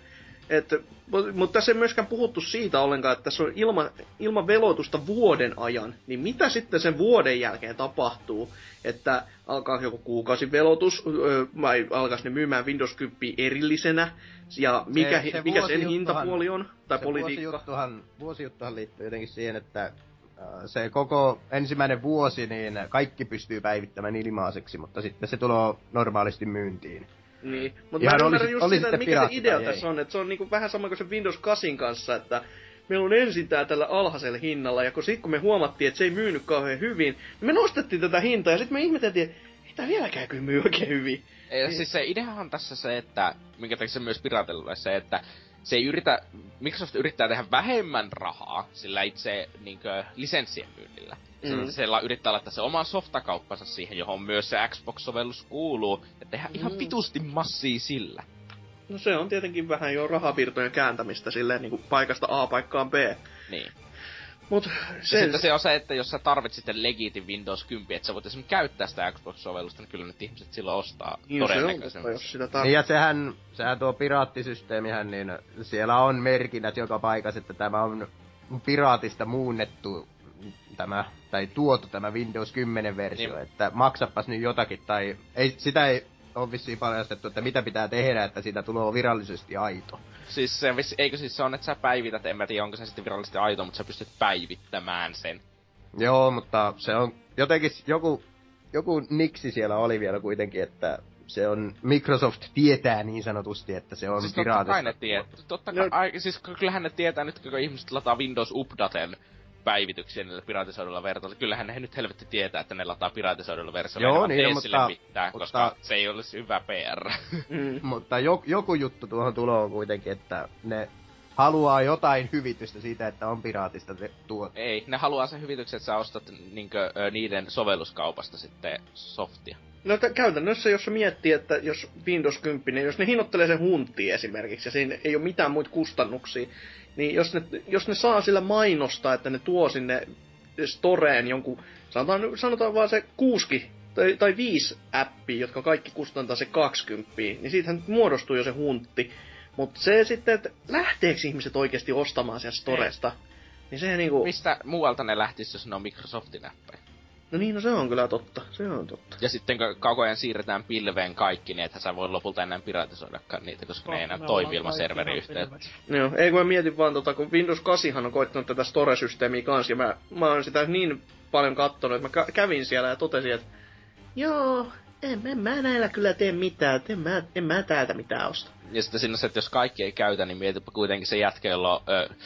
mutta tässä ei myöskään puhuttu siitä ollenkaan, että tässä on ilman veloitusta vuoden ajan. Niin mitä sitten sen vuoden jälkeen tapahtuu? Että alkaa joku kuukausivelotus, vai alkaisi ne myymään Windows 10 erillisenä? Ja mikä sen hintapuoli on? Tai politiikka? Vuosijuttuhan liittyy jotenkin siihen, että se koko ensimmäinen vuosi, niin kaikki pystyy päivittämään ilmaiseksi, mutta sitten se tulee normaalisti myyntiin. Niin, mutta mä ymmärrän just sitä, että mikä se idea tässä on, että se on niinku vähän sama kuin se Windows 8 kanssa, että meillä on ensin tää tällä alhaisella hinnalla, ja kun me huomattiin, että se ei myynyt kauhean hyvin, niin me nostettiin tätä hintaa, ja sitten me ihmeteltiin, että ei tää vieläkään kyllä myy oikein hyvin. Siis se ideahan tässä se, että, minkä takia se myös piratellut, se, että se ei Microsoft yrittää tehdä vähemmän rahaa sillä itse niinkö lisenssien myynnillä. Se yrittää laittaa se oman softakauppansa siihen, johon myös se Xbox-sovellus kuuluu, ja tehdä ihan vitusti massia sillä. No se on tietenkin vähän jo rahavirtojen kääntämistä silleen niinku paikasta A paikkaan B. Niin. Mut sitten se on se, että jos sä tarvit sitten legiitin Windows 10, että sä voit esimerkiksi käyttää sitä Xbox-sovellusta, niin kyllä nyt ihmiset silloin ostaa todennäköisesti. Jos sitä tarvitsee. Niin ja sehän tuo piraattisysteemihän, niin siellä on merkinnät joka paikassa, että tämä on piraatista muunnettu tai tuotu tämä Windows 10 versio, niin. Että maksapas nyt jotakin, tai sitä ei ole vissiin paljastettu, että mitä pitää tehdä, että siitä tulee virallisesti aito. Siis eikö siis se on, että sä päivität, en mä tiedä onko se sitten virallisesti aito, mutta sä pystyt päivittämään sen. Joo, mutta se on jotenkin joku joku niksi siellä oli vielä kuitenkin, että se on, Microsoft tietää niin sanotusti, että se on siis piraatista. Totta kai siis kyllähän ne tietää nyt, kun ihmiset lataa Windows Updaten päivityksiä niillä piratisoidulla versioilla. Kyllähän ne nyt helvetti tietää, että ne lataa piratisoidulla versioilla. Joo, niin, mutta mitään, koska se ei olisi hyvä PR. Mutta joku juttu tuohon tuloon kuitenkin, että ne haluaa jotain hyvitystä siitä, että on piraatista tuote. Ei, ne haluaa sen hyvityksen, että sä ostat niiden sovelluskaupasta sitten softia. No käytännössä, jos se miettii, että jos Windows 10, jos ne hinnoittelee sen huntiin esimerkiksi, ja siinä ei ole mitään muita kustannuksia, niin jos ne saa sillä mainostaa, että ne tuo sinne storeen jonkun, sanotaan vaan se 6 tai 5 appia, jotka kaikki kustantaa se 20, niin siitähän muodostuu jo se huntti. Mutta se sitten, että lähteekö ihmiset oikeasti ostamaan sieltä storesta, niin se niinku... Mistä muualta ne lähtis, jos ne on Microsoftin appeja? No niin, no se on kyllä totta. Se on totta. Ja sitten kun koko ajan siirretään pilveen kaikki, niin ethän sä voi lopulta enää piratisoidakaan niitä, koska ne ei enää toimi ilman serveriyhteyttä. Joo, ei kun mä mietin vaan kun Windows 8 on koittanut tätä Store-systeemiä kanssa, ja mä oon sitä niin paljon kattonut, että mä kävin siellä ja totesin, että joo, en mä näillä kyllä tee mitään, en mä täältä mitään osta. Ja sitten siinä se, että jos kaikki ei käytä, niin mietipä kuitenkin se jätkä, jolla on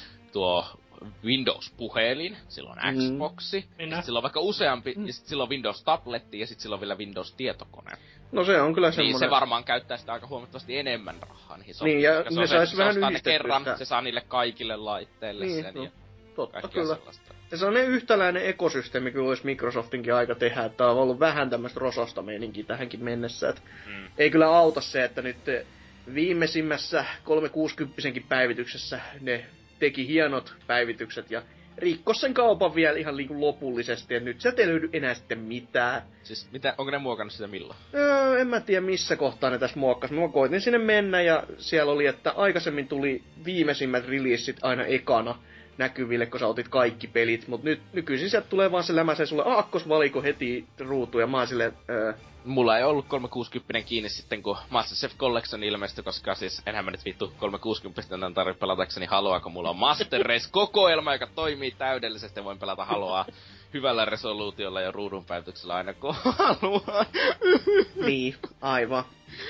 tuo Windows-puhelin, silloin Xboxi, silloin vaikka useampi, ja sitten silloin Windows-tabletti, ja sitten silloin vielä Windows-tietokone. No se on kyllä semmoinen... Niin se varmaan käyttää sitä aika huomattavasti enemmän rahaa niihin niin, ja ne sais vähän yhdistettyä kerran, se saa niille kaikille laitteille niin, sen, no, ja totta kyllä. Sellaista. Ja se on yhtäläinen ekosysteemi, kuin olisi Microsoftinkin aika tehdä, että on ollut vähän tämmöistä rosasta meininkiä tähänkin mennessä, että ei kyllä auta se, että nyt viimeisimmässä 360-senkin päivityksessä ne teki hienot päivitykset ja rikkos sen kaupan vielä ihan lopullisesti, ja nyt sieltä ei löydy enää sitten mitään. Siis onko ne muokannut sitä milloin? En mä tiedä missä kohtaa ne tässä muokkasi. Mä koitin sinne mennä ja siellä oli, että aikaisemmin tuli viimeisimmät releasit aina ekana näkyville, kun sä otit kaikki pelit, mut nyt nykyisin sieltä tulee vaan se lämäsee sulle aakkosvaliko heti ruutuun ja mä oon silleen, Mulla ei ollut 360 kiinni sitten, kun Master Chief Collection ilmestyi, koska siis enhän mä nyt vittu 360 tämän tarvitse pelatakseni Haloa, kun mulla on Master Race-kokoelma, joka toimii täydellisesti ja voin pelata Haloa hyvällä resoluutiolla ja ruudunpäivityksellä aina kun haluaa. Niin, aivan.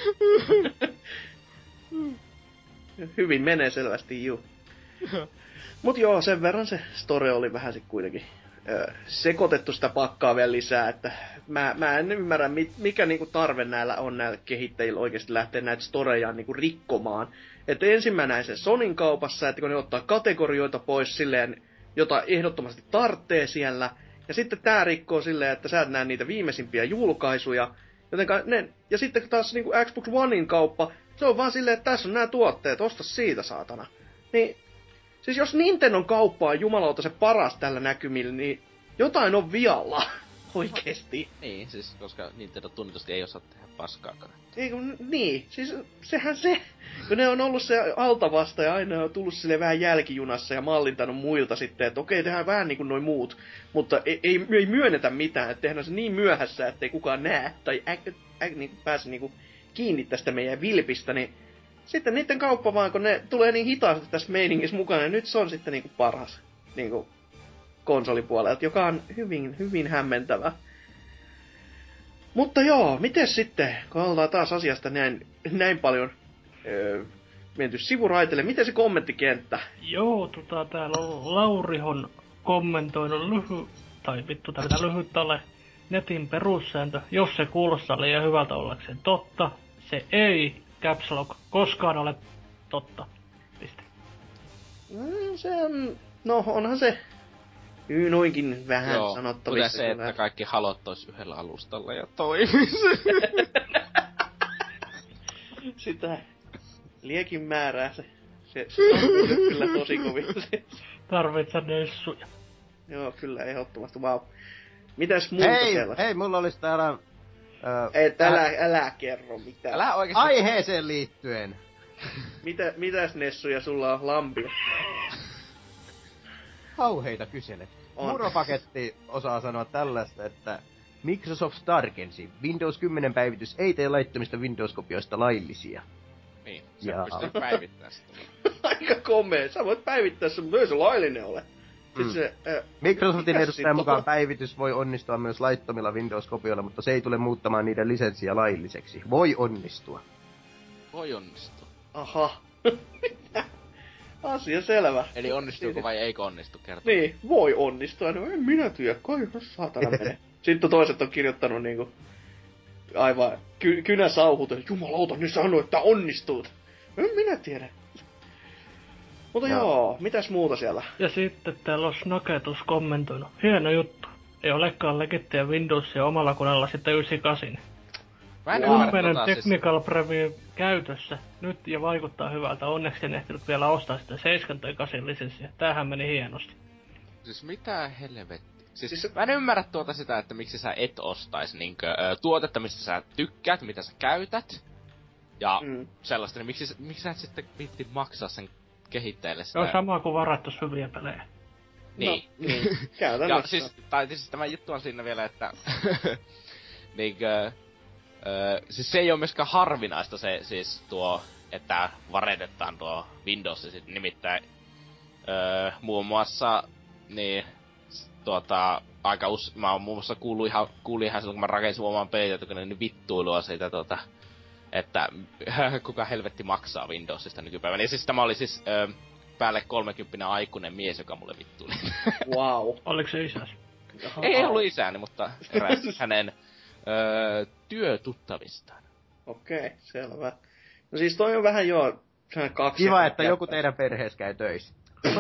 Hyvin menee selvästi, juu. Mut joo, sen verran se store oli vähän sit kuitenkin sekoitettu sitä pakkaa vielä lisää, että mä en ymmärrä, mikä niinku tarve näillä kehittäjillä oikeasti lähteä näitä storejaan niinku rikkomaan. Että ensin mä näin sen Sonin kaupassa, että kun ne ottaa kategorioita pois silleen, jota ehdottomasti tarttee siellä, ja sitten tää rikkoo silleen, että sä et näe niitä viimeisimpiä julkaisuja, jotenka ja sitten taas niinku Xbox Onein kauppa, se on vaan silleen, että tässä on nämä tuotteet, osta siitä saatana. Niin, siis jos Nintendon kauppa on jumalauta se paras tällä näkymillä, niin jotain on vialla. Oikeesti. Niin, siis koska Nintendo tunnetusti ei osaa tehdä paskaakaan. Niin, siis sehän se, kun ne on ollut se altavasta ja aina on tullut sille vähän jälkijunassa ja mallintanut muilta sitten, että okei, tehdään vähän niin kuin noi muut, mutta ei myönnetä mitään, että tehdään se niin myöhässä, ettei kukaan näe tai niin pääse niin kiinni tästä meidän vilpistä, niin sitten niiden kauppa vaan, kun ne tulee niin hitaasti tässä meiningissä mukana, ja nyt se on sitten niinku paras niinku konsolipuolelta, joka on hyvin, hyvin hämmentävä. Mutta joo, miten sitten, kun ollaan taas asiasta näin paljon menty sivuraiteille, miten se kommenttikenttä? Joo, täällä on Laurihon kommentoinut lyhyt ole netin perussääntö. Jos se kuulostaa liian hyvältä ollakseen totta, se ei Caps Lock koskaan ole totta. Piste. Se on, no onhan se noinkin vähän sanottavissa. Kuten se, että kaikki halot ois yhdellä alustalla ja toimis. Sitä liekin määrää se on kyllä tosi kovin. Tarvitset nessuja. Joo, kyllä ehdottomasti. Wow. Mitäs muuta sellaista? Hei, mulla olisi täällä... Älä kerro mitään. Älä oikeesti... Aiheeseen liittyen. Mitäs nessuja sulla on lampia? Hauheita kyselet. Muropaketti osaa sanoa tällaista, että Microsoft tarkensi. Windows 10 päivitys ei tee laittomista Windows-kopioista laillisia. Niin, sä pystyt päivittämään sitä. Aika komea. Sä voit päivittää sen, mutta ei se laillinen ole. Microsoftin edustajan mukaan päivitys voi onnistua myös laittomilla Windows-kopioilla, mutta se ei tule muuttamaan niiden lisenssiä lailliseksi. Voi onnistua. Voi onnistua. Aha. Mitä? Asia selvä. Eli onnistuuko vai eikö onnistu kertaa? Niin, voi onnistua. No en minä tiedä, kai saatana mene. Sitten toiset on kirjoittanut niinku aivan kynäsauhuten. Jumalauta, ne sanoo, että onnistuut. En minä tiedä. Mutta joo, mitäs muuta siellä? Ja sitten täällä on Snaketus kommentoinut. Hieno juttu. Ei olekaan legittiä Windowsia omalla koneella sitten 98. Viimeinen Technical Preview käytössä nyt ja vaikuttaa hyvältä. Onneksi en ehtinyt vielä ostaa sitä 7 tai 8 lisenssiä. Tämähän meni hienosti. Siis mitä helvettiä? Siis mä en ymmärrä sitä, että miksi sä et ostais tuotetta, mistä sä tykkäät, mitä sä käytät. Ja sellaista, niin miksi sä et sitten viitti maksaa sen kehittäjille sitä? Se on sama kuin varattus hyviä pelejä. Niin. No, niin. Käytännössä. Ja siis tämä juttu on siinä vielä, että siis se ei oo myöskään harvinaista se siis tuo, että varetetaan tuo Windows sit nimittäin muun muassa niin mä oon muun muassa kuullut ihan silloin kun mä rakensin oman pelitietokoneen niin vittuilua siitä että kuka helvetti maksaa Windowsista nykypäivänä. Ja siis tämä oli siis päälle 30 aikuinen mies, joka mulle vittuili. Wow. Oliko se isäs? Ei ollut isäni, mutta eräs hänen työtuttavistaan. Okei, selvä. No siis toi on vähän kaksi... Kiva, että joku teidän perheessä käy töissä.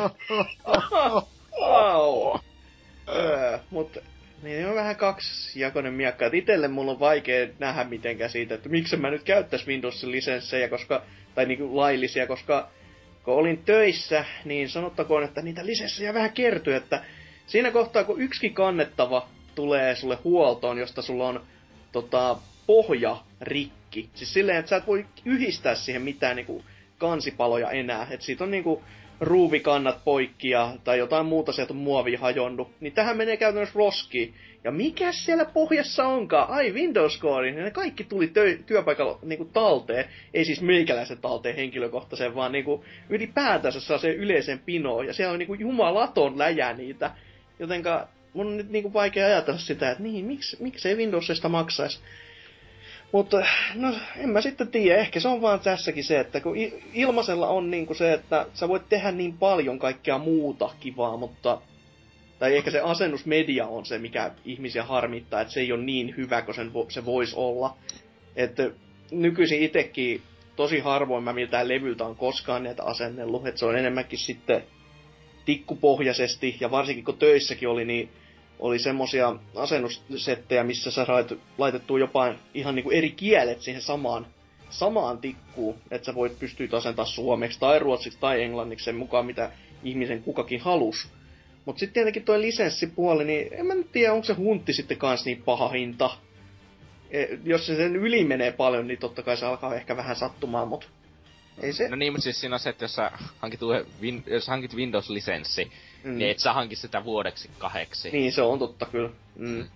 Wow. Mutta niin on vähän kaksijakoinen miekka. Et itelle mulla on vaikea nähdä mitenkään siitä, että miksi mä nyt käyttäis Windowsin lisenssejä, tai niinku laillisia, koska kun olin töissä, niin sanottakoon, että niitä lisenssejä vähän kertyy, että siinä kohtaa kun yksikin kannettava tulee sulle huoltoon, josta sulla on pohja rikki. Siis silleen, että sä et voi yhdistää siihen mitään niinku kansipaloja enää. Et siitä on niinku ruuvikannat poikki tai jotain muuta sieltä on muovia hajonnut. Niin tähän menee käytännössä roskiin. Ja mikä siellä pohjassa onkaan? Ai Windows Core, niin ne kaikki tuli työpaikalla niinku talteen. Ei siis meikäläisen talteen henkilökohtaisen, vaan niinku ylipäätänsä saa sen yleisen pinoon. Ja siellä on niinku jumalaton läjä niitä. Jotenka mun on nyt niinku vaikea ajatella sitä, että niin, miksei Windowsista maksaisi. Mutta no en mä sitten tiedä, ehkä se on vaan tässäkin se, että kun ilmaisella on niinku se, että sä voit tehdä niin paljon kaikkea muuta kivaa, mutta... Tai ehkä se asennusmedia on se, mikä ihmisiä harmittaa, että se ei ole niin hyvä kuin se voisi olla. Että nykyisin itekin tosi harvoin mä miltään levyltä on koskaan näitä asennellut, että se on enemmänkin sitten tikkupohjaisesti, ja varsinkin kun töissäkin oli, niin oli semmosia asennussettejä, missä sä laitettua jopa ihan niinku eri kielet siihen samaan tikkuun, että sä voit pystyä asentaa suomeksi tai ruotsiksi tai englanniksi sen mukaan, mitä ihmisen kukakin halus. Mut sitten tietenkin toi lisenssipuoli, niin en mä nyt tiedä, onko se huntti sitten kans niin paha hinta. Jos se sen yli menee paljon, niin totta kai se alkaa ehkä vähän sattumaan, mut ei se... No niin, mutta siis siinä on se, että jos hankit Windows-lisenssi, niin et sä hanki sitä vuodeksi 2. Niin, se on totta kyllä. Niin.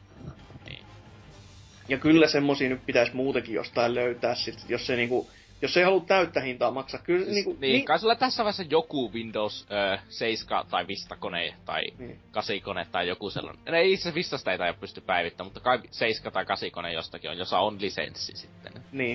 Ja kyllä semmosia nyt pitäisi muutenkin jostain löytää sit, jos ei halua täyttä hintaa maksaa. Kyllä siis, niin, kai sulla tässä vaiheessa joku Windows 7 tai Vista-kone tai 8-kone tai joku sellainen. Ei itse Vistasta ei taida pysty päivittämään, mutta kai 7 tai 8-kone jostakin on, jossa on lisenssi sitten. Niin.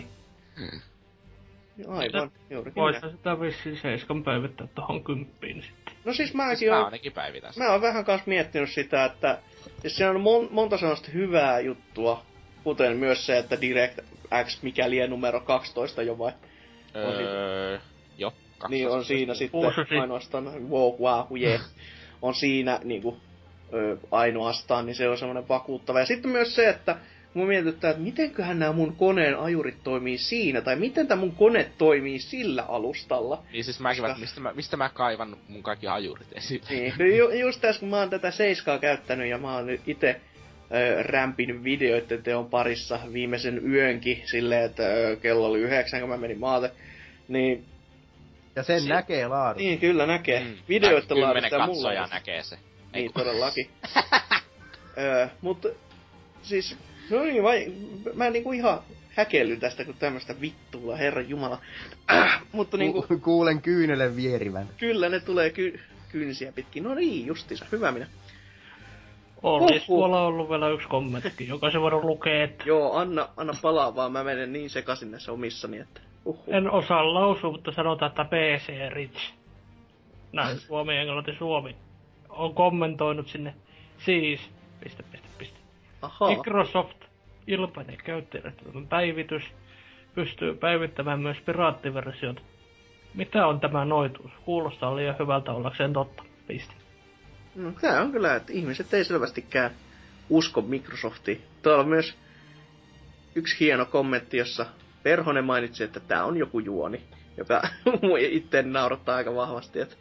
Aivan, juurikin. Voisi sitä vissiin 7 päivittää tohon 10 sitten. No siis ainakin päivitän. Mä oon vähän kans miettinyt sitä, että siis siinä on monta sellaista hyvää juttua, kuten myös se, että DirectX mikäli numero 12 jo vai? Joo, 12. Niin on siinä sitten ainoastaan, wow, yeah. On siinä niinku ainoastaan, niin se on semmoinen vakuuttava. Ja sitten myös se, että mun mietityttää, että mitenköhän nämä mun koneen ajurit toimii siinä, tai miten tämä mun kone toimii sillä alustalla. Niin siis mäkin, mistä mä kaivan mun kaikki ajurit esille. Niin, no just tässä kun mä oon tätä 7 käyttänyt ja mä oon nyt ite rämpin videoiden teon parissa viimeisen yönkin silleen, että kello oli 9, kun mä menin maalle, niin... Ja sen näkee laadun. Niin, kyllä näkee. Videoiden laadusta ja mulla. 10 katsojaa näkee se. Niin, todellakin. Mutta siis... No niin, mä niinku ihan häkellyn tästä, kun tämmöstä vittuulla, herran jumala. Mutta niinku... Kuulen kyynelen vierivän. Kyllä, ne tulee kynsiä pitkin. No niin, justiinsa, hyvä minä. Olisi tuolla ollut vielä yksi kommentti, joka se voidaan lukea, että... Joo, anna palaa vaan, mä menen niin sekaisin näissä omissani, että... En osaa lausua, mutta sanotaan, että PC Rich. Näin, Suomi, Englanti, Suomi. On kommentoinut sinne, siis... Ahaa. Microsoft ilmainen käyttäjäystävällinen päivitys pystyy päivittämään myös piraattiversiot. Mitä on tämä noituus? Kuulostaa liian hyvältä ollakseen totta. Piste. No, tää on kyllä, että ihmiset ei selvästikään usko Microsoftiin. Tuolla on myös yksi hieno kommentti, jossa Perhonen mainitsi, että tää on joku juoni, joka itse naurattaa aika vahvasti, että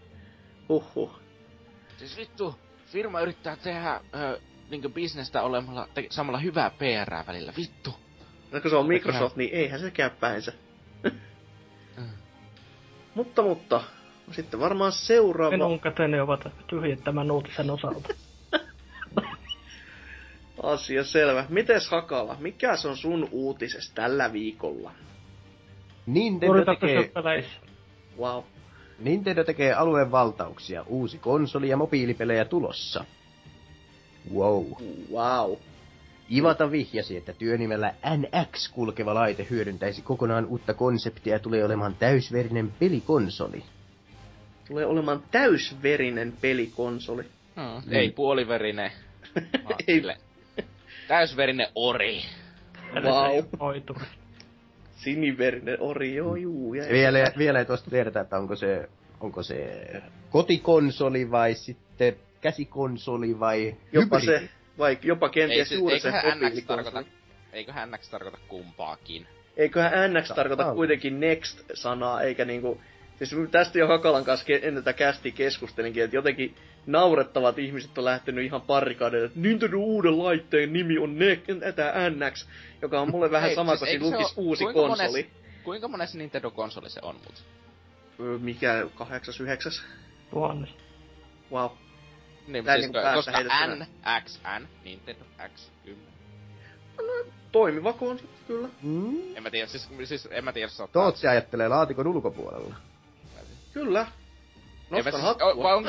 Siis vittu, firma yrittää tehdä niinkö bisnestä olemalla samalla hyvää PR:ää välillä, vittu. No kun se on Microsoft, niin eihän se käy päinsä. Mutta, sitten varmaan seuraava... Minun käteni ovat tyhjät tämän uutisen osalta. Asia selvä. Mites Hakala, mikä on sun uutisessa tällä viikolla? Nintendo tekee... Wow. Nintendo tekee aluevaltauksia. Uusi konsoli ja mobiilipelejä tulossa. Wow. Iwata vihjasi, että työnimellä NX kulkeva laite hyödyntäisi kokonaan uutta konseptia ja tulee olemaan täysverinen pelikonsoli. Tulee olemaan täysverinen pelikonsoli. Ei puoliverinen. Ei. Täysverinen ori. Wow. Oituri. Siniverinen ori, joo juu. Vielä ei tosta tiedetä, että onko se kotikonsoli vai sitten käsikonsoli vai jopa hybridi. Se, vai jopa kenties juuri se mobiilikonsoli. Eiköhän NX tarkoita kumpaakin? Eiköhän NX tarkoita kuitenkin Next-sanaa, eikä niinku... Siis tästä jo Hakalan kanssa ennen tätä kästiä keskustelinkin, että jotenkin naurettavat ihmiset on lähtenyt ihan parikaadelle, että Nintendo uuden laitteen nimi on tää NX, joka on mulle vähän sama kuin siinä lukis uusi konsoli. Kuinka monessa Nintendo-konsoli se on mut? Mikä 8-9? Tuhannes. Wow. Niin, siis koska NXN, Nintendo X10. No, toimiva konsoli, kyllä. En mä tiedä, siis en mä tiedä, jos Tootsi ajattelee laatikon ulkopuolella. Kyllä. Nostan hattua.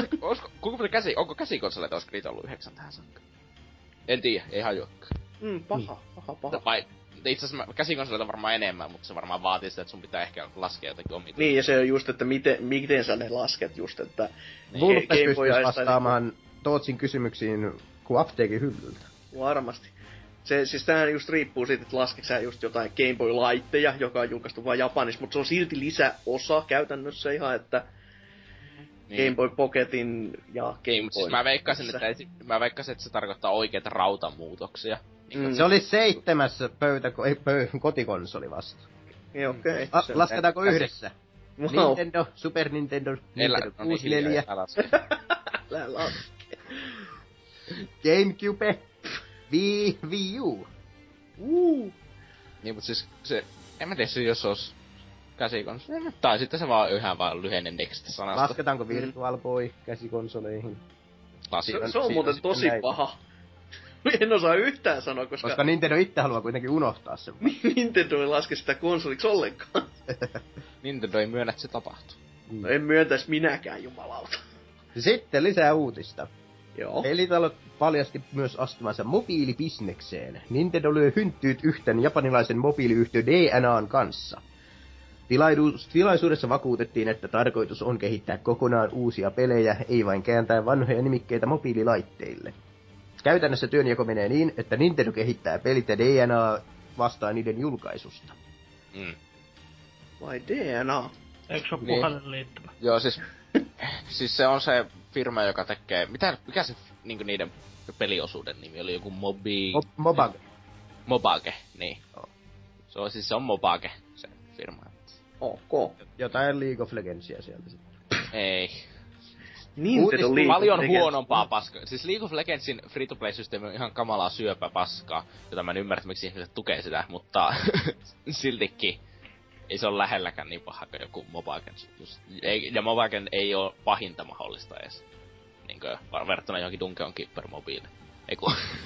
Onko käsikonsoleita olisiko niitä ollut 9 tähän saakka? En tiedä, ei hajuakaan. Paha. Vai, itse asiassa käsikonsoleita varmaan enemmän, mutta se varmaan vaatii sitä, että sun pitää ehkä laskea jotakin omia. Niin, ja se on just, että miten sä ne lasket just, että... Vulpes pystyis vastaamaan Tootsin kysymyksiin kuin apteekin hyllyltä. Varmasti. Siis tämähän just riippuu siitä, että laskeeko sä just jotain Game Boy-laitteja, joka on julkaistu vain Japanissa, mutta se on silti lisäosa käytännössä ihan, että niin. Game Boy Pocketin ja Game Boy. Siis mä veikkasin, että se tarkoittaa oikeita rautamuutoksia. Se oli 7. kotikonsoli vasta. Okei. Lasketaanko yhdessä? Wow. Nintendo, Super Nintendo, Nintendo 64. Älä laske. GameCube, Wii U. Niin, mut siis se... En mä tiedä, jos ois käsikonsoli. Tai sitten se vaan lyhenne Next-sanasta. Lasketaanko Virtual Boy käsikonsoleihin? Se on muuten tosi paha. En osaa yhtään sanoa, koska Nintendo itse haluaa kuitenkin unohtaa sen. Nintendo ei laske sitä konsoliksi ollenkaan. Nintendo ei myönnä, että se tapahtuu. No en myöntäis minäkään, jumalauta. Sitten lisää uutista. Joo. Pelitalot paljasti myös astumansa mobiilibisnekseen. Nintendo lyö hynttyyt yhten japanilaisen mobiiliyhtiö DNAn kanssa. Tilaisuudessa vakuutettiin, että tarkoitus on kehittää kokonaan uusia pelejä, ei vain kääntää vanhoja nimikkeitä mobiililaitteille. Käytännössä työnjako menee niin, että Nintendo kehittää pelit ja DNA vastaa niiden julkaisusta. Vai DNA? Eikö se oo puhelinliittymä? Joo, siis se on se firma, joka tekee... Mikä se niinku niiden peliosuuden nimi oli? Joku Mobage. Mobage, niin. Se on Mobage, se firma. Ok. Jotain League of Legendsia sieltä sitten. Ei. Nintendo League paljon huonompaa paskaa. Siis League of Legendsin free-to-play-systeemi on ihan kamalaa paskaa, jota mä en ymmärrä, miksi ihmiset tukee sitä, mutta siltikin ei se ole lähelläkään niin paha kuin joku Mobagen. Ja Mobagen ei oo pahinta mahdollista edes. Niinkö verrattuna johonkin Dungeon Keeper mobiili. Eiku.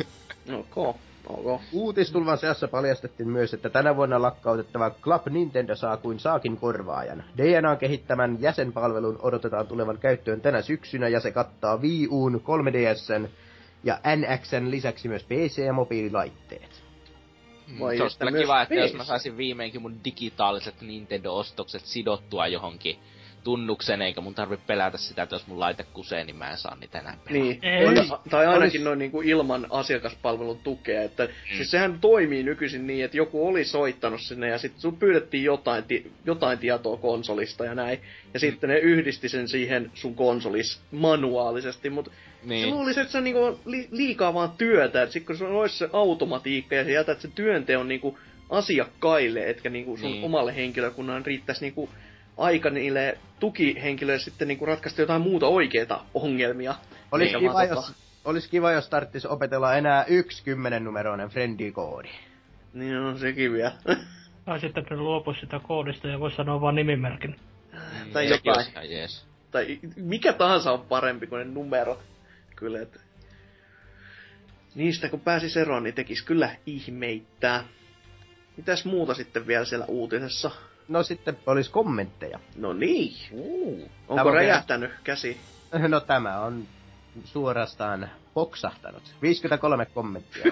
Ok. Uutistulvan seassa paljastettiin myös, että tänä vuonna lakkautettava Club Nintendo saa kuin saakin korvaajan. DNAn kehittämän jäsenpalvelun odotetaan tulevan käyttöön tänä syksynä, ja se kattaa Wii U:n, 3DS:n ja NX:n lisäksi myös PC- ja mobiililaitteet. Se olisi kyllä kiva, että jos mä saisin viimeinkin mun digitaaliset Nintendo-ostokset sidottua johonkin tunnuksen, eikä mun tarvitse pelätä sitä, että jos mun laite kusee, niin mä en saa niitä enää pelaa. Niin. Tai ainakin noin niinku ilman asiakaspalvelun tukea. Että siis sehän toimii nykyisin niin, että joku oli soittanut sinne ja sitten sun pyydettiin jotain tietoa konsolista ja näin. Ja sitten ne yhdisti sen siihen sun konsolis manuaalisesti, mutta se luulisi, että se on niinku liikaa vaan työtä. Että sit kun se olisi se automatiikka ja sä jätät sen työnteon niinku asiakkaille, etkä niinku sun omalle henkilökunnan riittäisi niinku aika niille tukihenkilöille sitten niinku ratkaista jotain muuta oikeita ongelmia. Olis kiva, jos tarttis opetella enää 10-numeroinen friendikoodi. Niin on sekin vielä. Tai sitten ne luopuis sitä koodista ja vois sanoa vaan nimimerkin. Tai jotain. Tai mikä tahansa on parempi kuin ne numerot. Kyllä, että niistä kun pääsis eroon, niin tekis kyllä ihmeittää. Mitäs muuta sitten vielä siellä uutisessa? No sitten olis kommentteja. No niin. Onko räjähtänyt käsi? No tämä on suorastaan poksahtanut. 53 kommenttia.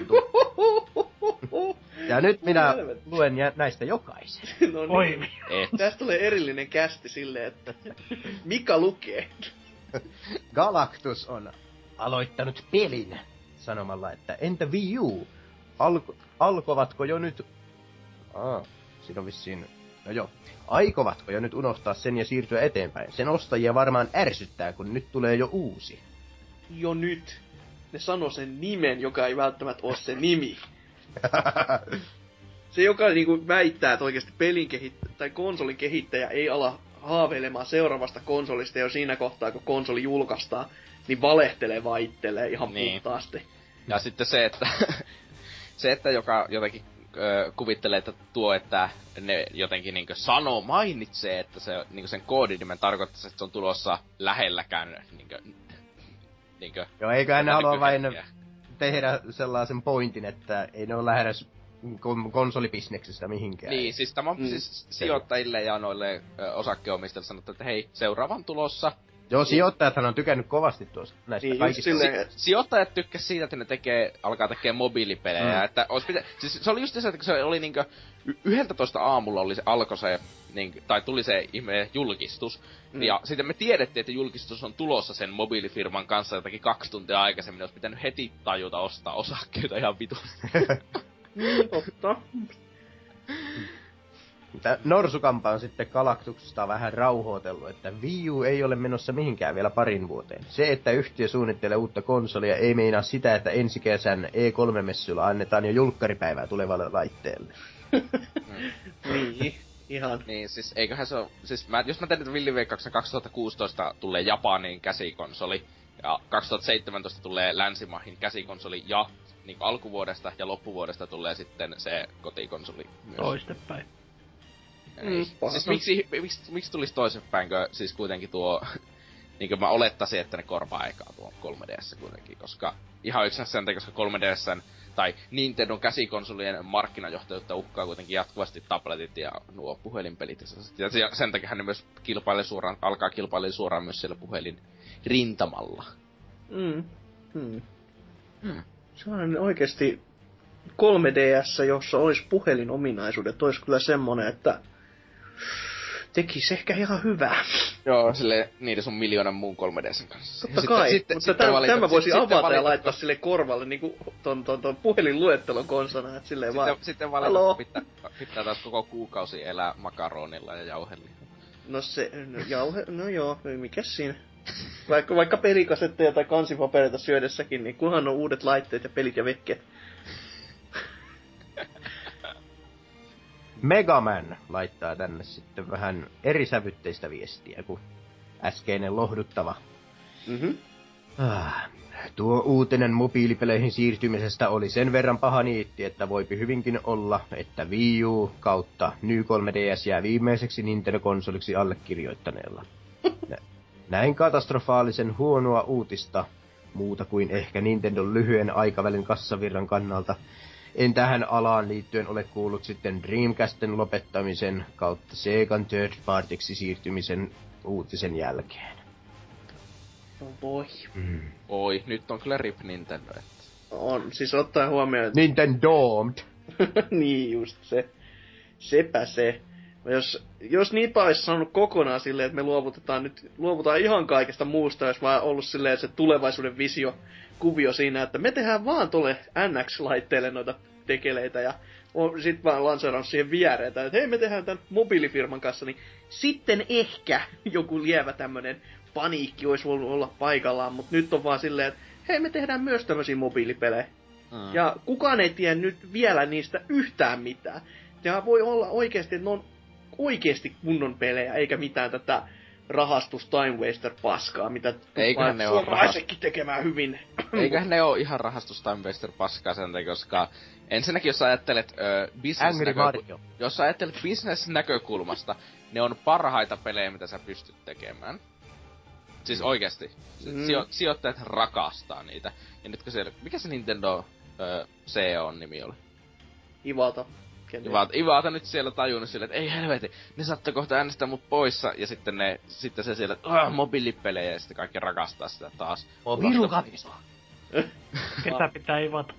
Ja nyt minä luen näistä jokaisen. No niin. Tästä tulee erillinen kästi silleen, että Mika lukee. Galactus on aloittanut pelin sanomalla, että entä Wii U? Alkovatko jo nyt... siinä on vissiin... No joo. Aikovatko jo nyt unohtaa sen ja siirtyä eteenpäin? Sen ostajia varmaan ärsyttää, kun nyt tulee jo uusi. Jo nyt. Ne sanoo sen nimen, joka ei välttämättä ole se nimi. Se, joka niinku väittää, että oikeasti tai konsolin kehittäjä ei ala haaveilemaan seuraavasta konsolista jo siinä kohtaa, kun konsoli julkaistaan, niin valehtelee vaittelee ihan puhtaasti. Ja sitten se, että joka jotenkin kuvittelee, että että ne jotenkin niinkö mainitsee, että se niinkö sen koodinimen tarkoittaisi, että se on tulossa lähelläkään niinkö joo, eiköhän ne halua vain tehdä sellaisen pointin, että ei ne ole lähdä konsolibisneksestä mihinkään. Niin, siis tämä on siis sijoittajille ja noille osakkeenomistajille sanottu, että hei, seuraavan tulossa. Joo, sijoittajathan on tykännyt kovasti tuosta näistä niin, kaikista. Sijoittajat tykkäs siitä, että ne alkaa tekee mobiilipelejä. Että siis se oli just se, että se oli niinkö 11 aamulla alkoi se, tai tuli se ihme julkistus. Ja sitten me tiedettiin, että julkistus on tulossa sen mobiilifirman kanssa jotakin 2 tuntia aikaisemmin. Olisi pitänyt heti tajuta ostaa osakkeita ihan vitusti. Totta. Norsukampa on sitten Galactuksesta vähän rauhoitellut, että Wii U ei ole menossa mihinkään vielä parin vuoteen. Se, että yhtiö suunnittelee uutta konsolia, ei meinaa sitä, että ensi kesän E3-messuilla annetaan jo julkkaripäivää tulevalle laitteelle. Niin, ihan. Niin, siis eiköhän se ole... Siis jos mä tein nyt Villiveikkauksen 2016 tulee Japaniin käsikonsoli, ja 2017 tulee länsimaihin käsikonsoli, ja niin alkuvuodesta ja loppuvuodesta tulee sitten se kotikonsoli myös. Toistepäin. Siis miksi tulisi toisinpäinkö siis kuitenkin tuo... Niinkö mä olettaisin, että ne korvaa aikaa tuon 3DS kuitenkin, koska... Ihan yksinässä sen koska 3DSn tai Nintendon käsikonsolien markkinajohtajuutta uhkaa kuitenkin jatkuvasti tabletit ja nuo puhelinpelit. Ja sen takia ne myös alkaa kilpailla suoraan myös siellä puhelin rintamalla. Se on oikeesti 3DS, jossa olisi puhelinominaisuudet, olisi kyllä semmonen, että tekis ehkä ihan hyvää. Joo, silleen niiden sun miljoonan muun 3DS:n kanssa. Totta kai, mutta tämä voisi avata ja laittaa sille korvalle niinku ton puhelinluettelon konsana, et silleen vaan. Sitten valita, pitää taas koko kuukausi elää makaronilla ja jauhelilla. No se, no joo, mikäs siinä. Vaikka pelikasetteja tai kansipapereita syödessäkin, niin kunhan on uudet laitteet ja pelit ja vehkeet. Megaman laittaa tänne sitten vähän erisävytteistä viestiä kuin äskeinen lohduttava. Tuo uutinen mobiilipeleihin siirtymisestä oli sen verran paha niitti, että voipi hyvinkin olla, että Wii U kautta New 3DS jää viimeiseksi Nintendo-konsoliksi allekirjoittaneella. Näin katastrofaalisen huonoa uutista muuta kuin ehkä Nintendon lyhyen aikavälin kassavirran kannalta. En tähän alaan liittyen ole kuullut sitten Dreamcasten lopettamisen kautta Segan third partiksi siirtymisen uutisen jälkeen. No voi. Oi, nyt on kyllä RIP Nintendo. Että... On, siis ottaen huomioon, että... Nintendomed! Niin just se. Sepä se. Jos niitä olisi sanonut kokonaan silleen, että me luovutaan ihan kaikesta muusta, jos vaan ollut silleen se tulevaisuuden kuvio siinä, että me tehdään vaan tuolle NX-laitteelle noita tekeleitä ja sit vaan lanseerannut siihen viereen, että hei me tehdään tän mobiilifirman kanssa, niin sitten ehkä joku lievä tämmönen paniikki olisi voinut olla paikallaan, mutta nyt on vaan silleen, että hei me tehdään myös tämmösiä mobiilipelejä. Ja kukaan ei tiedä nyt vielä niistä yhtään mitään. Ja voi olla oikeesti, että ne on oikeesti kunnon pelejä, eikä mitään tätä rahastus Time Waster paskaa, mitä suomalaisetkin tekemään hyvin. Eiköhän ne oo ihan rahastus Time Waster paskaa sen takia, koska ensinnäkin jos ajattelet jos ajattelet business-näkökulmasta, ne on parhaita pelejä, mitä sä pystyt tekemään. Siis oikeesti. Sijoittajat rakastaa niitä. Ja nyt kun siellä, mikä se Nintendo CEO-nimi oli? Iwata nyt siellä tajunnut silleen, että ei helveti, ne saattaa kohta äänestää mut poissa, ja sitten se siellä, mobiilipelejä, ja sitten kaikki rakastaa sitä taas. Virukapista! Ketä pitää Iwata?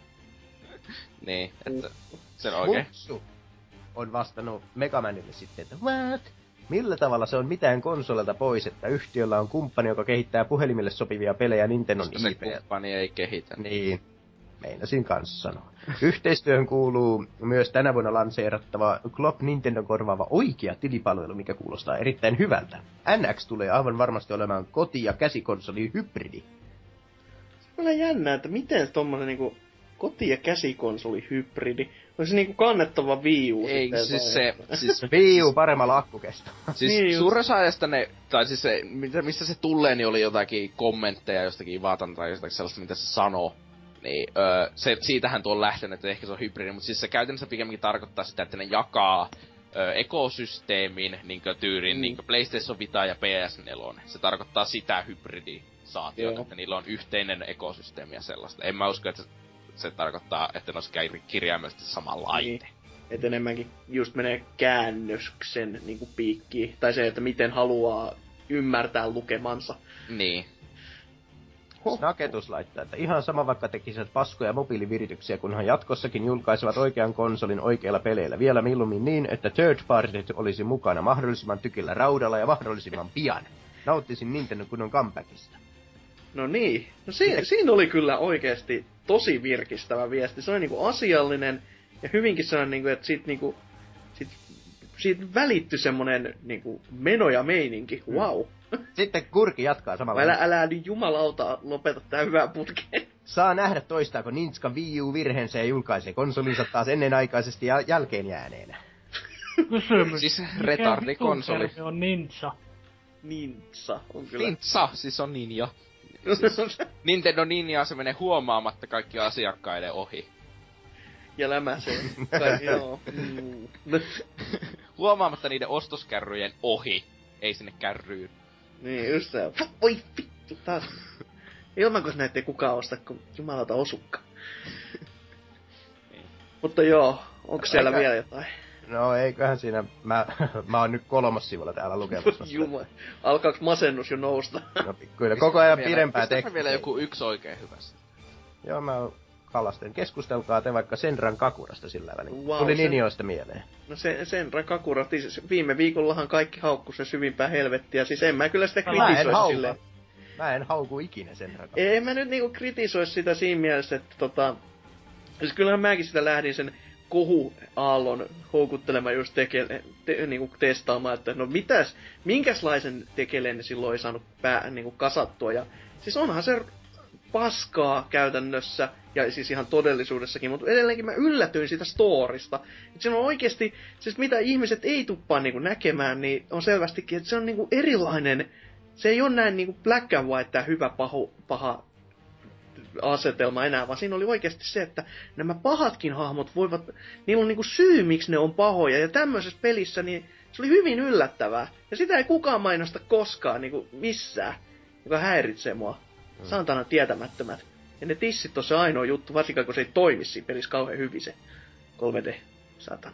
Niin, että se on oikein. Mutsu on vastannut Megamanille sitten, että what? Millä tavalla se on mitään konsolilta pois, että yhtiöllä on kumppani, joka kehittää puhelimille sopivia pelejä Nintendon IP:ltä? Se kumppani ei kehitä. Niin. Meinasin kanssa sanoa. Yhteistyöhön kuuluu myös tänä vuonna lanseerattava Club Nintendo korvaava oikea tilipalvelu, mikä kuulostaa erittäin hyvältä. NX tulee aivan varmasti olemaan koti- ja käsikonsoli hybridi. Se on jännää, että miten tommonen niinku koti- ja käsikonsoli hybridi. On se niinku kannettava Wii U. Ei, siis Wii U paremmalla akkukestolla. Siis niin suuressa ajasta ne, tai siis se, missä se tulee, niin oli jotakin kommentteja jostakin Iwatan tai jostakin sellaista, mitä se sanoo. Niin, siitähän tuo on lähtenyt, että ehkä se on hybridi, mutta siis se käytännössä pikemminkin tarkoittaa sitä, että ne jakaa ekosysteemin niinkö tyyrin niinkö PlayStation Vita ja PS4. Se tarkoittaa sitä hybridisaatiota, että niillä on yhteinen ekosysteemi ja sellaista. En mä usko, että se tarkoittaa, että ne olisi kirjaimellisesti sama laite. Niin. Että enemmänkin just menee käännöksen niinku piikkiin. Tai se, että miten haluaa ymmärtää lukemansa. Niin. Naketus laittaa, että ihan sama vaikka tekisivät paskoja mobiilivirityksiä, kunhan jatkossakin julkaisevat oikean konsolin oikeilla peleillä. Vielä mieluummin niin, että third partyt olisi mukana mahdollisimman tykillä raudalla ja mahdollisimman pian. Nauttisin Nintendo kunnon comebackista. No niin. No siinä oli kyllä oikeesti tosi virkistävä viesti. Se oli niinku asiallinen ja hyvinkin sellainen, niinku, että siitä välittyi semmonen niinku meno ja meininki. Wow. Sitten Kurki jatkaa samalla. Älä nyt jumalauta lopeta tää hyvää putkeen. Saa nähdä toistaako Ninska Wii U virheensä ja julkaisee konsolinsa taas ennenaikaisesti ja jälkeen jääneenä. Kysymys. Siis retardikonsoli. Mikä on Ninja? Ninja on kyllä. Ninja, siis on ninja. Siis Nintendo Ninja, se menee huomaamatta kaikki asiakkaiden ohi. Ja lämäsee. Joo. Huomaamatta niiden ostoskärryjen ohi. Ei sinne kärryyn. Niin, just se. Voi vittu taas. Ilman, näitä ei kukaan osta, kun jumalauta osukka. Niin. Mutta joo, onko siellä vielä jotain? No eiköhän siinä, mä oon nyt 3. sivulla täällä lukemassa. Jumala, alkaaks masennus jo nousta? No kyllä, koko ajan pidempää tekstiä. vielä joku yksi oikein hyvässä. Joo, mä kalasten. Keskustelkaa te vaikka Senran Kakurasta sillä välin. Wow, tuli Ninjoista mieleen. No Senran Kakura, viime viikollahan kaikki haukku sen syvimpää helvettiä. Siis en mä kyllä sitä kritisoi silleen. Mä en hauku ikinä Senran Kakura. En mä nyt niinku kritisoi sitä siinä mielessä, että siis kyllähän mäkin sitä lähdin sen kohuaallon houkuttelemaan just niinku testaamaan, että no minkäslaisen tekeleen ne silloin ei saanut niinku kasattua. Ja siis onhan se paskaa käytännössä, ja siis ihan todellisuudessakin, mutta edelleenkin mä yllätyin siitä storista. Että siinä on oikeesti, siis mitä ihmiset ei tuppaa niinku näkemään, niin on selvästikin, että se on niinku erilainen. Se ei ole näin niinku black and white tää hyvä paha asetelma enää, vaan siinä oli oikeasti se, että nämä pahatkin hahmot voivat, niillä on niinku syy, miksi ne on pahoja, ja tämmöisessä pelissä niin se oli hyvin yllättävää. Ja sitä ei kukaan mainosta koskaan niinku missään, joka häiritsee mua. Saatana tietämättömät. Ja ne tissit on se ainoa juttu, varsinkaan kun se ei toimi siinä pelissä kauhean hyvin se 3D. Saatana.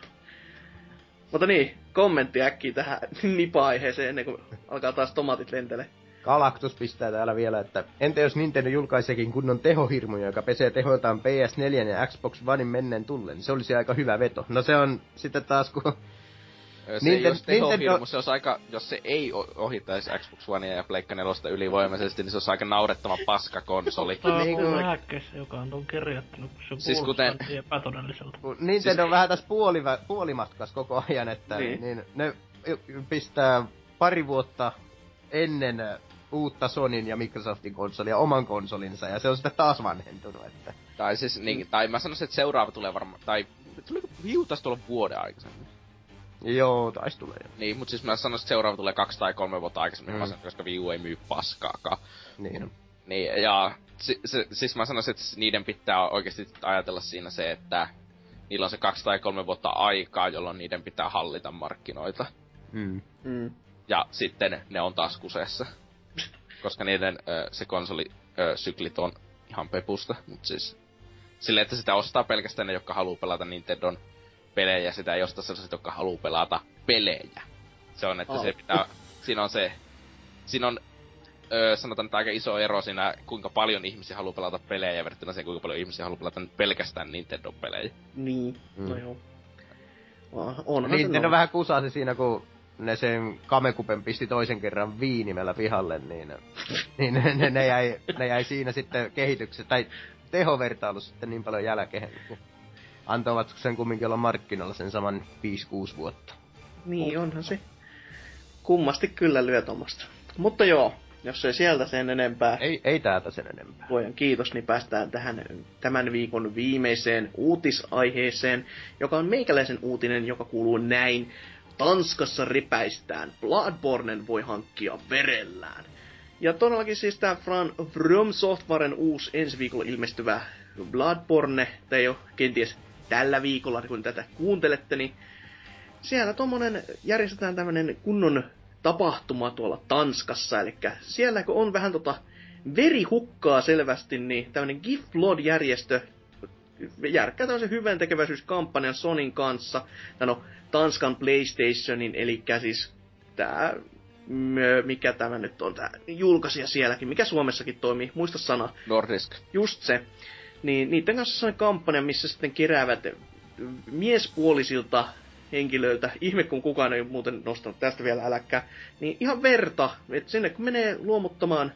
Mutta niin, kommentti äkkiä tähän nipa-aiheeseen ennen kuin alkaa taas tomatit lentelee. Galactus pistää täällä vielä, että entä jos Nintendo julkaiseekin kunnon tehohirmuja, joka pesee tehoiltaan PS4 ja Xbox Onein menneen tullen, niin se olisi aika hyvä veto. No se on sitten taas kun... Se ei olisi tehohirmu, se olisi aika, jos se ei ohittaisi Xbox Onea ja Pleikka 4 ylivoimaisesti, niin se olisi aika naurettava paskakonsoli. Tämä on lääkkeessä, joka on kirjoittanut, kun se siis kuulostaa epätodelliselta. Nintendo on vähän tässä puolimatkas koko ajan, että niin ne pistää pari vuotta ennen uutta Sonyn ja Microsoftin konsolia oman konsolinsa, ja se on sitten taas vanhentunut, että... Tai siis, tai mä sanoisin, että seuraava tulee varmaan, tai tuliko Wii taisi tulla vuoden aikaisemmin? Joo, taisi tulee jo. Niin, mut siis mä sanoisin, että seuraava tulee 2 tai 3 vuotta aikaisemmin, koska Wii U ei myy paskaakaan. Niin. Niin, ja siis mä sanoisin, että niiden pitää oikeesti ajatella siinä se, että niillä on se 2 tai 3 vuotta aikaa, jolloin niiden pitää hallita markkinoita. Ja sitten ne on taas kuseessa. Koska niiden se konsolisyklit on ihan pepusta, mut siis... Silleen, että sitä ostaa pelkästään ne, jotka haluu pelata Nintendon pelejä, sitä ei osta sellaiset, jotka haluu pelata pelejä. Se on, että se pitää... Siinä on sanotaan, että aika iso ero siinä, kuinka paljon ihmisiä haluu pelata pelejä verrattuna siihen, kuinka paljon ihmisiä haluu pelata pelkästään Nintendon pelejä. Niin, no joo. Onhan Nintendo vähän kusasi siinä, kun ne sen Kamekupen pisti toisen kerran Wii-nimellä pihalle, niin ne jäi siinä sitten kehityksessä, tai tehovertailussa sitten niin paljon jälkeen. Antoivat sen kumminkin olla markkinoilla sen saman 5-6 vuotta. Niin, onhan se. Kummasti kyllä lyö tommosta. Mutta joo, jos ei sieltä sen enempää. Ei täältä sen enempää. Luojan kiitos, niin päästään tähän tämän viikon viimeiseen uutisaiheeseen, joka on meikäläisen uutinen, joka kuuluu näin. Tanskassa ripäistään. Bloodbornen voi hankkia verellään. Ja todellakin siis tää From Softwaren uusi ensi viikolla ilmestyvä Bloodborne, tai jo kenties tällä viikolla, kun tätä kuuntelette, niin siellä järjestetään tämmönen kunnon tapahtuma tuolla Tanskassa, eli siellä kun on vähän verihukkaa selvästi, niin tämmönen GIF-LOD-järjestö järkkää tämmösen hyvän tekeväisyyskampanjan Sonin kanssa, Tanskan PlayStationin, eli siis tää, mikä tämä nyt on, tää julkaisija sielläkin, mikä Suomessakin toimii, muista sana. Nordisk. Just se. Niin niiden kanssa on kampanja, missä sitten keräävät miespuolisilta henkilöiltä, ihme kun kukaan ei muuten nostanut tästä vielä äläkkää, niin ihan verta, että sinne kun menee luomuttamaan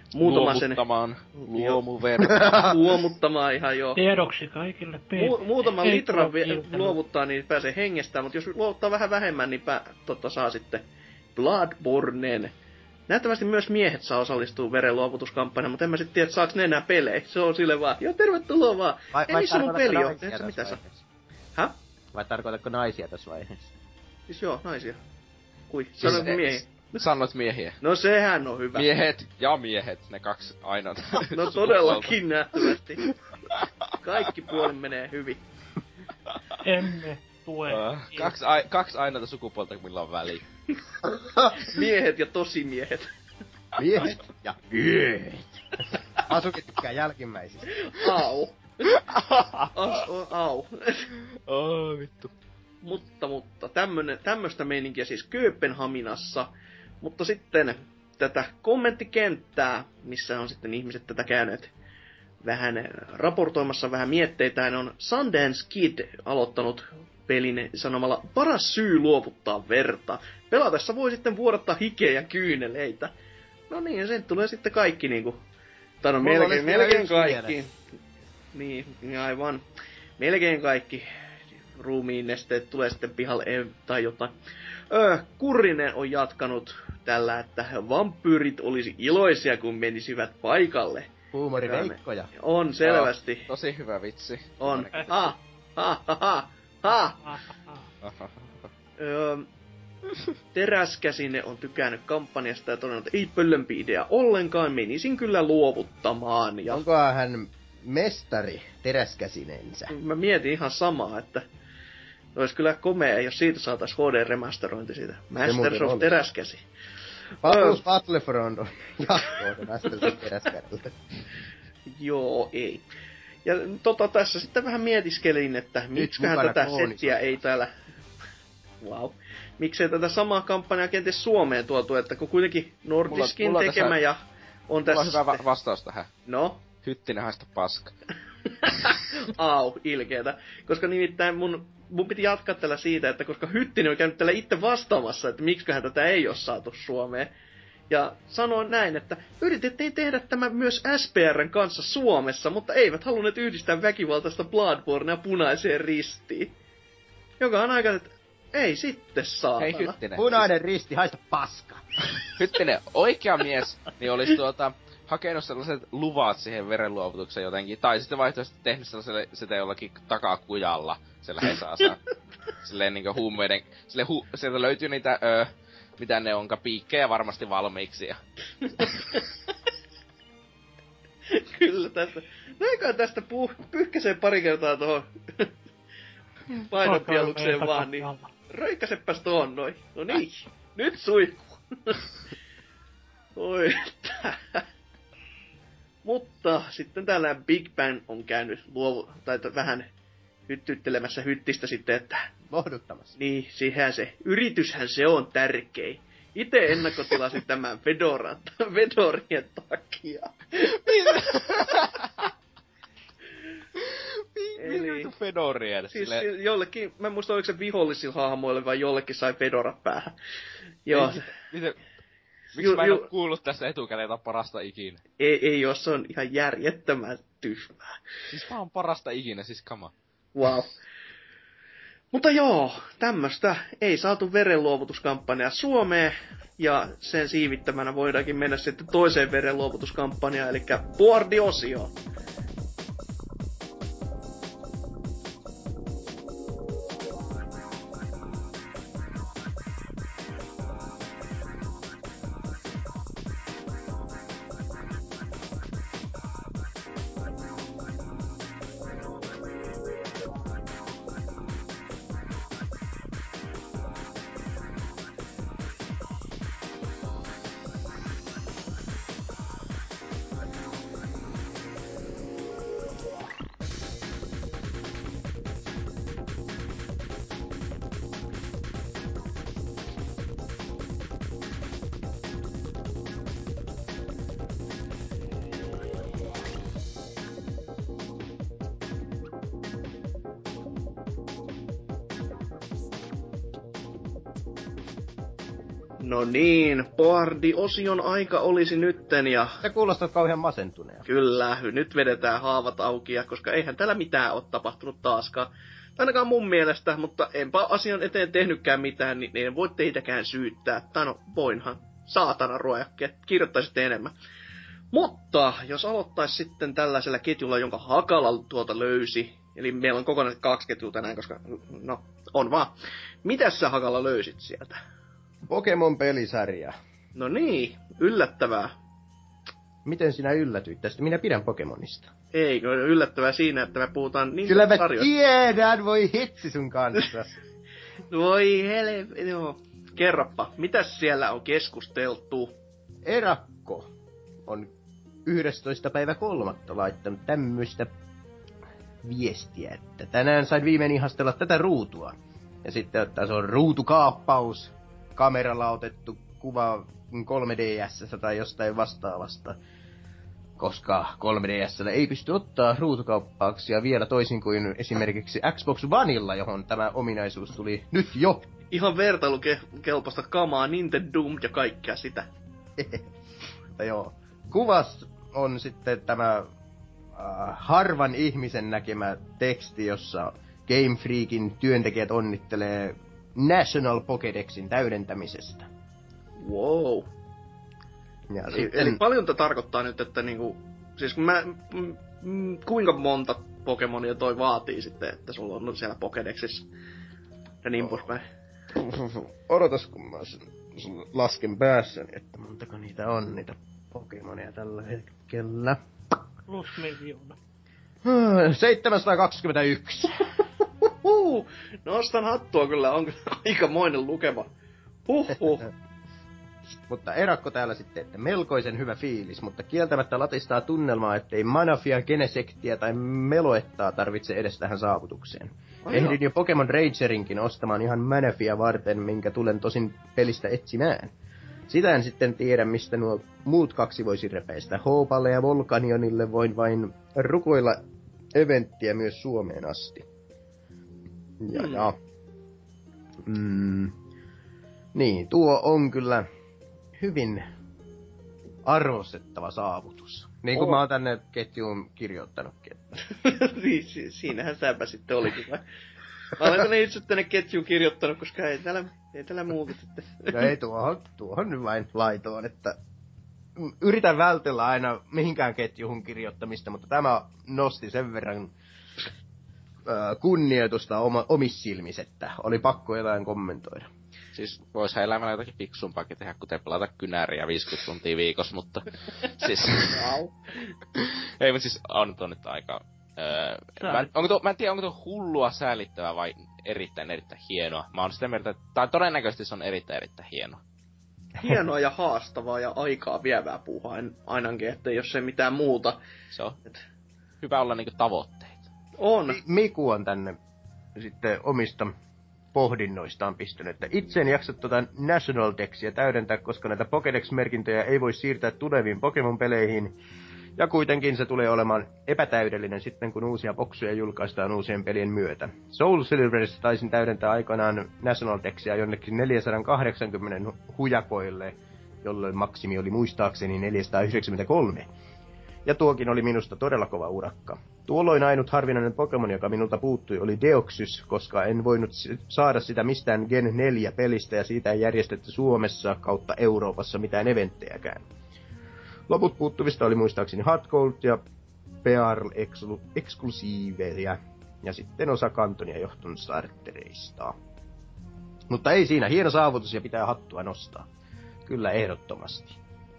luomuttamaan ihan joo. Tiedoksi kaikille. Muutaman litran luovuttaa, niin pääsee hengestään, mutta jos luovuttaa vähän vähemmän, niin saa sitten Bloodbornen. Näyttävästi myös miehet saa osallistua verenluovutuskampanjaan, mutta en mä sitten tiedä, että saaks ne enää pelejä. Se on silleen vaan, joo tervetuloa vaan. Ei missä mun peli on, mitä saa? Häh? Vai tarkoitatko naisia tässä vaiheessa? Siis joo, naisia. Kui? Sanoit miehiä? Sanoit miehiä. No sehän on hyvä. Miehet ja miehet, ne kaksi ainoa. No todellakin nähtävästi. Kaikki puolin menee hyvin. Emme tue. Kaksi ainoata sukupuolta, millä on väliä. Miehet ja tosimiehet. Miehet ja miehet. Asukin tykkää jälkimmäisistä. Au. Au. Vittu. Mutta tämmöstä meininkiä siis Kööpenhaminassa. Mutta sitten tätä kommenttikenttää, missä on sitten ihmiset tätä käyneet vähän raportoimassa vähän mietteitään, on Sundance Kid aloittanut pelin sanomalla paras syy luovuttaa verta. Pelatessa voi sitten vuodattaa hikeä ja kyyneleitä. No niin, sen tulee sitten kaikki niinku. Tai no melkein kaikki. Niin, aivan. Melkein kaikki ruumiin nesteet tulee sitten pihalle tai jotain. Kurrinen on jatkanut tällä, että vampyyrit olisi iloisia, kun menisivät paikalle. Huumoriveikkoja. On selvästi. Tosi hyvä vitsi. On. Teräskäsine on tykännyt kampanjasta ja todennut, että ei pöllömpi idea ollenkaan, menisin kyllä luovuttamaan. Ja... Onkohan hän mestari teräskäsinensä? Mä mietin ihan samaa, että olisi kyllä komea, jos siitä saatais HD-remasterointi siitä. Masters of Teräskäsi. Battlefront on jatkoa Master peräskädellä. Joo, ei. Ja tässä sitten vähän mietiskelin, että miksiköhän tätä settiä ei täällä... Wow. Miksei tätä samaa kampanjaa kenties Suomeen tuotu, että kun kuitenkin Nordiskin mulla tekemä tässä, ja on tässä... Mulla on hyvä vastaus tähän. No? Hyttinen haista paska. Au, ilkeetä. Koska nimittäin mun piti jatkaa tällä siitä, että koska Hyttinen on käynyt tällä itse vastaamassa, että miksiköhän tätä ei ole saatu Suomeen. Ja sanoin näin, että yritettiin tehdä tämä myös SPRn kanssa Suomessa, mutta eivät halunneet yhdistää väkivaltaista Bloodbornea Punaiseen Ristiin. Joka on aika, että ei sitten saatana. Hei Hyttinen. Punainen risti, haista paska. Hyttinen, oikea mies, niin olisi hakenut sellaiset luvat siihen verenluovutukseen jotenkin. Tai sitten vaihtoehtoisesti tehnyt sellaiselle sitä jollakin takakujalla siellä Hesassa. Silleen niinku huumeiden... sieltä löytyy niitä, mitä ne onka, piikkejä varmasti valmiiksi. Ja... Kyllä tästä. No eikä tästä pyyhkäsee pari kertaa tohon painopielukseen vaan, niin röikkäsepäs tohon noin. No niin, nyt suihku. Oi, mutta sitten täällä Big Bang on käynyt vähän hyttyttelemässä hyttistä sitten, että... Lohduttamassa. Niin, yrityshän se on tärkein. Itse ennakkotilasin tämän Fedorien takia. Eli... Fedorien? Siis jollekin, mä en muista oliko se vihollisilla hahmoille vai jollekin sai Fedorat päähän. Joo. Miksi mä en oo kuullut tässä etukäteen parasta ikinä? Ei jos se on ihan järjettömän tyhmää. Siis tää on parasta ikinä, siis kama. Wow. Mutta joo, tämmöstä ei saatu verenluovutuskampanjaa Suomeen, ja sen siivittämänä voidaankin mennä sitten toiseen verenluovutuskampanjaan, eli boardiosioon. No niin, boardi-osion aika olisi nytten ja... Sä kuulostat kauhean masentuneen. Kyllä, nyt vedetään haavat auki, koska eihän täällä mitään ole tapahtunut taaskaan. Ainakaan mun mielestä, mutta enpä asian eteen tehnytkään mitään, niin en voi teitäkään syyttää. Tai no, voinhan. Saatana ruojakki, kirjoittaisitte enemmän. Mutta, jos aloittais sitten tällaisella ketjulla, jonka Hakala tuolta löysi, eli meillä on kokonaan 2 ketjua tänään, koska, no, on vaan. Mitäs sä Hakala löysit sieltä? Pokemon-pelisarja. No niin, yllättävää. Miten sinä yllätyit tästä? Minä pidän Pokemonista. Eikö yllättävää siinä, että me puhutaan niin kyllä mä tiedän, voi hitsi sun kanssa. Voi joo. Kerropa, mitäs siellä on keskusteltu? Erakko on 11.3. laittanut tämmöistä viestiä, että tänään sain viimein ihastella tätä ruutua. Ja sitten ottaa se on ruutukaappaus, kameralla otettu kuva 3DS:ssä tai jostain vastaavasta. Koska 3DS:llä ei pysty ottaa ruutukauppauksia vielä toisin kuin esimerkiksi Xbox Oneilla, johon tämä ominaisuus tuli nyt jo. Ihan vertailukelpoista kamaa, Nintendom ja kaikkea sitä. Joo. Kuvas on sitten tämä harvan ihmisen näkemä teksti, jossa Game Freakin työntekijät onnittelee National Pokédexin täydentämisestä. Wow. Ja Eli paljon tarkoittaa nyt, että niinku... Siis kun kuinka monta Pokemonia toi vaatii sitten, että sulla on siellä Pokédexissa? Ja niin poispäin. Odotas, kun mä lasken päässäni, että montako niitä on, niitä Pokemonia tällä hetkellä. Plus miljoona. 721. Nostan hattua kyllä, on aikamoinen lukema. Huhhuh. Mutta erakko täällä sitten, että melkoisen hyvä fiilis, mutta kieltämättä latistaa tunnelmaa, ettei Manafia, Genesektiä tai Meloettaa tarvitse edes tähän saavutukseen. Ehdin jo Pokemon Rangerinkin ostamaan ihan Manafia varten, minkä tulen tosin pelistä etsimään. Sitä en sitten tiedä, mistä nuo muut kaksi voisi repeistä. Hoopalle ja Volcanionille voin vain rukoilla eventtiä myös Suomeen asti. Niin, tuo on kyllä hyvin arvostettava saavutus. Niin kuin mä oon tänne ketjuun kirjoittanutkin. Siinähän säpä sitten olikin. Mä olen tänne itse tänne ketjuun kirjoittanut, koska ei täällä muuta sitten. No ei, tuohon nyt vain laitoon, että yritän vältellä aina mihinkään ketjuun kirjoittamista, mutta tämä nosti sen verran kunnioitusta omissa silmissä, että oli pakko jotain kommentoida. Siis voisihan elämällä jotakin fiksumpaakin tehdä, kuten pelata kynääriä 50 tuntia viikossa, mutta siis... Ei, mutta siis on tuo nyt aika... mä en tiedä, onko tuo hullua säälittävää vai erittäin hienoa. Mä oon sitä mieltä, että todennäköisesti se on erittäin hienoa. Hienoa ja haastavaa ja aikaa vievää puuhaa ainakin, että jos ei mitään muuta. Se on hyvä olla niinku tavoitteita. On. Miku on tänne sitten omista pohdinnoistaan pistänyt, että itse en jaksa National Dexia täydentää, koska näitä Pokédex-merkintöjä ei voi siirtää tuleviin Pokemon-peleihin, ja kuitenkin se tulee olemaan epätäydellinen sitten, kun uusia boksuja julkaistaan uusien pelien myötä. Soul Silverissa taisin täydentää aikanaan National Dexia jonnekin 480 hujakoille, jolloin maksimi oli muistaakseni 493. Ja tuokin oli minusta todella kova urakka. Tuolloin ainut harvinainen Pokemon, joka minulta puuttui, oli Deoxys, koska en voinut saada sitä mistään Gen 4 pelistä ja siitä ei järjestetty Suomessa kautta Euroopassa mitään eventtejäkään. Loput puuttuvista oli muistaakseni Hard Gold ja Pearl Exclusiveja ja sitten osa kantonia johtunut startereista. Mutta ei siinä, hieno saavutus ja pitää hattua nostaa. Kyllä ehdottomasti.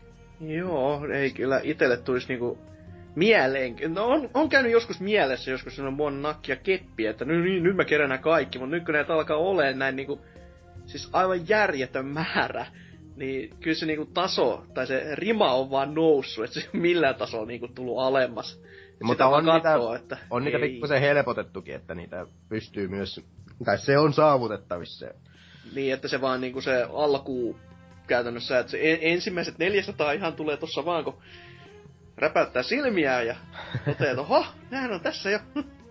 Joo, ei kyllä itelle tulisi niinku mieleen. No on käynyt joskus mielessä, joskus on vuonna nakkia keppiä, että nyt mä kerään kaikki, mutta nyt kun näitä alkaa olemaan näin niinku, siis aivan järjetön määrä, niin kyllä se niinku taso, tai se rima on vaan noussut, että se ei millään tasolla niinku tullut alemmas. Mutta on niitä pikkusen helpotettukin, että niitä pystyy myös, tai se on saavutettavissa. Niin, että se vaan niinku se alkuu käytännössä, että se ensimmäiset 400 ihan tulee tossa vaan, kun räpäyttää silmiään ja toteaa, että oho, nämähän on tässä jo.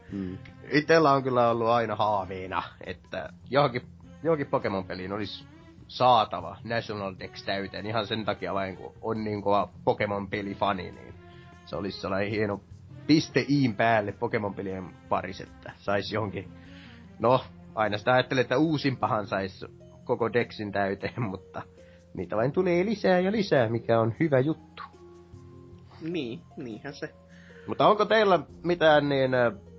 Itellä on kyllä ollut aina haaveena, että johonkin Pokemon-peliin olisi saatava National Dex täyteen ihan sen takia vain, kun on niin kova Pokemon-pelifani, niin se olisi sellainen hieno piste iin päälle Pokemon-pelien paris, että saisi johonkin, no aina sitä ajattelee, että uusimpahan saisi koko Dexin täyteen, mutta niitä vain tulee lisää ja lisää, mikä on hyvä juttu. Niin, niinhän se. Mutta onko teillä mitään niin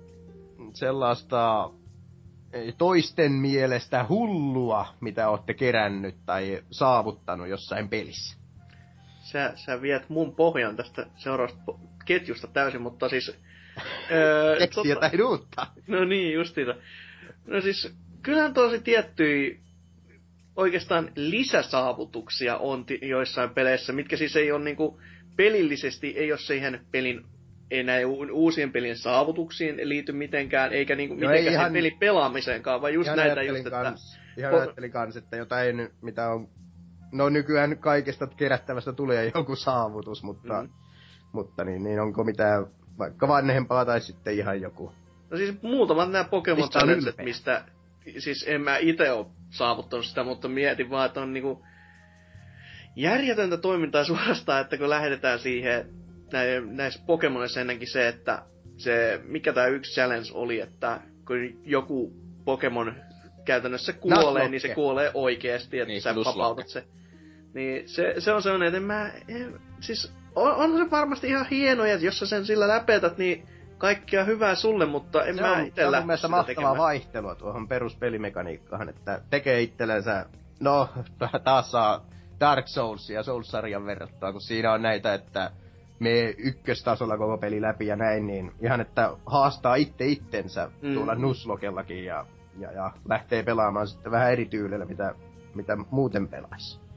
sellaista toisten mielestä hullua, mitä olette kerännyt tai saavuttanut jossain pelissä? Sä viet mun pohjan tästä seuraavasta ketjusta täysin, mutta siis... Keksi jotain uutta. No niin, justiinsa. No siis, kyllähän tosi tiettyjä oikeastaan lisäsaavutuksia on joissain peleissä, mitkä siis ei ole niinku pelillisesti, ei ole siihen pelin, ei näin uusien pelien saavutuksiin liity mitenkään, eikä niinku mitenkään sen pelin pelaamiseenkaan, vaan just näitä just, että... Ihan ajattelin kans, että jotain, mitä on... No nykyään kaikesta kerättävästä tulee joku saavutus, mutta niin onko mitään vaikka vanhempaa tai sitten ihan joku... No siis muutamat nämä Pokemon Challenget, mistä... Siis en mä ite oo saavuttanut sitä, mutta mietin vaan, että on niinku järjetöntä toimintaa suorastaan, että kun lähdetään siihen näissä Pokemonissa ennenkin se, että se, mikä tää yksi challenge oli, että kun joku Pokemon käytännössä kuolee, niin se kuolee oikeesti, että niin, sä vapautat se. Niin se on sellainen, että siis on se varmasti ihan hienoja, että jos sä sen sillä läpetät, niin kaikkea hyvää sulle, mutta en mä itellä. Se on mun mielestä mahtavaa vaihtelua tuohon peruspelimekaniikkaan, että tekee itsellensä, no taas saa Dark Souls ja Souls-sarjan verrattua, kun siinä on näitä, että me ykköstasolla koko peli läpi ja näin, niin ihan että haastaa itsensä tuolla Nuzlokellakin ja lähtee pelaamaan sitten vähän eri tyylillä, mitä muuten pelaisi.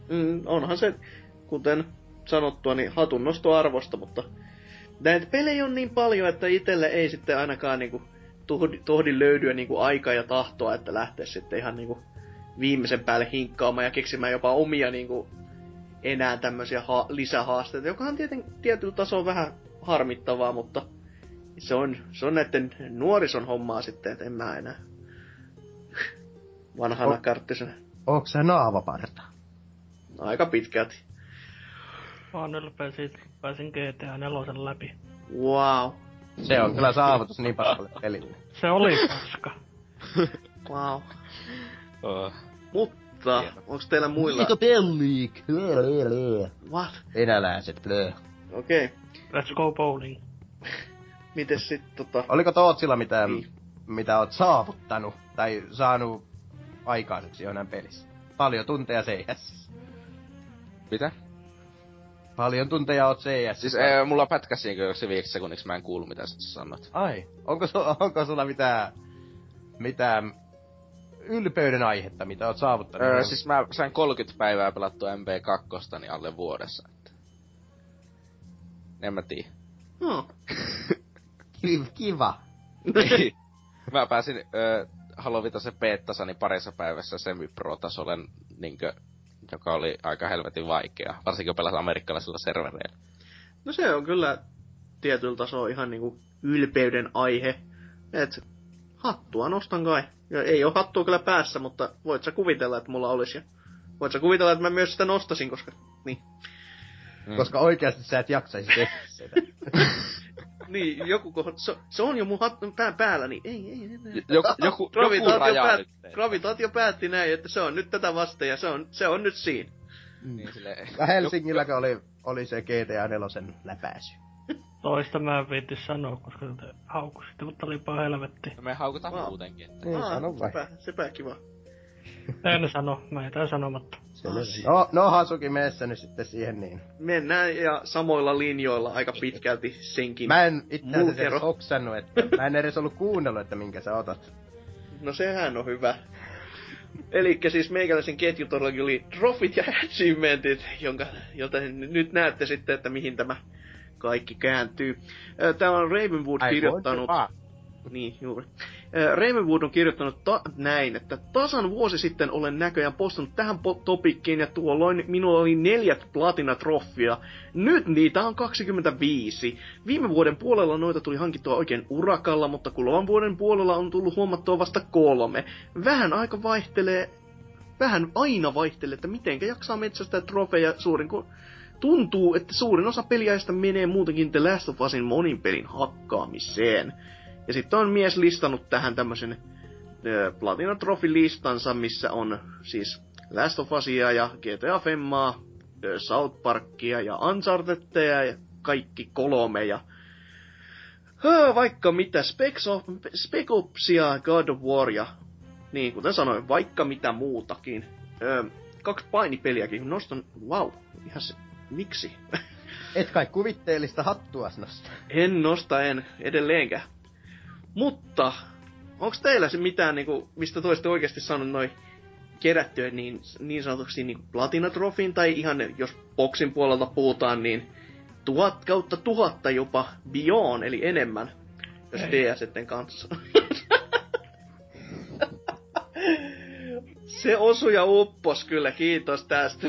Onhan se, kuten sanottua, niin hatunnostoarvosta, mutta näitä pelejä on niin paljon, että itselle ei sitten ainakaan niinku tohdi löydyä niinku aikaa ja tahtoa, että lähtee sitten ihan niinku viimeisen päälle hinkkaamaan ja keksimään jopa omia niinku enää tämmöisiä lisähaasteita, joka on tietyllä tasolla vähän harmittavaa, mutta se on näitten nuorison hommaa sitten, että en mä enää vanhana karttisena. Onko sä naavaparta? Aika pitkälti. Mä oon ylpeä siitä, kun pääsin GTA 4 läpi. Wow. Se on kyllä saavutus niin paskalle pelille. Se oli paska. Wow. Mutta, onks teillä muilla... Mikä pelliik? What? Venäläiset, blö. Okei. Let's go bowling. Mites sit Oliko Tootsilla mitään, mitä oot saavuttanut tai saanut aikaiseksi jonain pelissä? Paljon tunteja CS. Mitä? Paljon tunteja oot CS. Siis mulla pätkäsi niinkö se 5 sekunniksi, mä en kuulu mitä sä sanot. Ai, onko sulla mitään ylpeyden aihetta, mitä oot saavuttanut? Siis mä sain 30 päivää pelattua MB2 niin alle vuodessa. Että... En mä tiedä. No. Kiva. Mä pääsin Halo Vitosen beettasani parissa päivässä semi-pro-tasolle, niinkö, joka oli aika helvetin vaikea. Varsinkin pelasi amerikkalaisilla servereillä. No se on kyllä tietyllä tasolla ihan niinku ylpeyden aihe. Et hattua nostan kai. Ja ei oo hattua kyllä päässä, mutta voit sä kuvitella, että mulla olisi. Ja voit sä kuvitella, että mä myös sitä nostasin, koska... Niin. Koska oikeasti sä et jaksaisi tehdä sitä. Niin, joku se on jo mun pään päällä, niin ei. Joku raja nyt. Gravitaatio päätti näin, että se on nyt tätä vasten ja se on nyt siinä. Niin silleen... Helsingilläkö oli se GTA 4 läpäisy? Toista mä en viitti sanoa, koska te haukusitte, mutta olipa helvetti. No me haukutaan muutenkin. Että... Sepä kiva. En sano, mä jätän sanomatta. No Hasuki, meessä nyt sitten siihen niin. Mennään ja samoilla linjoilla aika pitkälti senkin. Mä en itse asiassa edes oksannut, että mä en edes ollut kuunnellut, että minkä sä otat. No sehän on hyvä. Elikkä siis meikäläisen ketju todellakin oli Trophyt ja Achievementit, jota nyt näette sitten, että mihin tämä kaikki kääntyy. Täällä on Ravenwood kirjoittanut... Niin, juuri. Ravenwood on kirjoittanut näin, että tasan vuosi sitten olen näköjään postannut tähän topikkiin ja tuolloin minulla oli 4 platinatroffia. Nyt niitä on 25. Viime vuoden puolella noita tuli hankittua oikein urakalla, mutta kuluvan vuoden puolella on tullut huomattua vasta 3. Vähän aina vaihtelee, että mitenkä jaksaa metsästää trofeja tuntuu, että suurin osa peliäistä menee muutenkin The Last of Usin monin pelin hakkaamiseen. Ja sitten on mies listannut tähän tämmösen Platina Trophy-listansa, missä on siis Last of Usia ja GTA Femmaa, South Parkia ja Unchartedia ja kaikki 3 ja vaikka mitä Spec Opsia, God of War ja niin kuten sanoin, vaikka mitä muutakin. 2 painipeliäkin nostan, ihan se, miksi? Et kai kuvitteellista hattua nosta. En nosta, en edelleenkään. Mutta, onks teillä se mitään, niinku, mistä toiste oikeasti saanut noin kerättyä niin sanotuksi niinku Platinatrofin, tai ihan jos boksin puolelta puhutaan, niin 1000 jopa beyond, eli enemmän, jos DS:n kanssa. Se osui ja uppos kyllä, kiitos tästä.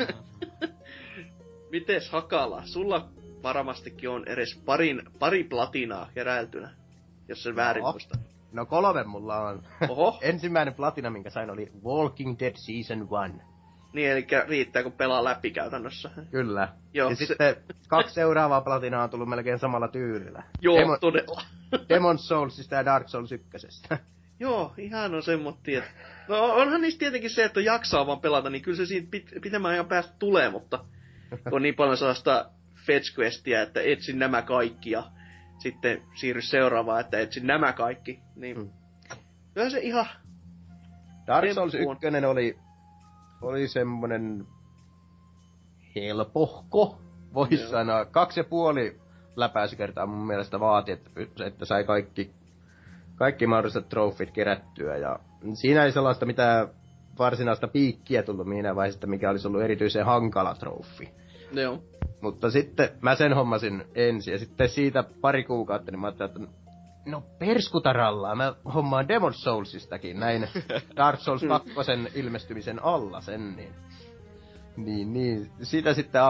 Mites Hakala, sulla varmastikin on edes pari platinaa keräiltynä. Jos sen väärin muista. No 3 mulla on. Oho. Ensimmäinen platina, minkä sain, oli Walking Dead Season 1. Niin, eli riittää, kun pelaa läpi käytännössä. Kyllä. Joo, ja sitten 2 seuraavaa platinaa on tullut melkein samalla tyylillä. Joo, todella. Demon's Soulsista ja Dark Souls 1. Joo, ihan on semmoittia, että... No onhan niistä tietenkin se, että jaksaa vaan pelata, niin kyllä se siitä pitemmän ajan päästä tulee, mutta... on niin paljon sellaista fetch questia, että etsin nämä kaikki ja... Sitten siirry seuraavaan, että etsin nämä kaikki. Niin. Kyllä se ihan... Dark Souls 1 oli semmonen... helpohko, vois sanoa. 2,5 läpäisykertaa mun mielestä vaati, että sai kaikki mahdolliset trofit kerättyä. Ja siinä ei sellaista mitään varsinaista piikkiä tullut minä vaiheessa, mikä olisi ollut erityisen hankala trofi. Joo. Mutta sitten mä sen hommasin ensin, ja sitten siitä pari kuukautta, niin mä ajattelin, että no perskutarallaa, mä hommaan Demon Soulsistakin, näin Dark Souls 2 ilmestymisen alla sen, niin sitä sitten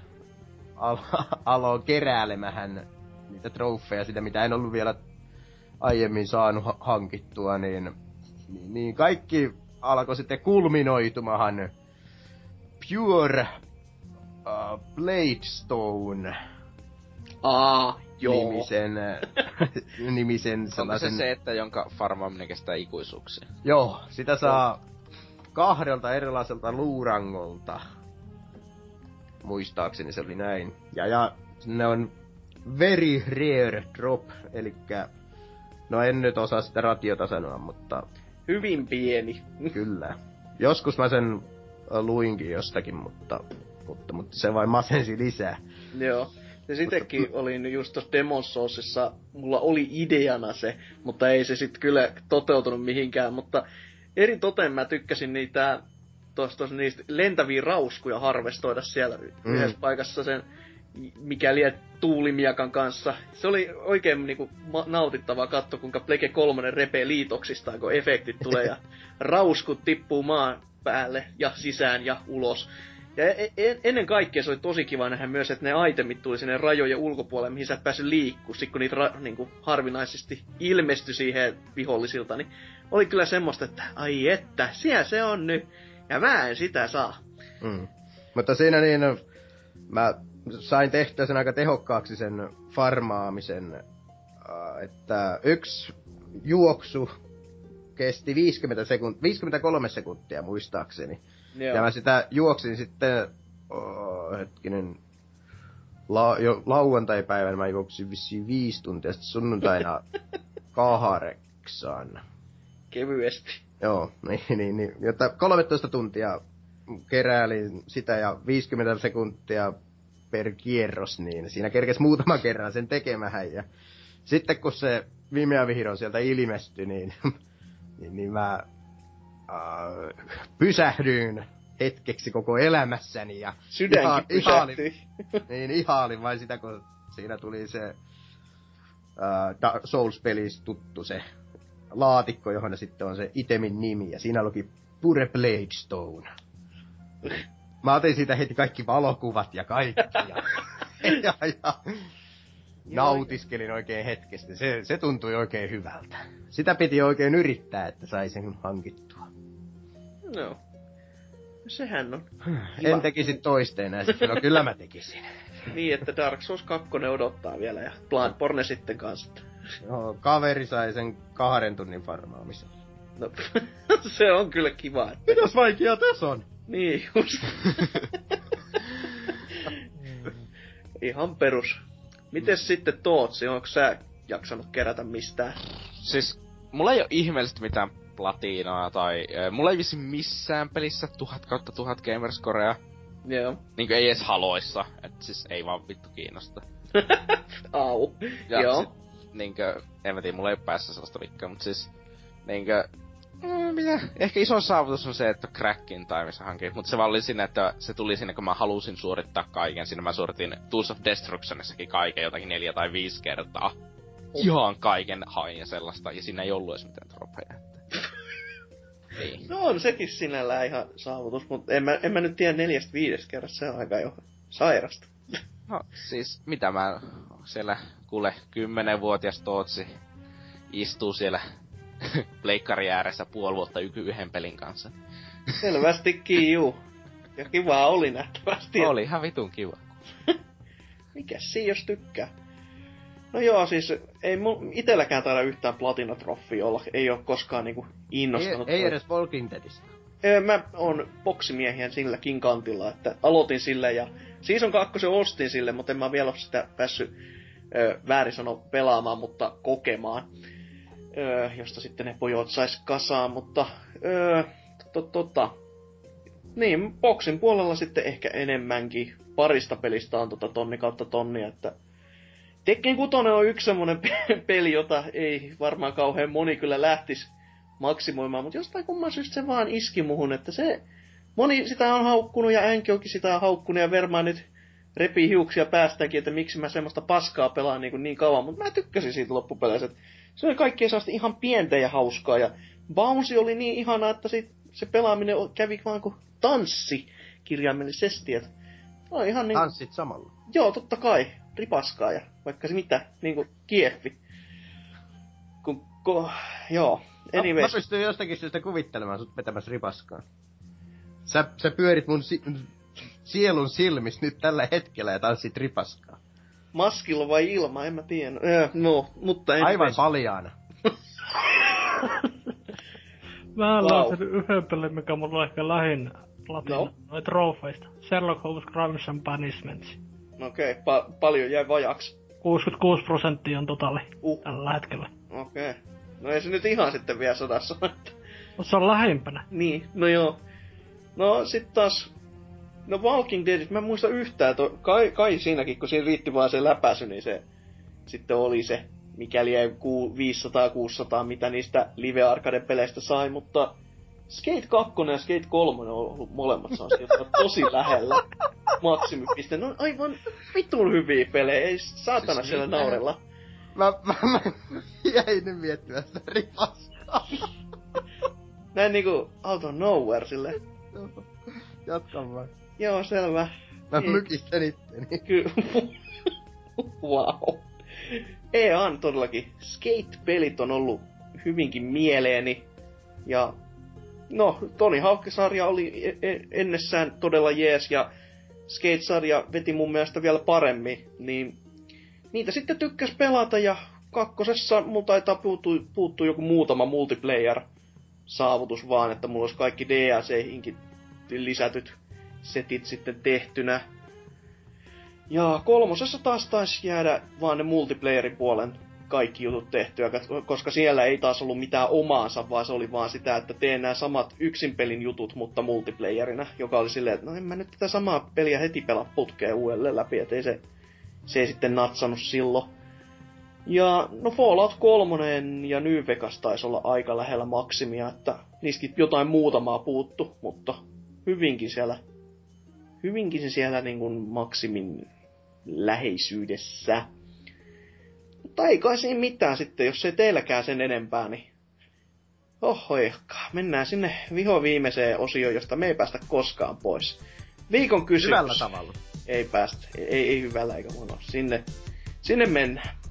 aloin keräälemähän niitä trofeja, sitä mitä en ollut vielä aiemmin saanut hankittua, niin kaikki alkoi sitten kulminoitumahan Pure Bladestone joo. nimisen sellaisen... Onko se, että jonka farmaaminen kestää ikuisuuksia? Joo, sitä saa 2 erilaiselta luurangolta. Muistaakseni se oli näin. Ja ne on very rare drop, elikkä... No en nyt osaa sitä ratiota sanoa, mutta... Hyvin pieni. Kyllä. Joskus mä sen luinkin jostakin, mutta se vain masensi lisää. Joo. Ja sittenkin olin just tossa Demon Soulsissa, mulla oli ideana se, mutta ei se sit kyllä toteutunut mihinkään, mutta eri toten mä tykkäsin niistä lentäviä rauskuja harvestoida siellä yhdessä paikassa sen, mikäli tuulimiakan kanssa. Se oli oikein niinku nautittavaa katsoa, kuinka Plege 3 repee liitoksistaan, kun efektit tulee ja rauskut tippuu maan päälle ja sisään ja ulos. Ja ennen kaikkea se oli tosi kiva nähdä myös, että ne itemit tuli sinne rajojen ulkopuolelle, mihin sä et päässyt liikkuu. Sitten kun niitä niinku harvinaisesti ilmestyi siihen vihollisilta, niin oli kyllä semmoista, että ai että, siellä se on nyt. Ja mä en sitä saa. Mutta siinä niin, mä sain tehtyä sen aika tehokkaaksi sen farmaamisen, että yksi juoksu kesti 53 sekuntia muistaakseni. Joo. Ja mä sitä juoksin sitten, jo lauantai-päivänä mä juoksin vissiin 5 tuntia, sitten sunnuntaina 8. Kevyesti. Joo, niin, jotta 13 tuntia keräilin sitä ja 50 sekuntia per kierros, niin siinä kerkesi muutaman kerran sen tekemähän. Ja sitten kun se viimeä vihdoin sieltä ilmestyi, niin mä pysähdyin hetkeksi koko elämässäni ja sydänkin pysähtyi. Ihailin vain sitä, kun siinä tuli se Souls-pelissä tuttu se laatikko, johon sitten on se itemin nimi, ja siinä luki Pure Bladestone. Mä otin siitä heti kaikki valokuvat ja kaikki, ja nautiskelin oikein hetkestä. Se tuntui oikein hyvältä. Sitä piti oikein yrittää, että sai sen hankittua. No. Sehän on kiva. En tekisi toisteen näistä, no kyllä mä tekisin. Niin, että Dark Souls 2 odottaa vielä, ja Bloodborne sitten kanssa. Joo, kaveri sai sen 2 tunnin farmaamisen. No, se on kyllä kiva. Että... Mitäs vaikeaa tässä on? Niin, just. Ihan perus. Mites sitten Tootsi, onko sä jaksanut kerätä mistään? Siis, mulla ei oo ihmeellisesti mitään platinaa tai... mulla ei vissi missään pelissä 1000/1000 gamerscorea. Joo. Niinkö ei edes Haloissa, et siis ei vaan vittu kiinnosta. Au. Ja joo. Sit, niinkö, en mä tiedä, mulla ei oo päässä sellaista vikkaa, mut siis... Niinkö... mitä? Ehkä iso saavutus on se, että Crackin Timeissa hankin, mutta se vaan oli siinä, että se tuli sinne, kun mä halusin suorittaa kaiken. Siinä mä suoritin Tools of Destructionissakin kaiken jotakin 4 tai 5 kertaa. Ihan kaiken hain ja sellaista, ja siinä ei ollut edes mitään tropeja. Ei. No on sekin sinällään ihan saavutus, mutta en mä nyt tiedä 4-5 kerrasta, se on aika jo sairasta. No siis, mitä mä siellä, kuule, 10-vuotias Tootsi istuu siellä pleikkari ääressä puoli vuotta yhden pelin kanssa. Selvästikin juu. Ja kivaa oli nähtävästi. Oli ihan vitun kiva. Mikäs siinä jos tykkää? No joo, siis ei itelläkään taida yhtään platinatroffia olla. Ei oo koskaan niinku innostanut. Ei edes Walking Deadistä. Mä oon boksimiehiä silläkin kantilla, että aloitin sille ja Season 2 ostin sille, mutta en mä vielä oo sitä päässyt väärin sano pelaamaan, mutta kokemaan. Josta sitten ne pojot sais kasaan, mutta niin, boksin puolella sitten ehkä enemmänkin. Parista pelistä on tonni, että Tekken 6 on yksi semmonen peli, jota ei varmaan kauhean moni kyllä lähtis maksimoimaan, mutta jostain kumman syystä se vaan iski muhun, että se... Moni sitä on haukkunut ja Änkiokin sitä on haukkunut ja Verma nyt repii hiuksia päästäänkin, että miksi mä semmoista paskaa pelaan niin kauan, mutta mä tykkäsin siitä loppupeleissä, että se oli kaikkea sellaista ihan pientä ja hauskaa ja Bouncy oli niin ihanaa, että se pelaaminen kävi vaan kuin tanssi kirjaimellisesti, että oli ihan niin... Tanssit samalla? Joo, totta kai, ripaskaa ja vaikka se mitä, niinku kieffi. Joo, anyway. Mä pystyn jostakin syystä kuvittelemaan sut vetämässä ripaskaa. Sä pyörit mun sielun silmis nyt tällä hetkellä ja tanssit ripaskaa. Maskilla vai ilma, en mä tiedä. No, mutta en... Aivan paljaana. Mä löysin yhden pelin, mikä mulla on ehkä lähin latina. Noit trofeista. Sherlock Holmes Crimes and Punishments. Okei, paljon jäi vajaaksi. 66% on totaali tällä hetkellä. Okei. No ei se nyt ihan sitten vielä 100. Se on lähimpänä. Niin, no joo. No sit taas... No Walking Dead, mä en muista yhtään, kai siinäkin, kun siinä riitti vaan se läpäsy, niin se sitten oli se, mikäli ei 500-600, mitä niistä Live Arcade-peleistä sai, mutta Skate 2 ja Skate 3 on ollut molemmat tosi lähellä maksimipiste. No aivan vitun hyviä pelejä, ei saatana siis siellä naurella. Mä jäin nyt miettimään sitä ripaskaa. Näin niinku out of nowhere silleen. Jatka vaan. Joo, selvä. Mä mykistän itteni. Kyllä. Wow. EA:n todellakin skate-pelit on ollut hyvinkin mieleeni. Ja no, Tony Hawk-sarja oli ennessään todella jees ja Skate-sarja veti mun mielestä vielä paremmin. Niin niitä sitten tykkäs pelata ja kakkosessa mulla taitaa puuttua joku muutama multiplayer-saavutus vaan, että mulla olisi kaikki DLC-hinkin lisätyt setit sitten tehtynä. Ja kolmosessa taas taisi jäädä vaan ne multiplayerin puolen kaikki jutut tehtyä, koska siellä ei taas ollut mitään omaansa, vaan se oli vaan sitä, että teen nämä samat yksinpelin jutut, mutta multiplayerina, joka oli silleen, että no en mä nyt tätä samaa peliä heti pelaa putkeen uudelleen läpi, et ei se ei sitten natsannut silloin. Ja no Fallout 3 ja New Vegas taisi olla aika lähellä maksimia, että niistäkin jotain muutamaa puuttu, mutta hyvinkin se siellä niin kuin maksimin läheisyydessä. Mutta ei kai siinä mitään sitten, jos ei teilläkään sen enempää, niin mennään sinne vihoviimeiseen osioon, josta me ei päästä koskaan pois. Viikon kysymys. Hyvällä tavalla. Ei päästä, ei hyvällä eikä huono. Sinne mennään.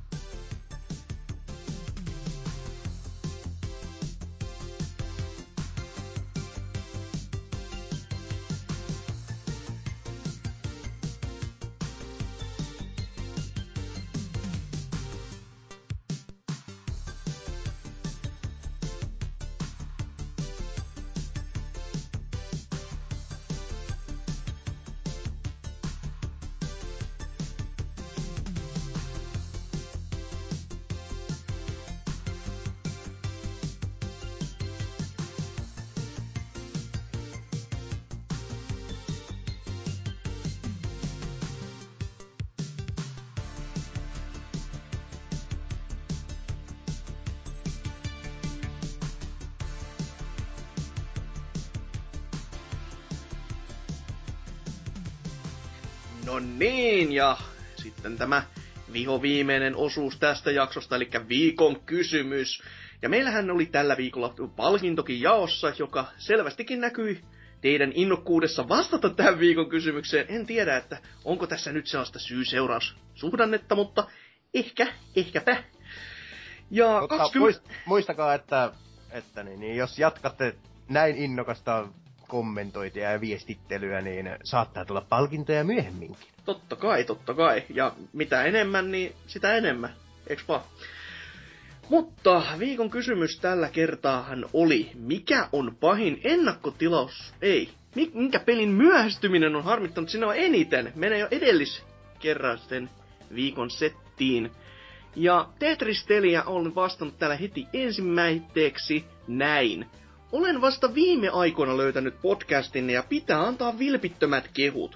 No niin, ja sitten tämä vihoviimeinen osuus tästä jaksosta, eli viikon kysymys. Ja meillähän oli tällä viikolla palkintokin jaossa, joka selvästikin näkyi teidän innokkuudessa vastata tähän viikon kysymykseen. En tiedä, että onko tässä nyt sellaista syy-seuraus-suhdannetta, mutta ehkäpä. Ja muistakaa, että jos jatkatte näin innokasta kommentointia ja viestittelyä, niin saattaa tulla palkintoja myöhemminkin. Totta kai. Ja mitä enemmän, niin sitä enemmän. Eiks vaan? Mutta viikon kysymys tällä kertaahan oli, mikä on pahin ennakkotilaus? Minkä pelin myöhästyminen on harmittanut sinua eniten? Menee jo edelliskerraisten viikon settiin. Ja Tetris-Telia on vastannut täällä heti ensimmäiseksi näin. Olen vasta viime aikoina löytänyt podcastin ja pitää antaa vilpittömät kehut.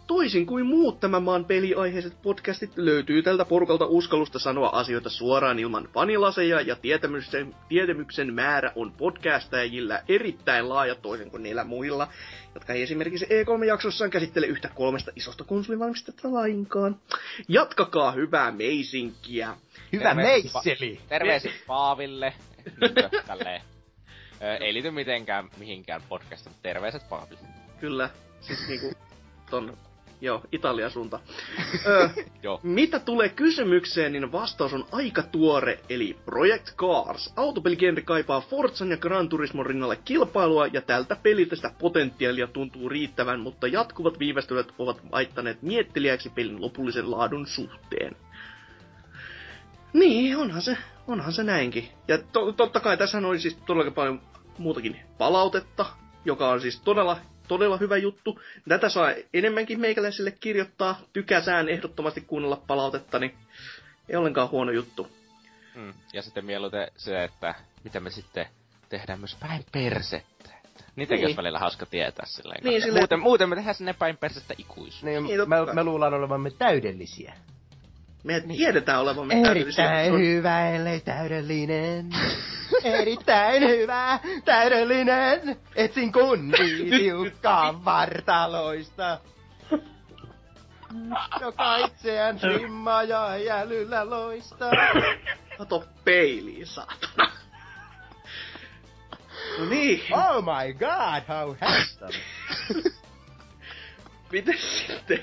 Toisin kuin muut tämän maan peliaiheiset podcastit, löytyy tältä porukalta uskallusta sanoa asioita suoraan ilman fanilaseja, ja tietämyksen määrä on podcastajilla erittäin laaja toisin kuin niillä muilla, jotka ei esimerkiksi E3-jaksossaan käsittele yhtä 3 isosta konsolivalmistetta lainkaan. Jatkakaa hyvää meisinkiä. Hyvä meisseli! Terveiset Paaville. Tälleen. Ei liity mitenkään mihinkään podcastiin, terveiset Paaville. Kyllä, siis niinku ton, Italian suunta. Mitä tulee kysymykseen, niin vastaus on aika tuore, eli Project Cars. Autopeligenre kaipaa Forzan ja Gran Turismon rinnalle kilpailua, ja tältä peliltä sitä potentiaalia tuntuu riittävän, mutta jatkuvat viivästelyt ovat laittaneet miettelijäksi pelin lopullisen laadun suhteen. Niin, onhan se näinkin. Ja totta kai tässä on siis todellakin paljon muutakin palautetta, joka on siis todella hyvä juttu. Tätä saa enemmänkin meikäläisille kirjoittaa. Tykäsään ehdottomasti kuunnella palautetta, niin ei ollenkaan huono juttu. Ja sitten mieluiten se, että mitä me sitten tehdään myös päin persettä. Niitäkin olisi välillä hauska tietää silleen. Niin, muuten me tehdään sinne päin persettä ikuisuus. Niin, me luullaan olevamme täydellisiä. Me tiedetään olevamme täydellisiä. Erittäin hyvä, ellei täydellinen. Erittäin hyvä, täydellinen. Etsin kundi tiukkaan vartaloista. Joka itseään trimmaa ja älyllä loistaa. Kato peiliin, saatana. No niin. Oh my god, how handsome. Mites sitten?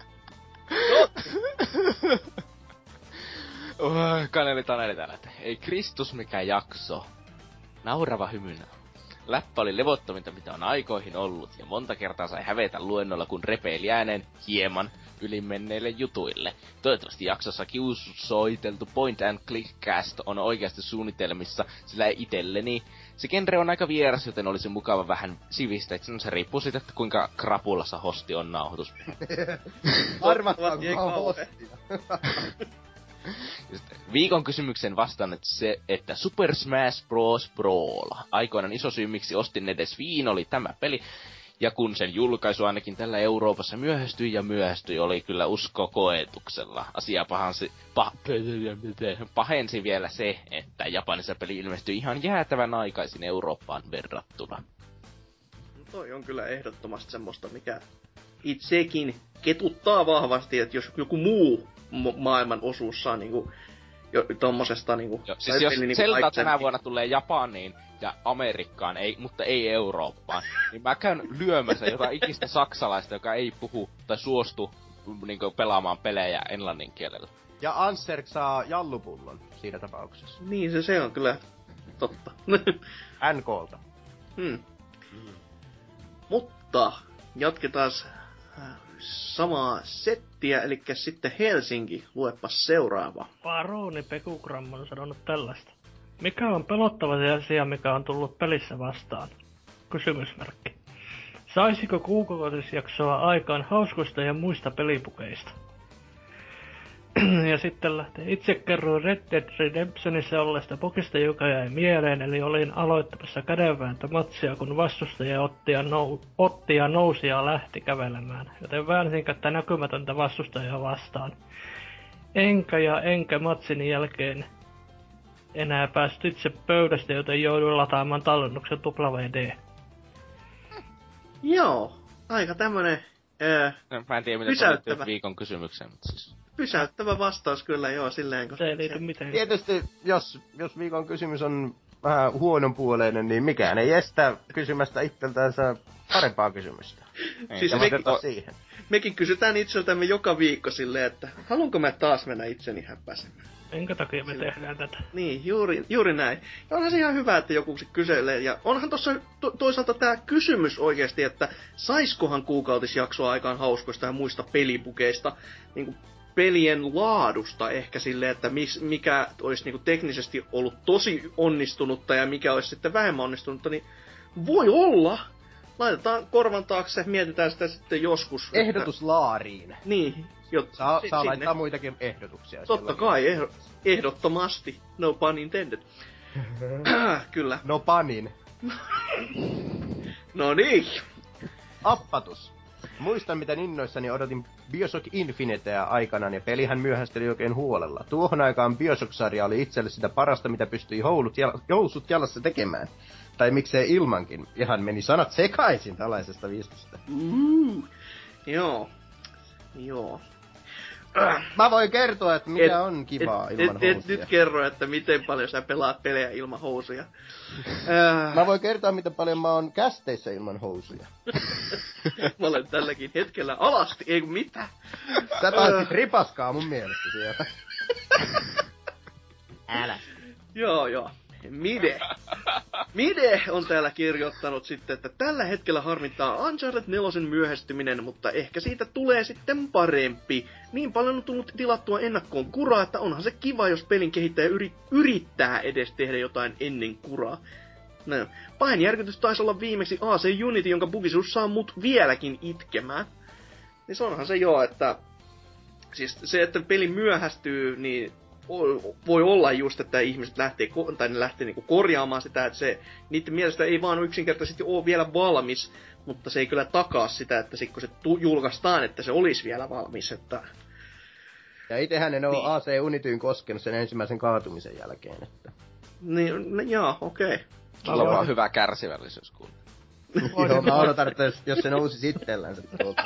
Kaneli Taneli täällä, että ei Kristus mikä jakso. Naurava hymynä. Läppä oli levottominta mitä on aikoihin ollut, ja monta kertaa sai hävetä luennolla kun repeili ääneen hieman ylimenneille jutuille. Toivottavasti jaksossa kiusoiteltu point and click cast on oikeasti suunnitelmissa, sillä itselleni se genre on aika vieras, joten olisi mukava vähän sivistä. Se riippuu siitä, että kuinka krapulassa hosti on nauhoitus. Arvattaako hostia? Viikon kysymykseen vastaan, että se, että Super Smash Bros. Brawl. Aikoinaan iso syy, miksi ostin edes Viin, oli tämä peli. Ja kun sen julkaisu ainakin tällä Euroopassa myöhästyi, oli kyllä usko koetuksella. Asia pahensi vielä se, että Japanissa peli ilmestyi ihan jäätävän aikaisin Eurooppaan verrattuna. Toi on kyllä ehdottomasti semmoista, mikä itsekin ketuttaa vahvasti, että jos joku muu maailman osuus saa niinku tommosesta niinku... Siis jos niinku Zelda tänä vuonna tulee Japaniin ja Amerikkaan, mutta ei Eurooppaan, niin mä käyn lyömässä jotain ikistä saksalaista, joka ei puhu tai suostu niinku pelaamaan pelejä englannin kielellä. Ja Anserk saa jallupullon siinä tapauksessa. Niin, se on kyllä totta. NK:lta. Mutta jatketaan samaa settiä, eli sitten Helsinki, luepa seuraava. Paroni Pekukram on sanonut tällaista. Mikä on pelottava se asia, mikä on tullut pelissä vastaan? Kysymysmerkki. Saisiko kuukautisjaksoa aikaan hauskoista ja muista pelipukeista? Ja sitten lähtee. Itse kerroin Red Dead Redemptionissa olleesta pokista, joka jäi mieleen, eli olin aloittamassa kädenvääntömatsia, kun vastustaja otti ja nousi ja lähti kävelemään, joten väänsin kättä näkymätöntä vastustajaa vastaan. Enkä matsin jälkeen enää päästy itse pöydästä, joten jouduin lataamaan tallennuksen WD. Joo, aika tämmönen mä en tiedä, mitä liittyy viikon kysymykseen, mutta siis... Pysäyttävä vastaus kyllä, joo, silleen. Se ei liity mitään. Tietysti, jos viikon kysymys on vähän huononpuoleinen, niin mikään ei estä kysymästä itseltänsä parempaa kysymystä. Siis mekin kysytään itseltämme joka viikko silleen, että haluanko mä taas mennä itseni häppäsemään. Minkä takia me tehdään tätä? Niin, juuri näin. Ja onhan se ihan hyvä, että joku se kyselee. Ja onhan tossa toisaalta tää kysymys oikeesti, että saiskohan kuukautisjaksoa aikaan hauskoista ja muista pelipukeista, niinku pelien laadusta ehkä silleen, että mikä olisi niinku teknisesti ollut tosi onnistunutta ja mikä olisi sitten vähemmän onnistunutta, niin voi olla. Laitetaan korvan taakse, mietitään sitä sitten joskus. Ehdotuslaariin. Niin. Saa laittaa muitakin ehdotuksia. Totta kai, ehdottomasti. No pun intended. Kyllä. No panin. No niin. Appatus. Muistan, miten innoissani odotin Bioshock Infinitea aikanaan, ja pelihän myöhästeli oikein huolella. Tuohon aikaan Bioshock-sarja oli itselle sitä parasta, mitä pystyi housut jalassa tekemään. Tai miksei ilmankin. Ihan meni sanat sekaisin tällaisesta viestistä. Joo. Mä voin kertoa, että mikä on kivaa ilman housuja. Et nyt kerro, että miten paljon sä pelaat pelejä ilman housuja. Mä voin kertoa, miten paljon mä oon kästeissä ilman housuja. Mä olen tälläkin hetkellä alasti, ei kun mitä. Sä taisit ripaskaa mun mielestä siellä. Älä. Joo. Mide on täällä kirjoittanut sitten, että tällä hetkellä harmittaa Uncharted 4 myöhästyminen, mutta ehkä siitä tulee sitten parempi. Niin paljon on tullut tilattua ennakkoon kuraa, että onhan se kiva, jos pelin kehittäjä yrittää edes tehdä jotain ennen kuraa. No, pahin järkytys taisi olla viimeksi AC Unity, jonka bugisuus saa mut vieläkin itkemään. Niin se onhan se että siis se, että peli myöhästyy, niin voi olla just, että ihmiset lähtee niinku korjaamaan sitä, että se niiden mielestä ei vaan yksinkertaisesti ole vielä valmis, mutta se ei kyllä takaa sitä, että sit kun se julkaistaan, että se olisi vielä valmis, että... Ja itehän en ole AC Unityyn koskenut sen ensimmäisen kaatumisen jälkeen, että... Niin, jaa, okei. Sulla on vaan hyvä kärsivällisyys, kuule. Joo, mä odotan, että jos se nousi sittellänsä tuolta.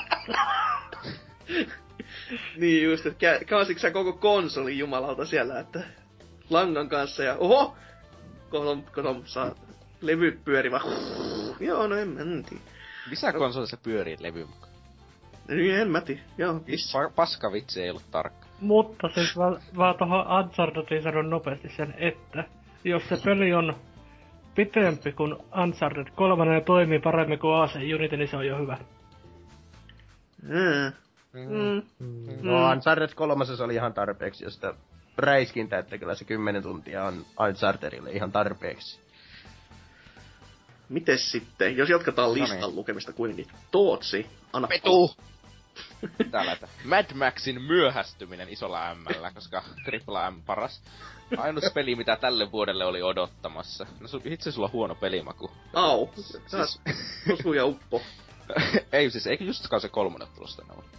Niin just, että kaasitko sä koko konsolin jumalauta siellä, että langan kanssa ja oho! Kotom saa levyt pyörimään. Joo, no en tiedä. Missä konsolissa pyörii levy mukaan? Niin en mä tiedä, joo. Paska vitsi ei ollut tarkka. Mutta siis mä tohon Unchartediin sanon nopeasti sen, että jos se peli on pitempi kuin Uncharted 3 ja toimii paremmin kuin AC Unity, niin se on jo hyvä. No Uncharted 3 oli ihan tarpeeksi, ja sitä räiskintä, että kyllä se 10 tuntia on Unchartedille ihan tarpeeksi. Mites sitten, jos jatketaan listan lukemista kuitenkin, Tootsi, anna Petu! Täällä, Mad Maxin myöhästyminen isolla M:llä, koska tripla M paras. Ainut peli, mitä tälle vuodelle oli odottamassa. No itse sulla on huono pelimaku. Au, siis... Osu ja uppo. Ei siis, eikö just se 3 tulossa tänä vuonna?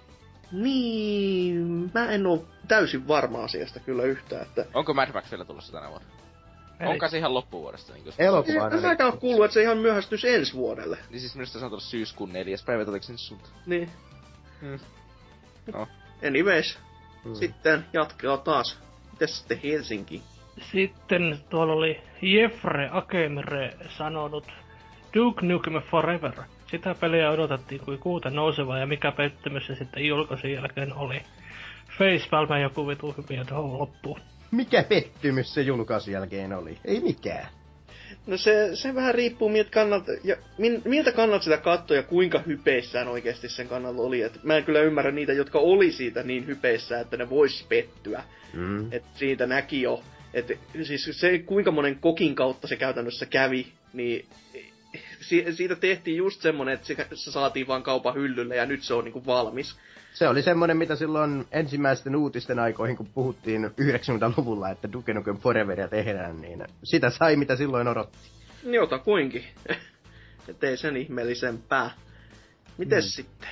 Niin, mä en oo täysin varma asiasta kyllä yhtään, että... Onko Mad Max vielä tulossa tänä vuonna? Onko se ihan loppuvuodesta? Niin Elokuvana. En mäkään oo kuullut, että se ihan myöhästys ensi vuodelle. Niin siis minusta se on tulossa syyskuun 4. päivä, oliko se suuntaan? Niin. No. Anyways, sitten jatkaa taas. Mitäs sitten Helsinki? Sitten tuolla oli Jeffre Akemre sanonut Duke Nukem Forever. Sitä peliä odotettiin kuin kuuta nousevaa ja mikä pettymys se sitten julkaisun jälkeen oli. Facepalm joku vitu hyviä tuohon loppuun. Mikä pettymys se julkaisun jälkeen oli? Ei mikään. No se vähän riippuu miltä kannalta sitä katsoi ja kuinka hypeissään oikeasti sen kannalta oli. Et mä en kyllä ymmärrä niitä, jotka oli siitä niin hypeissään, että ne vois pettyä. Et siitä näki jo. Et siis se kuinka monen kokin kautta se käytännössä kävi, niin siitä tehtiin just semmonen, että se saatiin vaan kaupan hyllylle ja nyt se on niinku valmis. Se oli semmonen, mitä silloin ensimmäisten uutisten aikoihin, kun puhuttiin 90-luvulla, että Duke Nukem Foreveria tehdään, niin sitä sai, mitä silloin odotti. Jota kuinkin. Ettei sen ihmeellisempää. Mites sitten?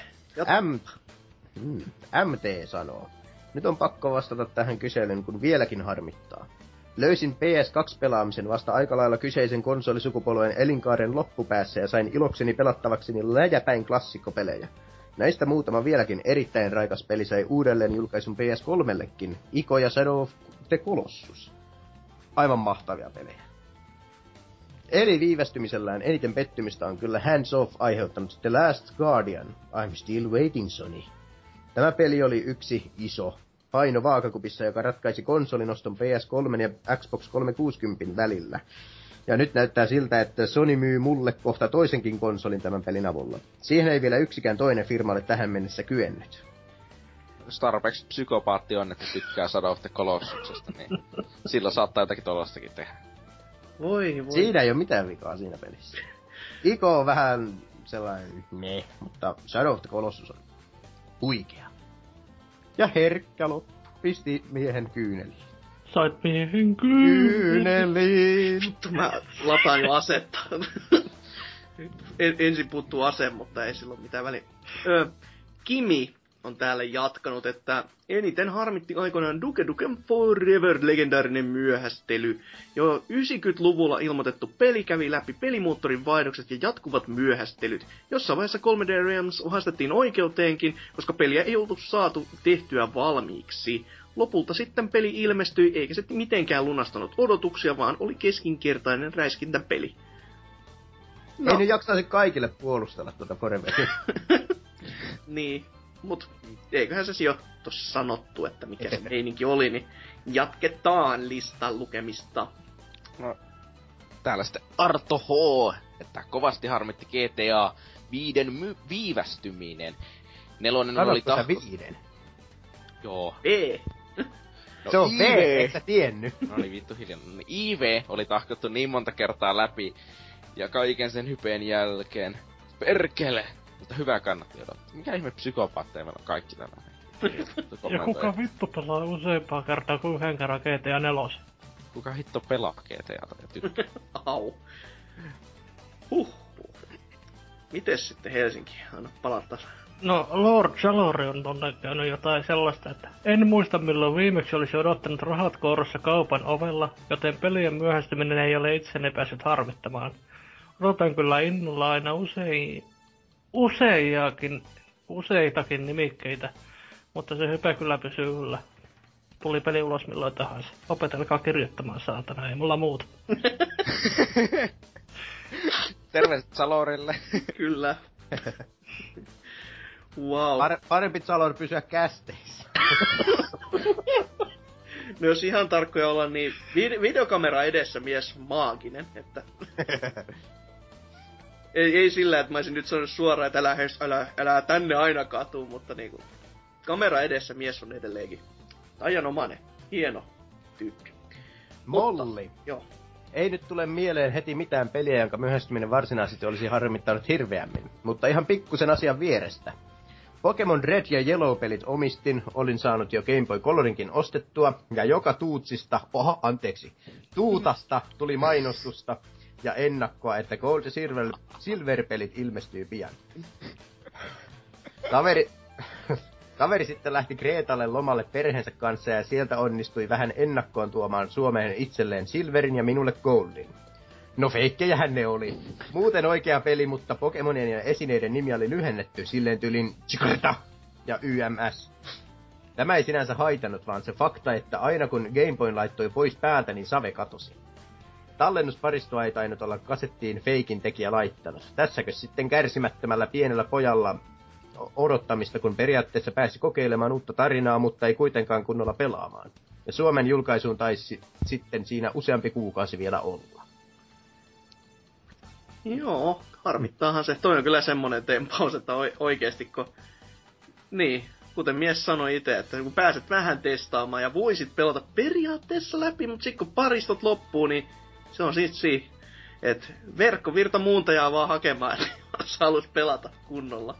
MT sanoo. Nyt on pakko vastata tähän kyselyyn, kun vieläkin harmittaa. Löysin PS2-pelaamisen vasta aika lailla kyseisen konsolisukupolven elinkaaren loppupäässä ja sain ilokseni pelattavakseni läjäpäin klassikkopelejä. Näistä muutama vieläkin erittäin raikas peli sai uudelleen julkaisun PS3-llekin, Ico ja Shadow of the Colossus. Aivan mahtavia pelejä. Eli viivästymisellään eniten pettymistä on kyllä Hands Off aiheuttanut The Last Guardian. I'm still waiting, Sony. Tämä peli oli yksi iso paino vaakakupissa, joka ratkaisi konsolinoston PS3 ja Xbox 360 välillä. Ja nyt näyttää siltä, että Sony myy mulle kohta toisenkin konsolin tämän pelin avulla. Siihen ei vielä yksikään toinen firma ole tähän mennessä kyennyt. Jos tarpeeksi psykopaatti on, että tykkää Shadow of the Colossuksesta, niin silloin saattaa jotakin tollastakin tehdä. Voi. Siinä ei ole mitään vikaa siinä pelissä. Ico on vähän sellainen mutta Shadow of the Colossus on huikea. Ja herkkä loppu pisti miehen kyyneliin. Sait miehen kyyneliin. Vittu, mä lataan jo asetta. Ensin puuttuu ase, mutta ei sillä ole mitään väliä. Kimi on täällä jatkanut, että eniten harmitti aikoinaan Duke Nukem Forever legendaarinen myöhästely. Jo 90-luvulla ilmoitettu peli kävi läpi pelimoottorin vaihdokset ja jatkuvat myöhästelyt. Jossain vaiheessa 3D Realms haastettiin oikeuteenkin, koska peliä ei oltu saatu tehtyä valmiiksi. Lopulta sitten peli ilmestyi, eikä se mitenkään lunastanut odotuksia, vaan oli keskinkertainen räiskintäpeli. No. Ei nyt jaksaisi kaikille puolustella tuota Foreveria. Niin, mut eiköhän se jo tossa sanottu, että mikä se meininki oli, niin jatketaan listan lukemista. No, täällä sitten Arto H, että kovasti harmitti GTA 5 viivästyminen. 4 oli viiden? Joo. B. No, se on V, et sä tiennyt. No niin vittu hiljaa. IV oli tahkottu niin monta kertaa läpi, ja kaiken sen hypeen jälkeen. Perkele! Mutta hyvä kannatti odottaa. Mikä ihme psykopaatteja meillä on kaikki tällä. Ja kuka vittu pelaa useampaa kertaa kuin yhden kerran GTA 4? Kuka hitto pelaa GTAta ja tykkää? Au. Mites sitten Helsinki? Anna palata. No, Lord Jalori on tonne käynyt jotain sellaista, että en muista milloin viimeksi olisi odottanut rahat kourassa kaupan ovella, joten pelien myöhästyminen ei ole itseni päässyt harmittamaan. Odotan kyllä innolla aina useitakin nimikkeitä, mutta se hype kyllä pysyy yllä. Tuli peli ulos milloin tahansa. Opetelkaa kirjoittamaan, saatana, ei mulla muuta. Terveiset Salorille. Kyllä. Wow. Parempi Salor pysyä kästeissä. No jos ihan tarkkoja olla, niin videokamera edessä mies maaginen, että... ei sillä, että mä olisin nyt sanonut suoraan, että älä tänne aina katuu, mutta niinku... Kamera edessä mies on edelleenkin tajanomainen, hieno tyyppi. Molli. Mutta, joo. Ei nyt tule mieleen heti mitään peliä, jonka myöhästyminen varsinaisesti olisi harmittanut hirveämmin, mutta ihan pikkusen asian vierestä. Pokemon Red ja Yellow-pelit omistin, olin saanut jo Game Boy Colorinkin ostettua, ja joka tuutasta tuli mainostusta ja ennakkoa, että Gold ja Silver-pelit ilmestyy pian. Kaveri sitten lähti Kreetalle lomalle perheensä kanssa ja sieltä onnistui vähän ennakkoon tuomaan Suomeen itselleen Silverin ja minulle Goldin. No feikkejähän ne oli. Muuten oikea peli, mutta Pokemonien ja esineiden nimi oli lyhennetty silleen tyylin Chikorita ja YMS. Tämä ei sinänsä haitannut, vaan se fakta, että aina kun Game Boyn laittoi pois päältä, niin save katosi. Tallennusparistoa ei tainnut olla kasettiin feikin tekijä laittanut. Tässäkö sitten kärsimättömällä pienellä pojalla odottamista, kun periaatteessa pääsi kokeilemaan uutta tarinaa, mutta ei kuitenkaan kunnolla pelaamaan. Ja Suomen julkaisuun taisi sitten siinä useampi kuukausi vielä olla. Joo, harmittaahan se. Toi on kyllä semmonen tempaus, että oikeesti kun... Niin, kuten mies sanoi itse, että kun pääset vähän testaamaan ja voisit pelata periaatteessa läpi, mutta sit kun paristot loppuu, niin se on sit että verkkovirta muuntajaa vaan hakemaan, että jos halus pelata kunnolla.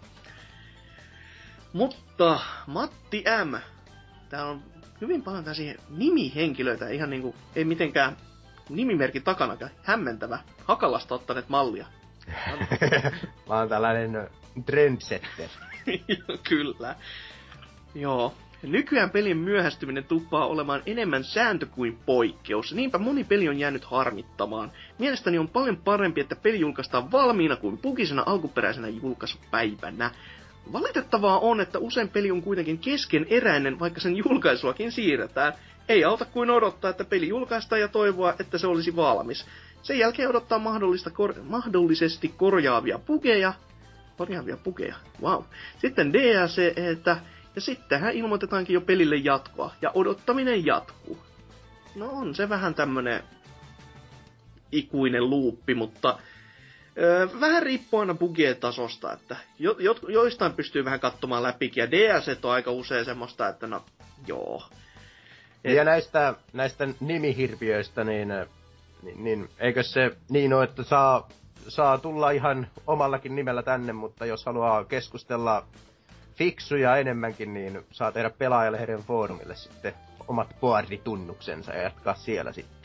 Mutta Matti M. Täällä on hyvin paljon tällaisia nimihenkilöitä, ihan niinku, ei mitenkään nimimerkin takanakaan. Hämmentävä. Hakalasta ottaneet mallia. Mä oon tällainen trendsetter. Kyllä. Joo. Nykyään pelin myöhästyminen tuppaa olemaan enemmän sääntö kuin poikkeus. Niinpä moni peli on jäänyt harmittamaan. Mielestäni on paljon parempi, että peli julkaistaan valmiina kuin pugisena alkuperäisenä julkaisupäivänä. Valitettavaa on, että usein peli on kuitenkin keskeneräinen, vaikka sen julkaisuakin siirretään. Ei auta kuin odottaa, että peli julkaistaan ja toivoa, että se olisi valmis. Sen jälkeen odottaa mahdollisesti korjaavia bugeja. Wow. Sitten DLC:tä, ja sittenhän ilmoitetaankin jo pelille jatkoa, ja odottaminen jatkuu. No on se vähän tämmönen ikuinen luuppi, mutta vähän riippuu aina bugien tasosta, että joistain pystyy vähän katsomaan läpikin, ja DLC on aika usein semmoista, että no, joo. Ja näistä nimihirviöistä, niin eikö se niin ole, että saa tulla ihan omallakin nimellä tänne, mutta jos haluaa keskustella fiksuja enemmänkin, niin saa tehdä Pelaajalehden foorumille sitten omat boarditunnuksensa ja jatkaa siellä sitten.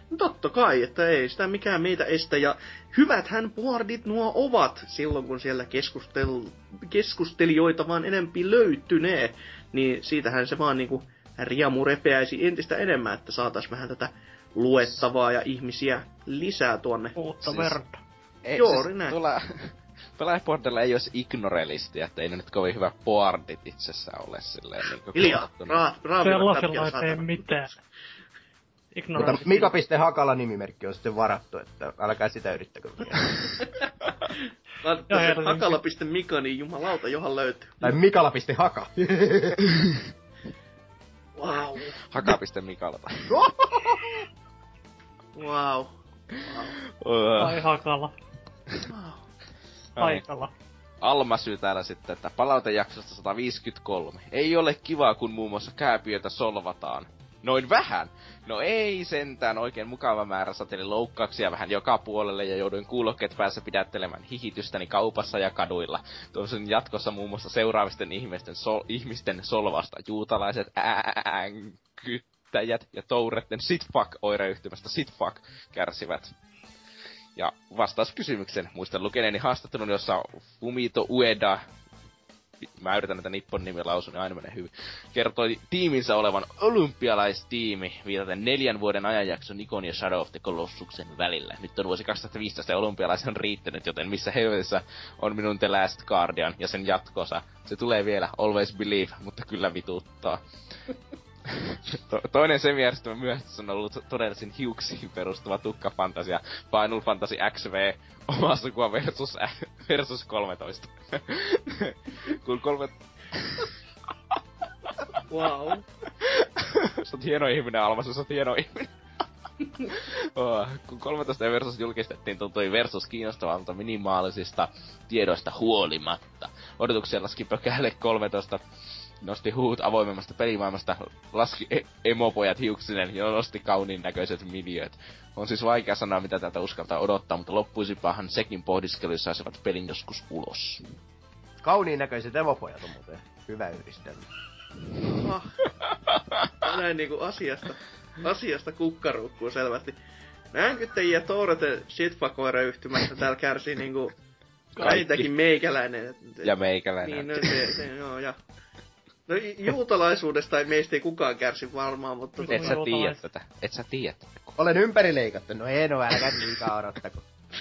Totta kai, että ei sitä mikään meitä estä. Ja hyväthän boardit nuo ovat silloin, kun siellä keskustelijoita vaan enempi löytynee. Niin siitähän se vaan niinku riamu repeäisi entistä enemmän, että saatais vähän tätä luettavaa ja ihmisiä lisää tuonne. Uutta verta. Juuri näin. Pelaajapordilla ei olisi ignorelistia, että ei ne nyt kovin hyvä boardit itsessään ole silleen niinku... Hiljaa, sellaisella ei tee mitään. Mutta Mika.Hakala nimimerkki on sitten varattu, että älkää sitä yrittäkö vielä. Laittaa se Hakala.Mika, niin jumalauta, johan löytyy. Tai Mikala.Haka. Wow. Haka.Mikala. Wow. Tai Hakala. Haikala. Alma syy täällä sitten, että palautejaksosta 153. Ei ole kivaa, kun muun muassa kääpiötä solvataan. Noin vähän? No ei sentään, oikein mukava määrä sateli loukkauksia vähän joka puolelle ja jouduin kuulokkeet päässä pidättelemään hihitystäni kaupassa ja kaduilla. Toivottavasti jatkossa muun muassa seuraavisten ihmisten solvasta juutalaiset ääänkyttäjät ja touretten sitfuck-oireyhtymästä sitfuck kärsivät. Ja vastaus kysymyksen, muistan lukeneeni haastattelun, jossa Fumito Ueda, mä yritän näitä Nippon nimiä lausun, niin aina menee hyvin, kertoi tiiminsä olevan olympialaistiimi viitaten 4 vuoden ajanjakso Nikon ja Shadow of the Colossuksen välillä. Nyt on vuosi 2015 ja olympialaisen on riittänyt, joten missä helvetissä on minun The Last Guardian ja sen jatkosa. Se tulee vielä, Always Believe, mutta kyllä vituttaa. Toinen semijärjestelmä myöhästys on ollut todellisin hiuksiin perustuva tukkafantasia Final Fantasy XV omaa sukua versus 13. Kun Wow. Sä oot hieno ihminen, Alma, sä oot hieno ihminen. Kun 13 versus julkistettiin, tuntui versus kiinnostavalta minimaalisista tiedoista huolimatta. Odotuksia laski pökälle 13. Nosti huut avoimemmasta pelimaailmasta, laski emopojat hiuksinen ja nosti kauniin näköiset miljööt. On siis vaikea sanoa, mitä täältä uskaltaa odottaa, mutta loppuisipahan sekin pohdiskelu, jos saisivat pelin joskus ulos. Kauniin näköiset emopojat on muuten hyvä yhdistelmä. Näin niinku asiasta kukkaruukkuu selvästi. Näänkyttäjiä Toureten shitfuck-oireyhtymästä täällä kärsii niinku vähintäänkin meikäläinen. Ja meikäläinen. Niin, no se joo, ja... No juutalaisuudesta meistä ei kukaan kärsi varmaan, mutta... Et sä tiedä tätä. Et sä tiedä tätä. Olen ympärileikattu. No ei, no älkää liikaa odottako.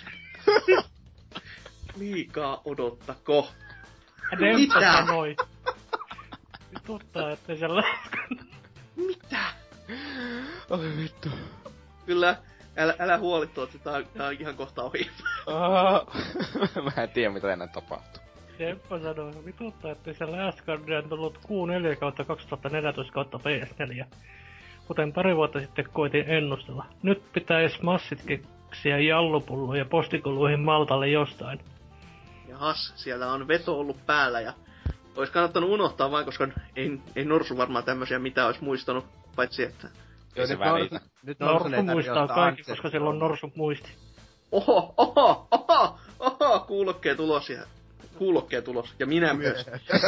Liikaa odottako? Mitä? Sanoi. Vituttaa, ettei se läsken. Mitä? Oi vittu. Kyllä, älä huoli tuot, tää on ihan kohta ohi. Mä en tiedä mitä enää tapahtuu. Seppo sanoi, vituttaa, ettei se Last Guardian tullut Q4 kautta 2014 kautta PS4. Kuten pari vuotta sitten koitin ennustella. Nyt pitäis massit keksiä jallupulluun ja postikuluihin Maltalle jostain. Jahas, siellä on veto ollut päällä ja ois kannattanut unohtaa vaan, koska ei Norsu varmaan tämmösiä mitään ois muistanut, paitsi että... Ei se välitä. Nyt Norsu muistaa kaikki, koska sillä on Norsu muisti. Oho, kuulokkeen tulos, ja minä myös.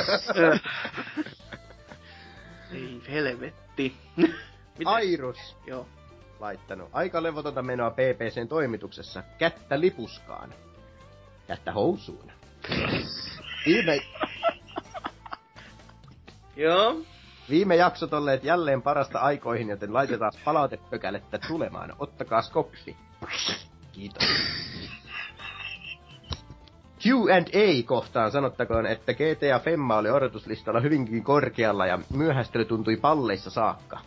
Ei helvetti. Airus. Joo. Laittanut. Aika levotonta menoa PPCn toimituksessa. Kättä lipuskaan. Kättä housuun. Joo. Viime jaksot olleet jälleen parasta aikoihin, joten laitetaan palautepökälettä tulemaan. Ottakaa skoppi. Kiitos. Q&A-kohtaan sanottakoon, että GTA Femma oli odotuslistalla hyvinkin korkealla ja myöhästely tuntui palleissa saakka.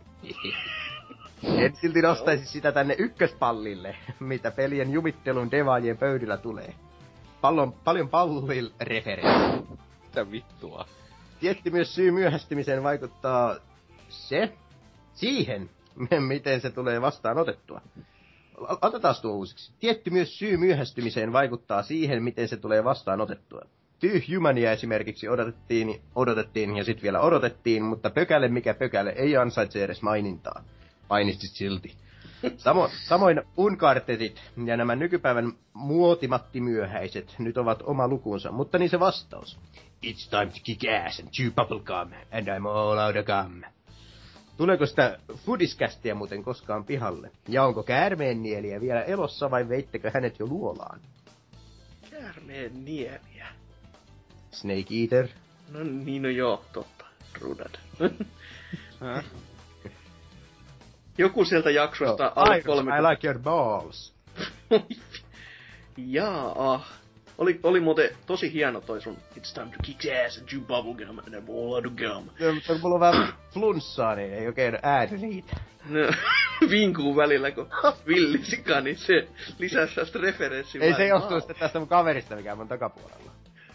En silti nostaisi sitä tänne ykköspallille, mitä pelien jumittelun devaajien pöydillä tulee. Paljon pallil referenssiä. Mitä vittua? Tietty myös syy myöhästymiseen vaikuttaa siihen, miten se tulee vastaan otettua. Otetaan tuo uusiksi. Tietty myös syy myöhästymiseen vaikuttaa siihen, miten se tulee vastaan otettua. Humania esimerkiksi odotettiin ja sitten vielä odotettiin, mutta pökäle mikä pökäle ei ansaitse edes mainintaa. Mainitsi silti. Samoin Unchartedit ja nämä nykypäivän muotimattimyöhäiset nyt ovat oma lukunsa, mutta niin se vastaus. It's time to kick ass and chew bubblegum, and I'm all out of gum. Tuleeko sitä Foodiscastia muuten koskaan pihalle? Ja onko käärmeennieliä vielä elossa vai veittekö hänet jo luolaan? Käärmeennieliä? Snake Eater? No niin, no joo, totta. Rudad. Joku sieltä jaksosta alle 30... I like your balls. Jaa. Oli muuten tosi hieno toi sun It's time to kick ass and chew bubblegum and I'm all out of gum. Mutta kun mulla on vähän flunssaa, niin ei oikein ääni riitä. No, vinkuu välillä, kun villisika, niin se lisää sellaista referenssiä. Ei se johtuu sitten tästä mun kaverista, mikä on takapuolella.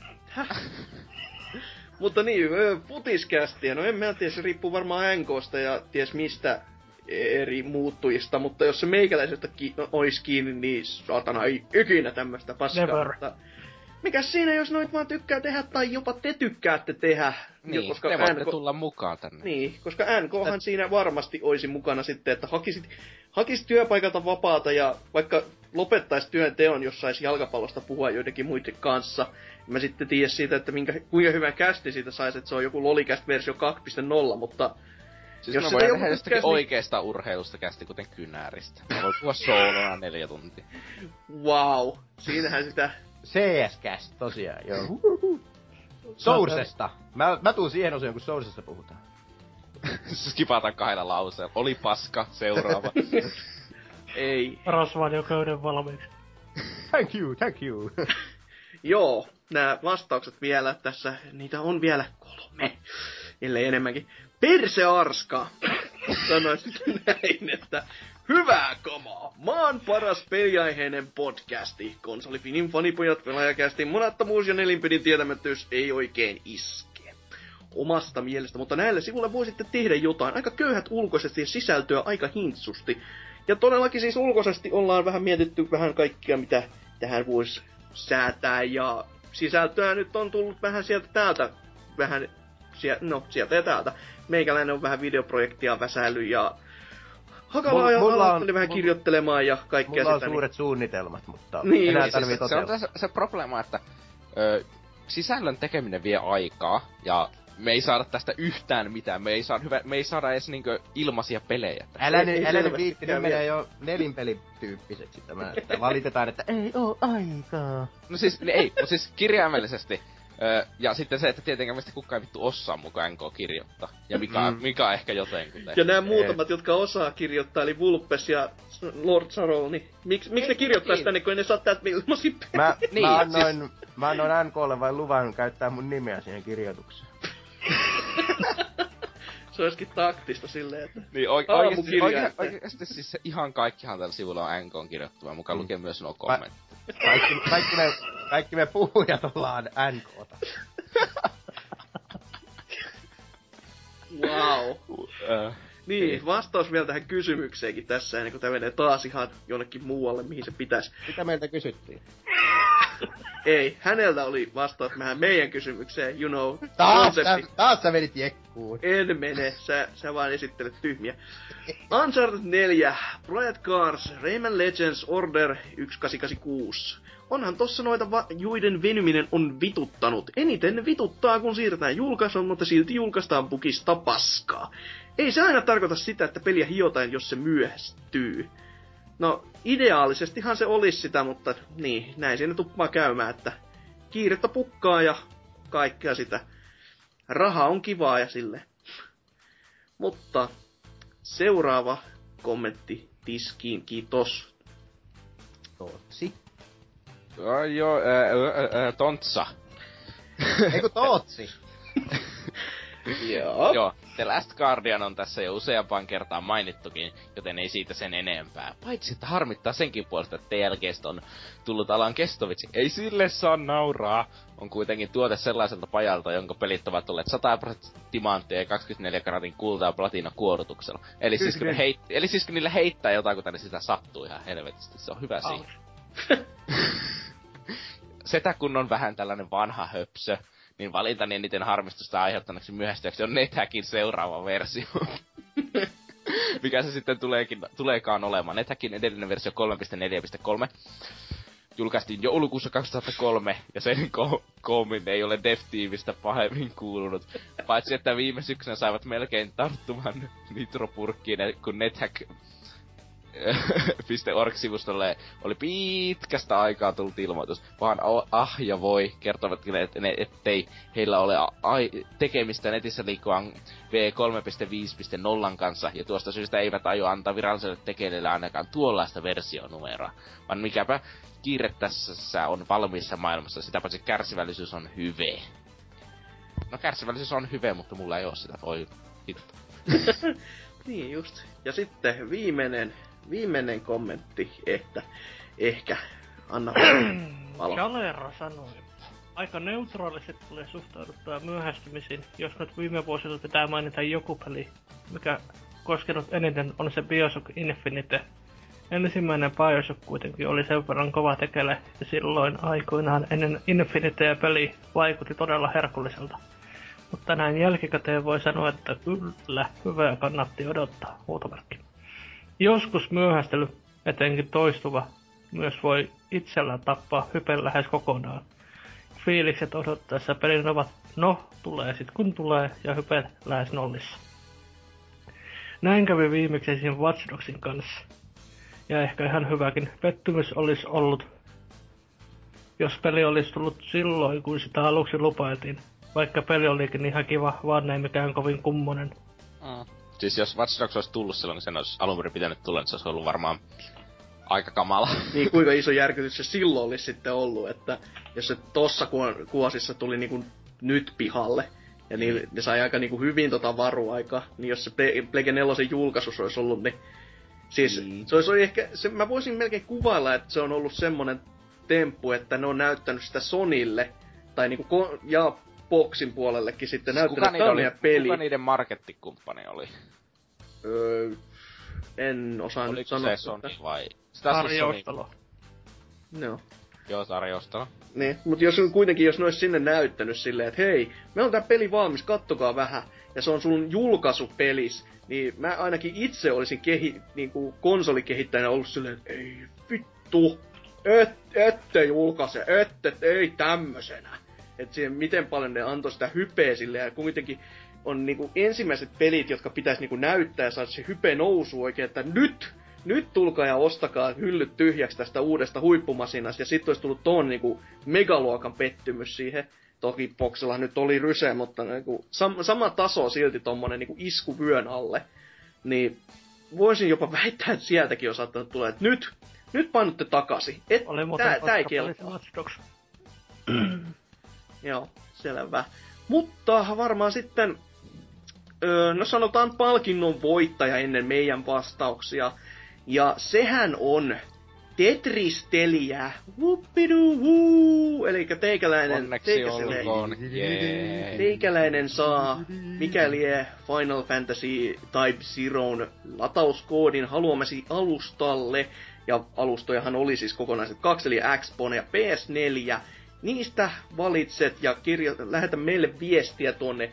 Mutta niin, Foodiscastia, no en mä tiedä, se riippuu varmaan NK:sta ja ties mistä eri muuttujista, mutta jos se meikäläisestä ois kiinni, niin saatana ei ikinä tämmöstä paskaa. Never. Mutta mikäs siinä, jos noit vaan tykkää tehdä, tai jopa te tykkäätte tehdä. Niin, koska te voitte tulla mukaan tänne. Niin, koska NKhan siinä varmasti olisi mukana sitten, että hakisit työpaikalta vapaata ja vaikka lopettais työn teon, jos sais jalkapallosta puhua joidenkin muiden kanssa. Mä sitten tiedä siitä, että kuinka hyvän kästi siitä sais, että se on joku Lolicast versio 2.0, mutta... Siis jos mä voin tehdä jostakin oikeesta urheilusta kästi, kuten kynäristä. Mä voin puhua soolona 4 tuntia. Wow, siinähän sitä... CS-cast tosiaan, joo. Sourcesta. Mä tuun siihen osioon, kun Sourcesta puhutaan. Skipataan 2 lauseella. Oli paska, seuraava. Ei. Rasvaan jo köyden valmiiksi. Thank you. Joo, nämä vastaukset vielä tässä, niitä on vielä 3, ellei enemmänkin. Persearska sanoisi näin, että hyvää kamaa, maan paras peliaiheinen podcasti. Konsolifinin fanipojat, pelaajakästin monattomuus ja nelinpelin tietämättömyys ei oikein iske omasta mielestä, mutta näillä sivuilla voisitte tehdä jotain. Aika köyhät ulkoisesti ja sisältöä aika hintsusti. Ja todellakin siis ulkoisesti ollaan vähän mietitty vähän kaikkia, mitä tähän voisi säätää. Ja sisältöä nyt on tullut vähän sieltä täältä, vähän sieltä ja täältä. Meikäläinen on vähän videoprojektia väsäily ja Hakala aloitteli vähän kirjoittelemaan ja kaikkea sitä. Mulla on suuret suunnitelmat, mutta niin, enää tarvii toteuttaa. Se on se problema, että sisällön tekeminen vie aikaa ja me ei saada tästä yhtään mitään. Me ei saada edes niinkö ilmaisia pelejä. Älä nyt viitti, ne menee jo nelinpelityyppiseksi tämä, että valitetaan, että ei oo aikaa. No siis, ei, mutta siis kirjaimellisesti. Ja sitten se, että tietenkään meistä kukaan ei vittu osaa mukaan NK kirjoittaa. Ja mikä ehkä jotenkuten. Ja nämä muutamat, jotka osaa kirjoittaa, eli Vulpes ja Lord Sorrow, niin miksi ne kirjoittais tänne, kun ne saa täältä ilmaisia Mä annoin NK:lle vain luvan käyttää mun nimeä siihen kirjoitukseen. Se olisikin taktista silleen, että... Niin, oikeesti siis ihan kaikkihan tällä sivulla on NK:n kirjoittava, mukaan lukee myös nuo kommentit. Kaikki me puhujat ollaan NK:ta. Wow. Niin, vastaus vielä tähän kysymykseenkin tässä, ennen kuin tää menee taas ihan jonnekin muualle, mihin se pitäisi. Mitä meiltä kysyttiin? Ei, häneltä oli vastaus meidän kysymykseen, you know. Taas sä menit jekkuun. En mene, sä vaan esittelet tyhmiä. Uncharted 4, Project Cars, Rayman Legends Order 1886. Onhan tossa noita juiden venyminen on vituttanut. Eniten vituttaa, kun siirretään julkaisuun, mutta silti julkaistaan pukista paskaa. Ei se aina tarkoita sitä, että peliä hiotaan, jos se myöhästyy. No, ideaalisestihan se olisi sitä, mutta niin, näin siinä tuppaa käymään, että kiirettä pukkaa ja kaikkea sitä. Raha on kivaa ja sille. Mutta seuraava kommentti tiskiin, kiitos. Tootsi. Joo, Tontsa. Eiku Tootsi. Joo. The Last Guardian on tässä jo useampaan kertaan mainittukin, joten ei siitä sen enempää. Paitsi, että harmittaa senkin puolesta, että TLGstä on tullut alan kestovitsi. Ei sille saa nauraa. On kuitenkin tuote sellaiselta pajalta, jonka pelit ovat olleet 100% timanttia ja 24 karatin kultaa ja platina kuorutuksella. Eli siis kun niille heittää jotain, niin sitä sattuu ihan helvetisti. Se on hyvä siinä. Setä kun on vähän tällainen vanha höpsö, niin valintani eniten harmistusta aiheuttanaksi myöhästyäksi on NetHackin seuraava versio. Mikä se sitten tuleekaan olemaan. NetHackin edellinen versio 3.4.3 julkaistiin joulukuussa 2003, ja sen koommin ei ole Dev-tiivistä pahemmin kuulunut. Paitsi että viime syksynä saivat melkein tarttuman nitropurkkiin, kun NetHack.org-sivustolle oli pitkästä aikaa tullut ilmoitus. Vaan ja voi kertovatkin, ettei heillä ole tekemistä netissä liikkuvan V3.5.0 kanssa, ja tuosta syystä eivät aio antaa viralliselle tekijöille ainakaan tuollaista versionumeroa. Vaan mikäpä kiire tässä on valmiissa maailmassa, sitä paitsi kärsivällisyys on hyve. No kärsivällisyys on hyve, mutta mulla ei oo sitä, voi hitto. Niin just. Ja sitten viimeinen kommentti, että ehkä anna valo. Jalera sanoi, aika neutraalisti tulee suhtauduttua myöhästymisiin, jos nyt viime vuosilla pitää mainita joku peli, mikä koskenut eniten on se Bioshock Infinite. Ensimmäinen Bioshock kuitenkin oli sen verran kova tekele, ja silloin aikoinaan ennen Infinitea peli vaikutti todella herkulliselta. Mutta näin jälkikäteen voi sanoa, että kyllä, hyvää kannatti odottaa, huutomerkki. Joskus myöhästely, etenkin toistuva, myös voi itsellä tappaa hypen lähes kokonaan. Fiilikset odottaessa pelin ovat, no, tulee sit kun tulee, ja hype lähes nollissa. Näin kävi viimeksi esim. Watch Dogsin kanssa. Ja ehkä ihan hyväkin pettymys olisi ollut, jos peli olisi tullut silloin, kun sitä aluksi lupailtiin. Vaikka peli olikin ihan kiva, vaan ei mikään kovin kummonen. Siis jos Watch Dogs olisi tullut silloin, niin sen olisi alun perin pitänyt tulla, niin se olisi ollut varmaan aika kamala. Niin kuinka iso järkytys se silloin olisi sitten ollut, että jos se tossa kuosissa tuli niinku nyt pihalle, ja niin ne sai aika niinku hyvin varuaikaa, niin jos se Plege 4 julkaisus olisi ollut, niin siis se olisi ehkä, mä voisin melkein kuvailla, että se on ollut semmonen temppu, että ne on näyttänyt sitä Sonille, tai niinku ja Boxin puolellekin sitten näyttänyt, että on peli. Kuka niiden markettikumppani oli? En osaa oliko nyt sanoa. Oliko se Sony vai? Tarjoustalo. No. Joo, tarjoustalo. Niin, mut jos ne ois sinne näyttänyt silleen, että hei, me on tää peli valmis, kattokaa vähän, ja se on sun julkaisupelis, niin mä ainakin itse olisin niinku konsolikehittäjänä ollut silleen, että ei vittu, ette julkaise, ei tämmösenä. Että siihen miten paljon ne antoi sitä hypeä silleen, ja kuitenkin on niinku ensimmäiset pelit, jotka pitäisi niinku näyttää ja saada se hype nousu oikein, että nyt tulkaa ja ostakaa hyllyt tyhjäksi tästä uudesta huippumasinasta, ja sitten olisi tullut tuon niinku megaluokan pettymys siihen. Toki Boxilla nyt oli ryse, mutta niinku sama taso silti tommonen niinku isku vyön alle. Niin voisin jopa väittää, että sieltäkin on saattanut tulla, että nyt painutte takaisin. Tää ei kelpaa. Joo, selvä. Mutta varmaan sitten, no sanotaan palkinnon voittaja ennen meidän vastauksia. Ja sehän on Tetristeliä. Whoopidoo-woo! Elikkä teikäläinen saa, mikäli Final Fantasy Type Zeron latauskoodin haluamasi alustalle. Ja alustojahan oli siis kokonaiset 2, eli Xbox ja PS4. Niistä valitset ja lähetä meille viestiä tuonne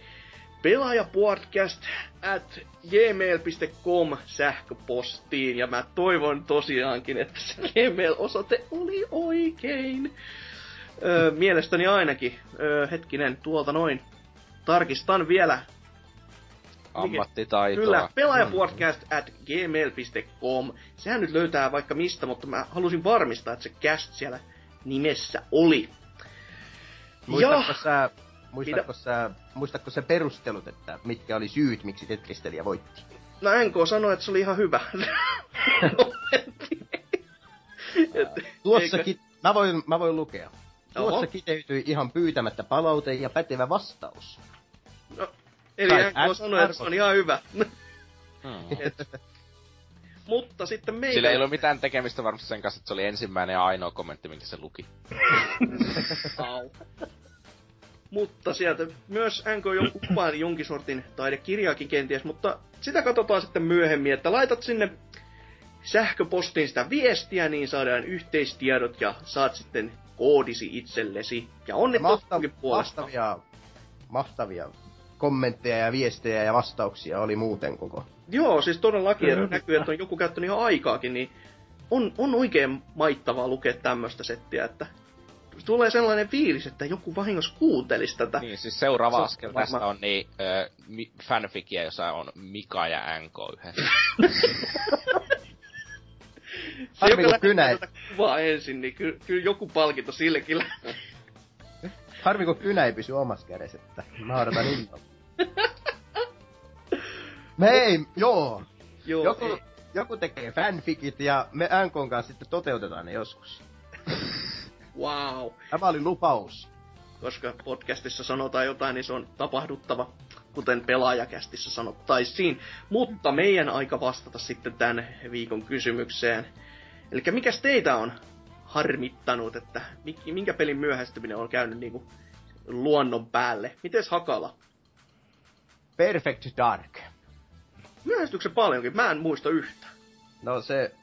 pelaajapodcast@gmail.com sähköpostiin. Ja mä toivon tosiaankin, että se Gmail-osoite oli oikein. Mielestäni ainakin. Hetkinen, tuolta noin. Tarkistan vielä. Ammattitaitoa. Kyllä, pelaajapodcast@gmail.com. Sehän nyt löytää vaikka mistä, mutta mä halusin varmistaa, että se cast siellä nimessä oli. Muistatko sä perustelut, että mitkä oli syyt, miksi Tetristeliä voitti? No NK sanoi, että se oli ihan hyvä. Tuossakin, mä voin lukea. Tuossa kiteytyi ihan pyytämättä palaute ja pätevä vastaus. No, eli NK sanoi, että se on ihan hyvä. Mutta sitten meillä... Sillä ei ole mitään tekemistä varmasti sen kanssa, että se oli ensimmäinen ja ainoa kommentti, minkä se luki. Mutta sieltä myös NK kuvaili jonkin sortin taidekirjaakin kenties, mutta sitä katsotaan sitten myöhemmin, että laitat sinne sähköpostiin sitä viestiä, niin saadaan yhteistiedot ja saat sitten koodisi itsellesi. Ja onnittelukin puolesta. Mahtavia kommentteja ja viestejä ja vastauksia oli muuten koko. Joo, siis todellakin, että näkyy, että on joku käyttänyt ihan aikaakin, niin on oikein maittavaa lukea tämmöstä settiä, että tulee sellainen fiilis, että joku vahingossa kuuntelisi tätä. Niin, siis seuraava askel tästä on niin fanficia, jossa on Mika ja NK yhdessä. Se, joka lähtee tätä kuvaa ensin, niin kyllä joku palkinto sillekin lähtee. Harmi, kun kynä ei pysy omassa kädessä, että mä odotan innolla. Hei, joo. Joku tekee fanficit ja me NK:n kanssa sitten toteutetaan ne joskus. Wow. Tämä oli lupaus. Koska podcastissa sanotaan jotain, niin se on tapahduttava, kuten pelaajakästissä sanottaisiin. Mutta meidän aika vastata sitten tämän viikon kysymykseen. Elikkä mikäs teitä on harmittanut, että minkä pelin myöhästyminen on käynyt niinku luonnon päälle? Mites Hakala? Perfect Dark. Myöhästyykö se paljonkin? Mä en muista yhtään. No se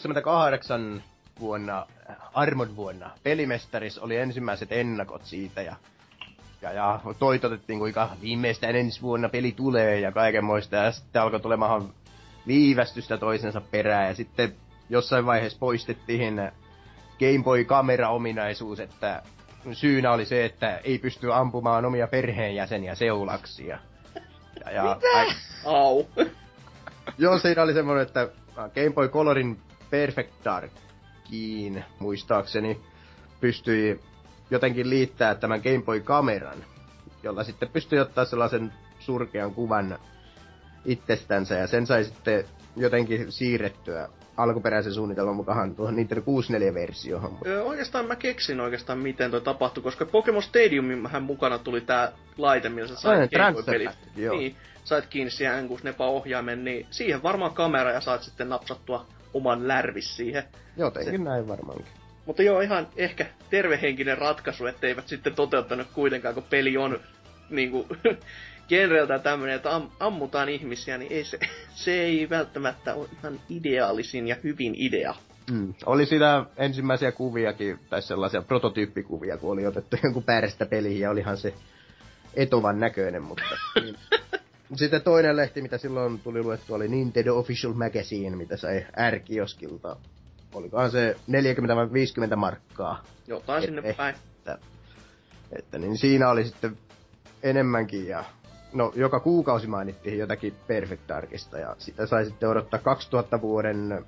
98 vuonna, Armon vuonna, Pelimestaris oli ensimmäiset ennakot siitä ja toitotettiin kuinka viimeistään ensi vuonna peli tulee ja kaikenmoista ja sitten alkoi tulemaan viivästystä toisensa perään ja sitten jossain vaiheessa poistettiin Game Boy-kamera-ominaisuus, että syynä oli se, että ei pysty ampumaan omia perheenjäseniä seulaksi ja mitä? Au. Joo, siinä oli semmoinen, että Game Boy Colorin Perfect Darkiin, muistaakseni, pystyi jotenkin liittää tämän Game Boy-kameran, jolla sitten pystyi ottaa sellaisen surkean kuvan itsestänsä, ja sen sai sitten jotenkin siirrettyä alkuperäisen suunnitelman mukaan tuohon Nintendo 64-versioon. Oikeastaan mä keksin miten toi tapahtui, koska Pokemon Stadiumin mukana tuli tää laite, millä sä sait Game Boy-pelit. Niin, sait kiinni siihen N64-ohjaimen, niin siihen varmaan kamera ja saat sitten napsattua oman lärvis siihen. Jotenkin näin varmaankin. Mutta joo, ihan ehkä tervehenkinen ratkaisu, etteivät sitten toteuttanut kuitenkaan, kun peli on niinku genreltään tämmönen, että ammutaan ihmisiä, niin se ei välttämättä ole ihan ideaalisin ja hyvin idea. Oli sitä ensimmäisiä kuviakin, tai sellaisia prototyyppikuvia, kun oli otettu jonkun päästä peliin, ja olihan se etovan näköinen, mutta niin. Sitten toinen lehti, mitä silloin tuli luettu, oli Nintendo Official Magazine, mitä sai R-kioskilta. Olikohan se 40-50 markkaa. Jotain sinne päin. Että niin siinä oli sitten enemmänkin, ja no joka kuukausi mainittiin jotakin Perfect Darkista, ja sitä sai sitten odottaa 2000 vuoden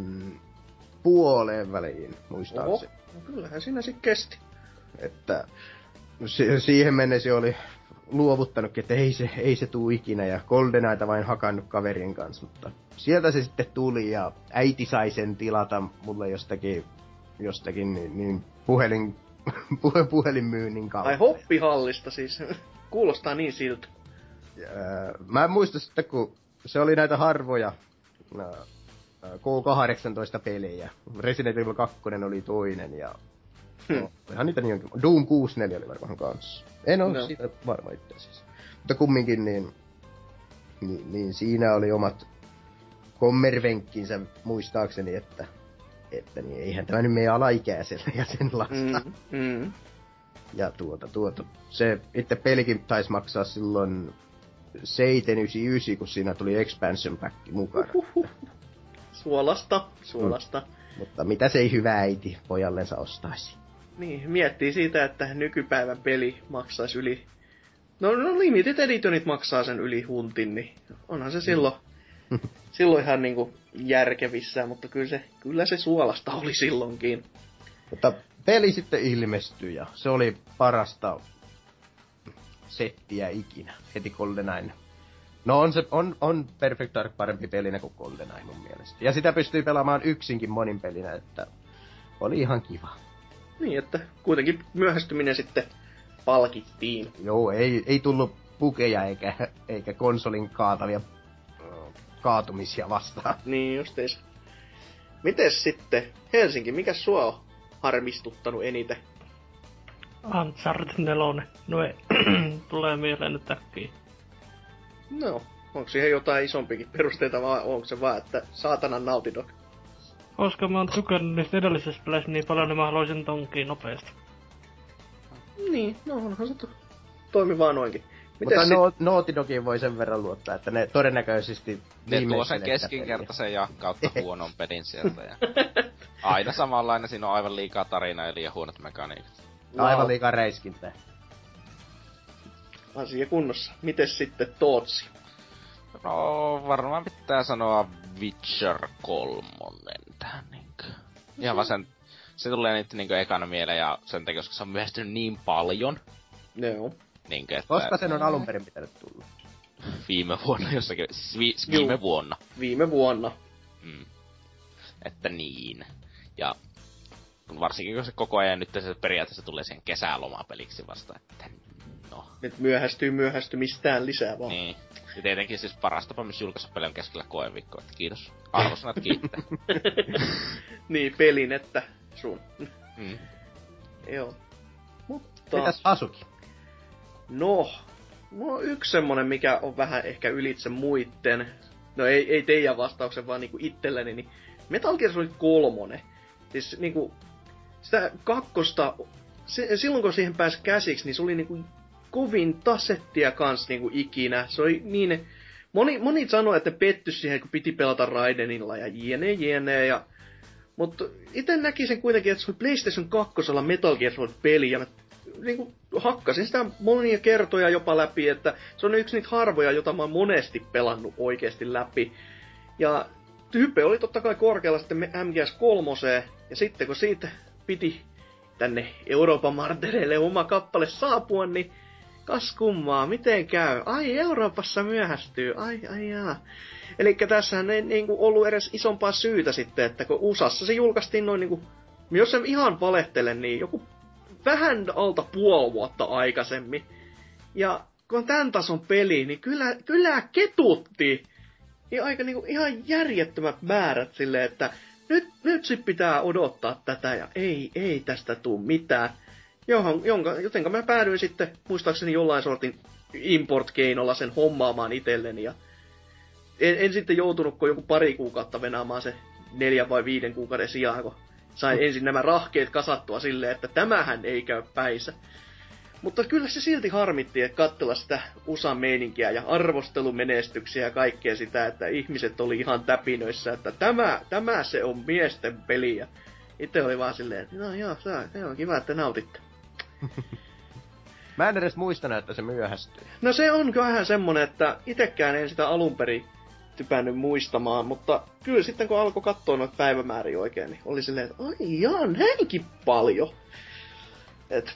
puoleen väliin, muistaakseni. No kyllähän siinä sitten kesti. Että siihen mennessä oli luovuttanutkin, että ei se tuu ikinä, ja GoldenEyeta vain hakannut kaverien kanssa, mutta sieltä se sitten tuli, ja äiti sai sen tilata mulle jostakin niin puhelinmyynnin kautta. Ai hoppihallista siis, kuulostaa niin siltä. Mä en muista sitten, kun se oli näitä harvoja K18-pelejä. Resident Evil 2 oli toinen, ja ihan niitä niin onkin. Doom 64 oli varmaan kanssa. En oo siitä varma itse asiassa. Mutta kumminkin niin siinä oli omat kommervenkkinsä muistaakseni, että niin eihän tämä nyt meidän alaikäisellä ja sen lasta. Ja se itse pelikin taisi maksaa silloin 799, kun siinä tuli expansion pack mukana. Suolasta. Mutta mitä se ei hyvä äiti pojallensa ostaisi? Niin, miettii siitä, että nykypäivän peli maksaisi yli... No Limited Editionit maksaa sen yli huntin, niin onhan se silloin ihan niinku järkevissä, mutta kyllä se suolasta oli silloinkin. Mutta peli sitten ilmestyi ja se oli parasta settiä ikinä, heti GoldenEye. No on Perfect Dark parempi pelinä kuin GoldenEye mun mielestä. Ja sitä pystyy pelaamaan yksinkin monin pelinä, että oli ihan kiva. Niin, että kuitenkin myöhästyminen sitten palkittiin. Joo, ei tullut pukeja eikä konsolin kaatavia kaatumisia vastaan. Niin justiis. Mites sitten Helsinki, mikä sua on harmistuttanut eniten? Uncharted 4. No ei, tulee mieleen nyt äkkiä. No, onko siihen jotain isompikin perusteita vai onko se vaan, että saatanan Naughty Dog? Koska mä oon tykännyt niistä edellisistä peleissä niin paljon, niin mä haluaisin tonkiin nopeasti. Niin, no onhan se toimi vaan noinkin. Mutta Naughty Dogiin voi sen verran luottaa, että ne todennäköisesti ne tuo sen keskinkertaisen ja kautta huonon pelin sieltä. Ja Aina samanlainen, siinä on aivan liikaa tarinaa ja liian huonot mekaniikat. Aivan liikaa räiskintää. Asia kunnossa. Mites sitten Tootsi? No, varmaan pitää sanoa Witcher 3 tähän niinkö. Ihan vaan se tulee nyt niinkö ekana mieleen ja sen takia, koska se on myöhästynyt niin paljon. Joo. Niinkö, että... Koska sen on alun perin pitänyt tulla? Viime vuonna jossakin, viime vuonna. Viime vuonna. Että niin. Ja varsinkin kun se koko ajan nyt se periaatteessa tulee siihen kesälomapeliksi vasta, että no. Nyt myöhästymistään lisää vaan. Niin. Ja tietenkin siis paras tapa myös julkaista peli on keskellä koeviikkoa, että kiitos. Arvosanat kiittää. Niin, pelin, että sun. Joo. Mutta... Mitäs Hasuki? No, yksi semmonen, mikä on vähän ehkä ylitse muitten. No ei teidän vastauksen, vaan niinku itselleni, niin Metal Gear Solid 3. Siis niinku, sitä kakkosta, silloin kun siihen pääsi käsiksi, niin se oli niinku kovin tasettia kans niinku ikinä. Se oli niin, moni sanoi, että petty siihen, kun piti pelata Raidenilla ja jne. Ja, mutta itse näkisin kuitenkin, että se oli PlayStation 2 Metal Gear Solid peli, ja mä niinku hakkasin sitä monia kertoja jopa läpi, että se on yksi niitä harvoja, jota mä oon monesti pelannut oikeesti läpi. Ja hype oli totta kai korkealla sitten MGS3, ja sitten kun siitä piti tänne Euroopan martereille oma kappale saapua, niin kas kummaa, miten käy? Ai, Euroopassa myöhästyy, ai jaa. Elikkä tässähän ei niinku ollut edes isompaa syytä sitten, että kun USAssa se julkaistiin noin niinku, jos se ihan valehtelen, niin joku vähän alta puoli vuotta aikaisemmin. Ja kun on tän tason peli, niin kyllä ketutti. Ja aika niinku ihan järjettömät määrät silleen, että nyt sit pitää odottaa tätä ja ei tästä tuu mitään. Jotenka mä päädyin sitten muistaakseni jollain sortin import-keinolla sen hommaamaan itselleni. Ja en sitten joutunut joku pari kuukautta venaamaan se 4 vai 5 kuukauden sijaan, kun sain ensin nämä rahkeet kasattua silleen, että tämähän ei käy päinsä. Mutta kyllä se silti harmitti, että katsella sitä USA-meininkiä ja arvostelumenestyksiä ja kaikkea sitä, että ihmiset oli ihan täpinöissä, että tämä se on miesten peli. Ja itse oli vaan silleen, että no joo, se on kiva, että nautitte. Mä en edes muistanut, että se myöhästyi. No se on vähän semmonen, että itekään en sitä alunperin typännyt muistamaan, mutta kyllä sitten kun alkoi katsoa noita päivämääriä oikein, niin oli silleen, että ai jaa, näinkin paljon. Et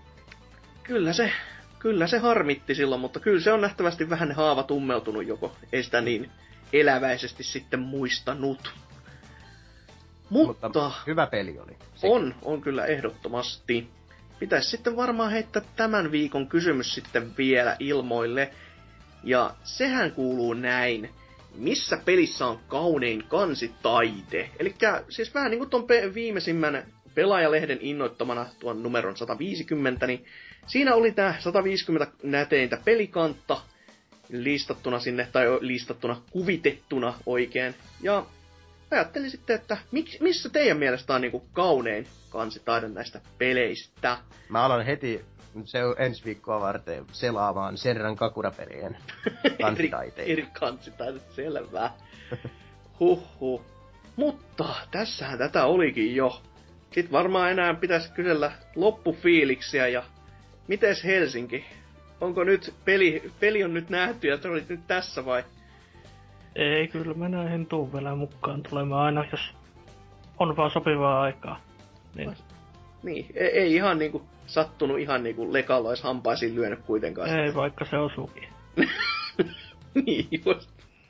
Kyllä se harmitti silloin, mutta kyllä se on nähtävästi vähän haava tummeutunut joko. Ei sitä niin eläväisesti sitten muistanut. Mutta hyvä peli oli. On kyllä ehdottomasti. Pitäisi sitten varmaan heittää tämän viikon kysymys sitten vielä ilmoille. Ja sehän kuuluu näin. Missä pelissä on kaunein kansitaide? Elikkä siis vähän niinku ton viimeisimmän Pelaajalehden innoittamana tuon numeron 150, niin siinä oli tää 150 näteintä pelikantta listattuna sinne, tai listattuna, kuvitettuna oikein. Ja ajattelin sitten, että missä teidän mielestä on niinku kaunein kansitaide näistä peleistä? Mä alan heti ensi viikkoa varten selaamaan Senran Kakura-pelien kansitaiteita. eri kansitaidet, selvää. Huhhuh. Mutta tässähän tätä olikin jo. Sitten varmaan enää pitäisi kysellä loppufiiliksiä ja mites Helsinki? Onko nyt peli on nyt nähty ja te olit nyt tässä vai? Ei, kyllä mä näihin tuu vielä mukaan tulemaan aina, jos on vaan sopivaa aikaa. Niin, ei ihan niinku sattunut ihan niinku lekalla ois hampaisiin lyönyt kuitenkaan. Ei, vaikka se osuukin. Niin just.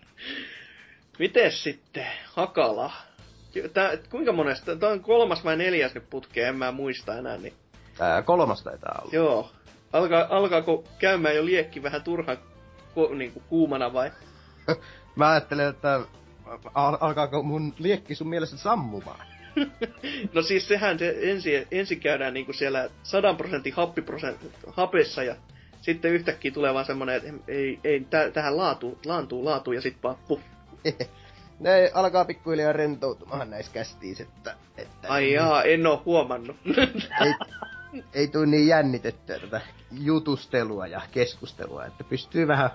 Mites sitten Hakala? Kuinka monesta? Tää on 3. vai 4. nyt putkeen, en mä muista enää. Niin. 3 taitaa olla. Joo. Alkaako käymään jo liekki vähän turhan niinku kuumana vai? Mä ajattelen, että alkaako mun liekki sun mielestä sammumaan? No siis sehän se ensin käydään niinku siellä 100% hapessa ja sitten yhtäkkiä tulee vaan semmonen, että ei tähän laantuu ja sit vaan puff. Ne alkaa pikkuhiljaa rentoutumaan näissä kästiissä, että ai jaa, en oo huomannut. ei tuu niin jännitettyä tätä jutustelua ja keskustelua, että pystyy vähän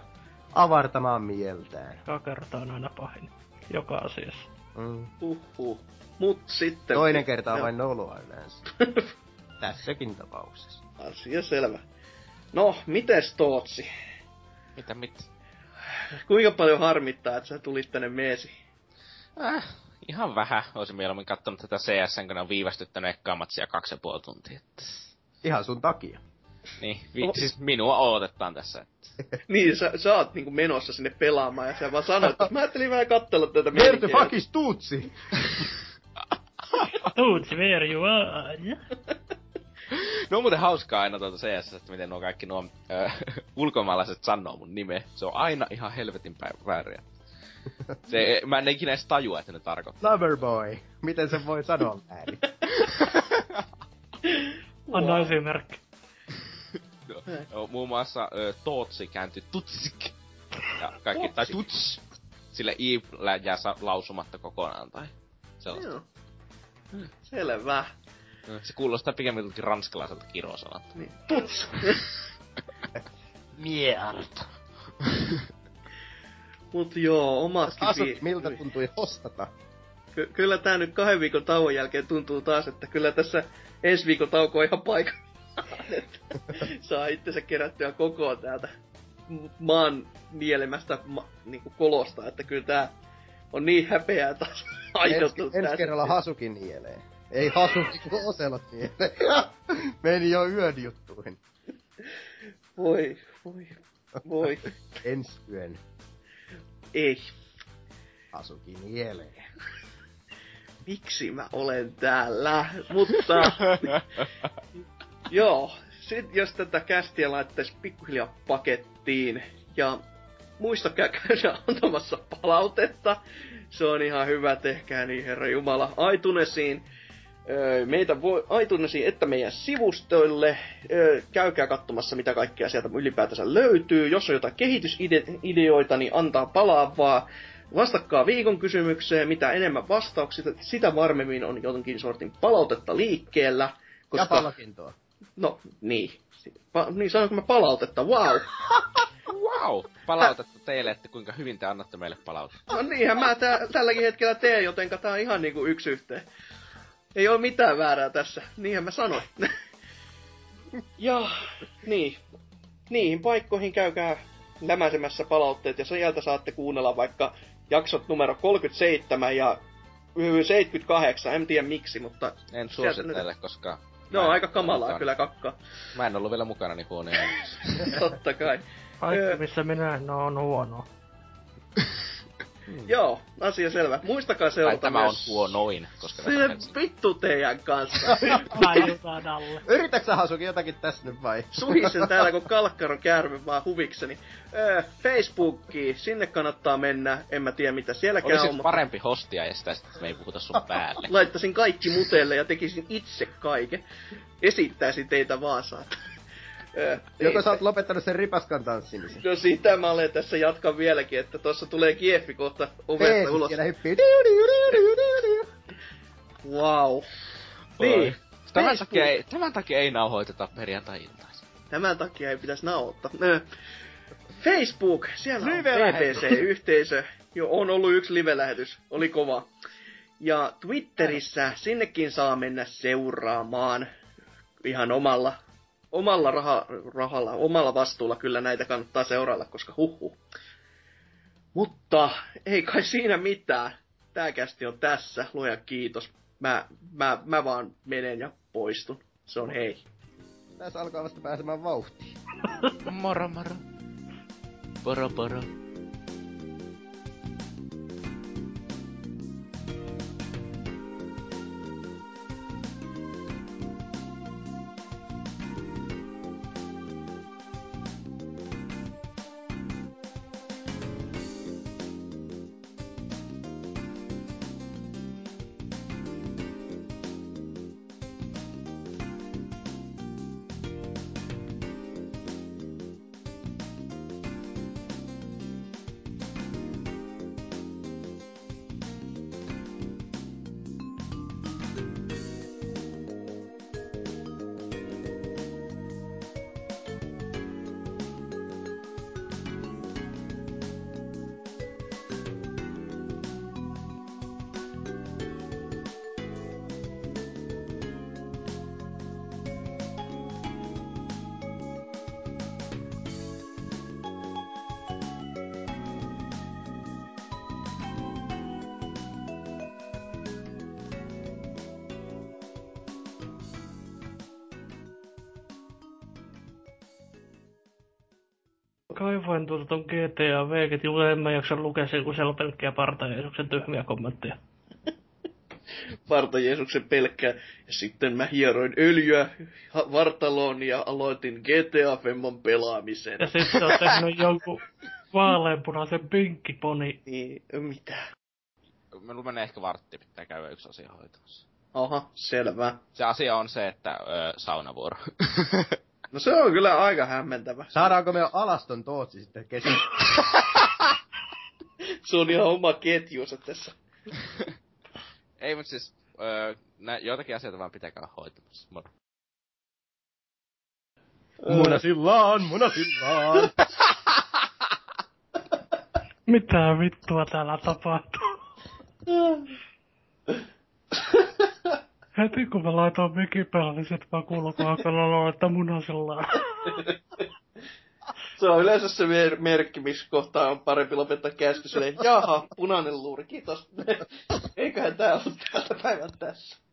avartamaan mieltään. Kakerta on aina pahin. Joka asiassa. Huhhuh. Mut sitten... Toinen kerta on vain noloa yleensä. Tässäkin tapauksessa. Asia selvä. No, mites Tootsi? Mitä? Kuinka paljon harmittaa, että sä tulit tänne meesi? Ihan vähän. Oisin mieluummin kattonut tätä CS:n, kun ne on viivästyttänyt ekkaa matsia 2,5 tuntia. Ihan sun takia. Niin, siis minua odotetaan tässä. Niin, sä oot niinku menossa sinne pelaamaan ja sä vaan sanoit, että mä ajattelin vähän katsella tätä Where the fuck is Tutsi? Tutsi, where you are? No on muuten hauskaa aina tuolta CS, että miten nuo kaikki nuo ulkomaalaiset sanoo mun nimeä. Se on aina ihan helvetin vääriä. Mä en ikinä edes tajua, että ne tarkoittaa. Loverboy. Miten se voi sanoa väärin? Anna esimerkki. No, muun muassa Tootsi kääntyi Tutsik. Ja kaikki, tai Tuts. Sille I jää lausumatta kokonaan, tai sellaista. Joo. Selvä. Se kuulostaa pikemminkin ranskalaiselta kirosanalta. Niin. Tuts! Mierda. Mut joo, omatkin... Miltä tuntui hostata? Kyllä tää nyt 2 viikon tauon jälkeen tuntuu taas, että kyllä tässä ensi viikon tauko on ihan paikallaan. Saa itsensä kerättyä kokoon täältä maan nielemästä niinku kolosta, että kyllä tää on niin häpeää taas aiheutunut. Ensi kerralla Hasukin nielee. Ei Hasuki, kun Oselot nielee. Meni jo yön juttuihin. Voi. Ensi yön. Ei. Hasuki nielee. Miksi mä olen täällä? Mutta... Joo, sit jos tätä kästiä laittaisi pikkuhiljaa pakettiin ja muistakaa käydä antamassa palautetta. Se on ihan hyvä, tehkää niin herra jumala. iTunesiin, meitä voi iTunesiin että meidän sivustoille. Käykää katsomassa mitä kaikkea sieltä ylipäätänsä löytyy. Jos on jotain kehitysideoita, niin antaa palaa vaan. Vastatkaa viikon kysymykseen, mitä enemmän vastauksia, sitä varmemmin on jonkin sortin palautetta liikkeellä. Koska... Ja palkintoa. No, niin. Niin sanonko mä palautetta? Wow! Wow! Palautetta teille, että kuinka hyvin te annatte meille palautetta. No niinhän mä tälläkin hetkellä teen, jotenka tää on ihan niinku yksi yhteen. Ei oo mitään väärää tässä. Niinhän mä sanoin. Ja, niin. Niihin paikkoihin käykää lämäsemässä palautteet ja sieltä saatte kuunnella vaikka jaksot numero 37 ja 78. En tiedä miksi, mutta... En suosittele, koska... No, aika kamalaa kyllä kakkaa. Mä en ollut vielä mukana niin huoneen. Totta kai. Paikka, missä minä en oo, on huono. Joo, asia selvä. Muistakaa seurata tämä myös... on huonoin, koska... Se vittu teidän kanssa. Tajutaan alle. Yritäksä Hasuki jotakin tässä nyt vai? Suhisen täällä kun kalkkaron käärme vaan huvikseni. Facebookiin, sinne kannattaa mennä. En mä tiedä mitä sielläkään on. Olisit parempi hostia ja sitä me ei puhuta sun päälle. Laittaisin kaikki mutelle ja tekisin itse kaiken. Esittäisin teitä vaan saat. Joko sä oot lopettanut sen ripaskan tanssimisen? No sitä mä olen tässä jatkan vieläkin, että tossa tulee kieffi kohta ovesta ulos. Siellä hyppii. Wow. Niin. Tämän takia ei nauhoiteta perjantai-iltaisin. Tämän takia ei pitäisi nauhoittaa. Facebook, siellä on PPC-yhteisö. Jo on ollut yksi live-lähetys. Oli kova. Ja Twitterissä sinnekin saa mennä seuraamaan ihan omalla rahalla, omalla vastuulla kyllä näitä kannattaa seurailla, koska Mutta ei kai siinä mitään. Tää kästi on tässä, luoja kiitos. Mä vaan menen ja poistun. Se on hei. Tässä alkaa vasta pääsemään vauhtiin. Moro moro. Poro poro. kaivoin ton GTA V, en mä jaksa lukea sen, kun siellä on pelkkiä Parta-Jeesuksen tyhmiä kommentteja. Parta-Jeesuksen pelkkää. Ja sitten mä hieroin öljyä vartaloon ja aloitin GTA Femmon pelaamisen. Ja sitten on tehnyt jonkun vaaleanpunaisen pinkkiponi. Niin, mitä? Minulla menee ehkä vartti, pitää käydä yksi asia hoitamassa. Aha, selvä. Se asia on se, että saunavuoro. No se on kyllä aika hämmentävä. Saadaanko me alaston Tootsi sitten kesken? Se on ihan oma ketjuunsa tässä. Ei, mut siis, joitakin asioita vaan pitää käydä hoitamassa. Moro. Munasillaan! Mitä vittua täällä tapahtuu? Heti kun mä laitoin mikin päälle, niin sit vaan kuuluu alkaa että munasillaan. Se on yleensä se merkki, missä kohtaa on parempi lopettaa käsky silleen, jaha, punainen luuri, kiitos. Eiköhän tää ollut tältä päivän tässä.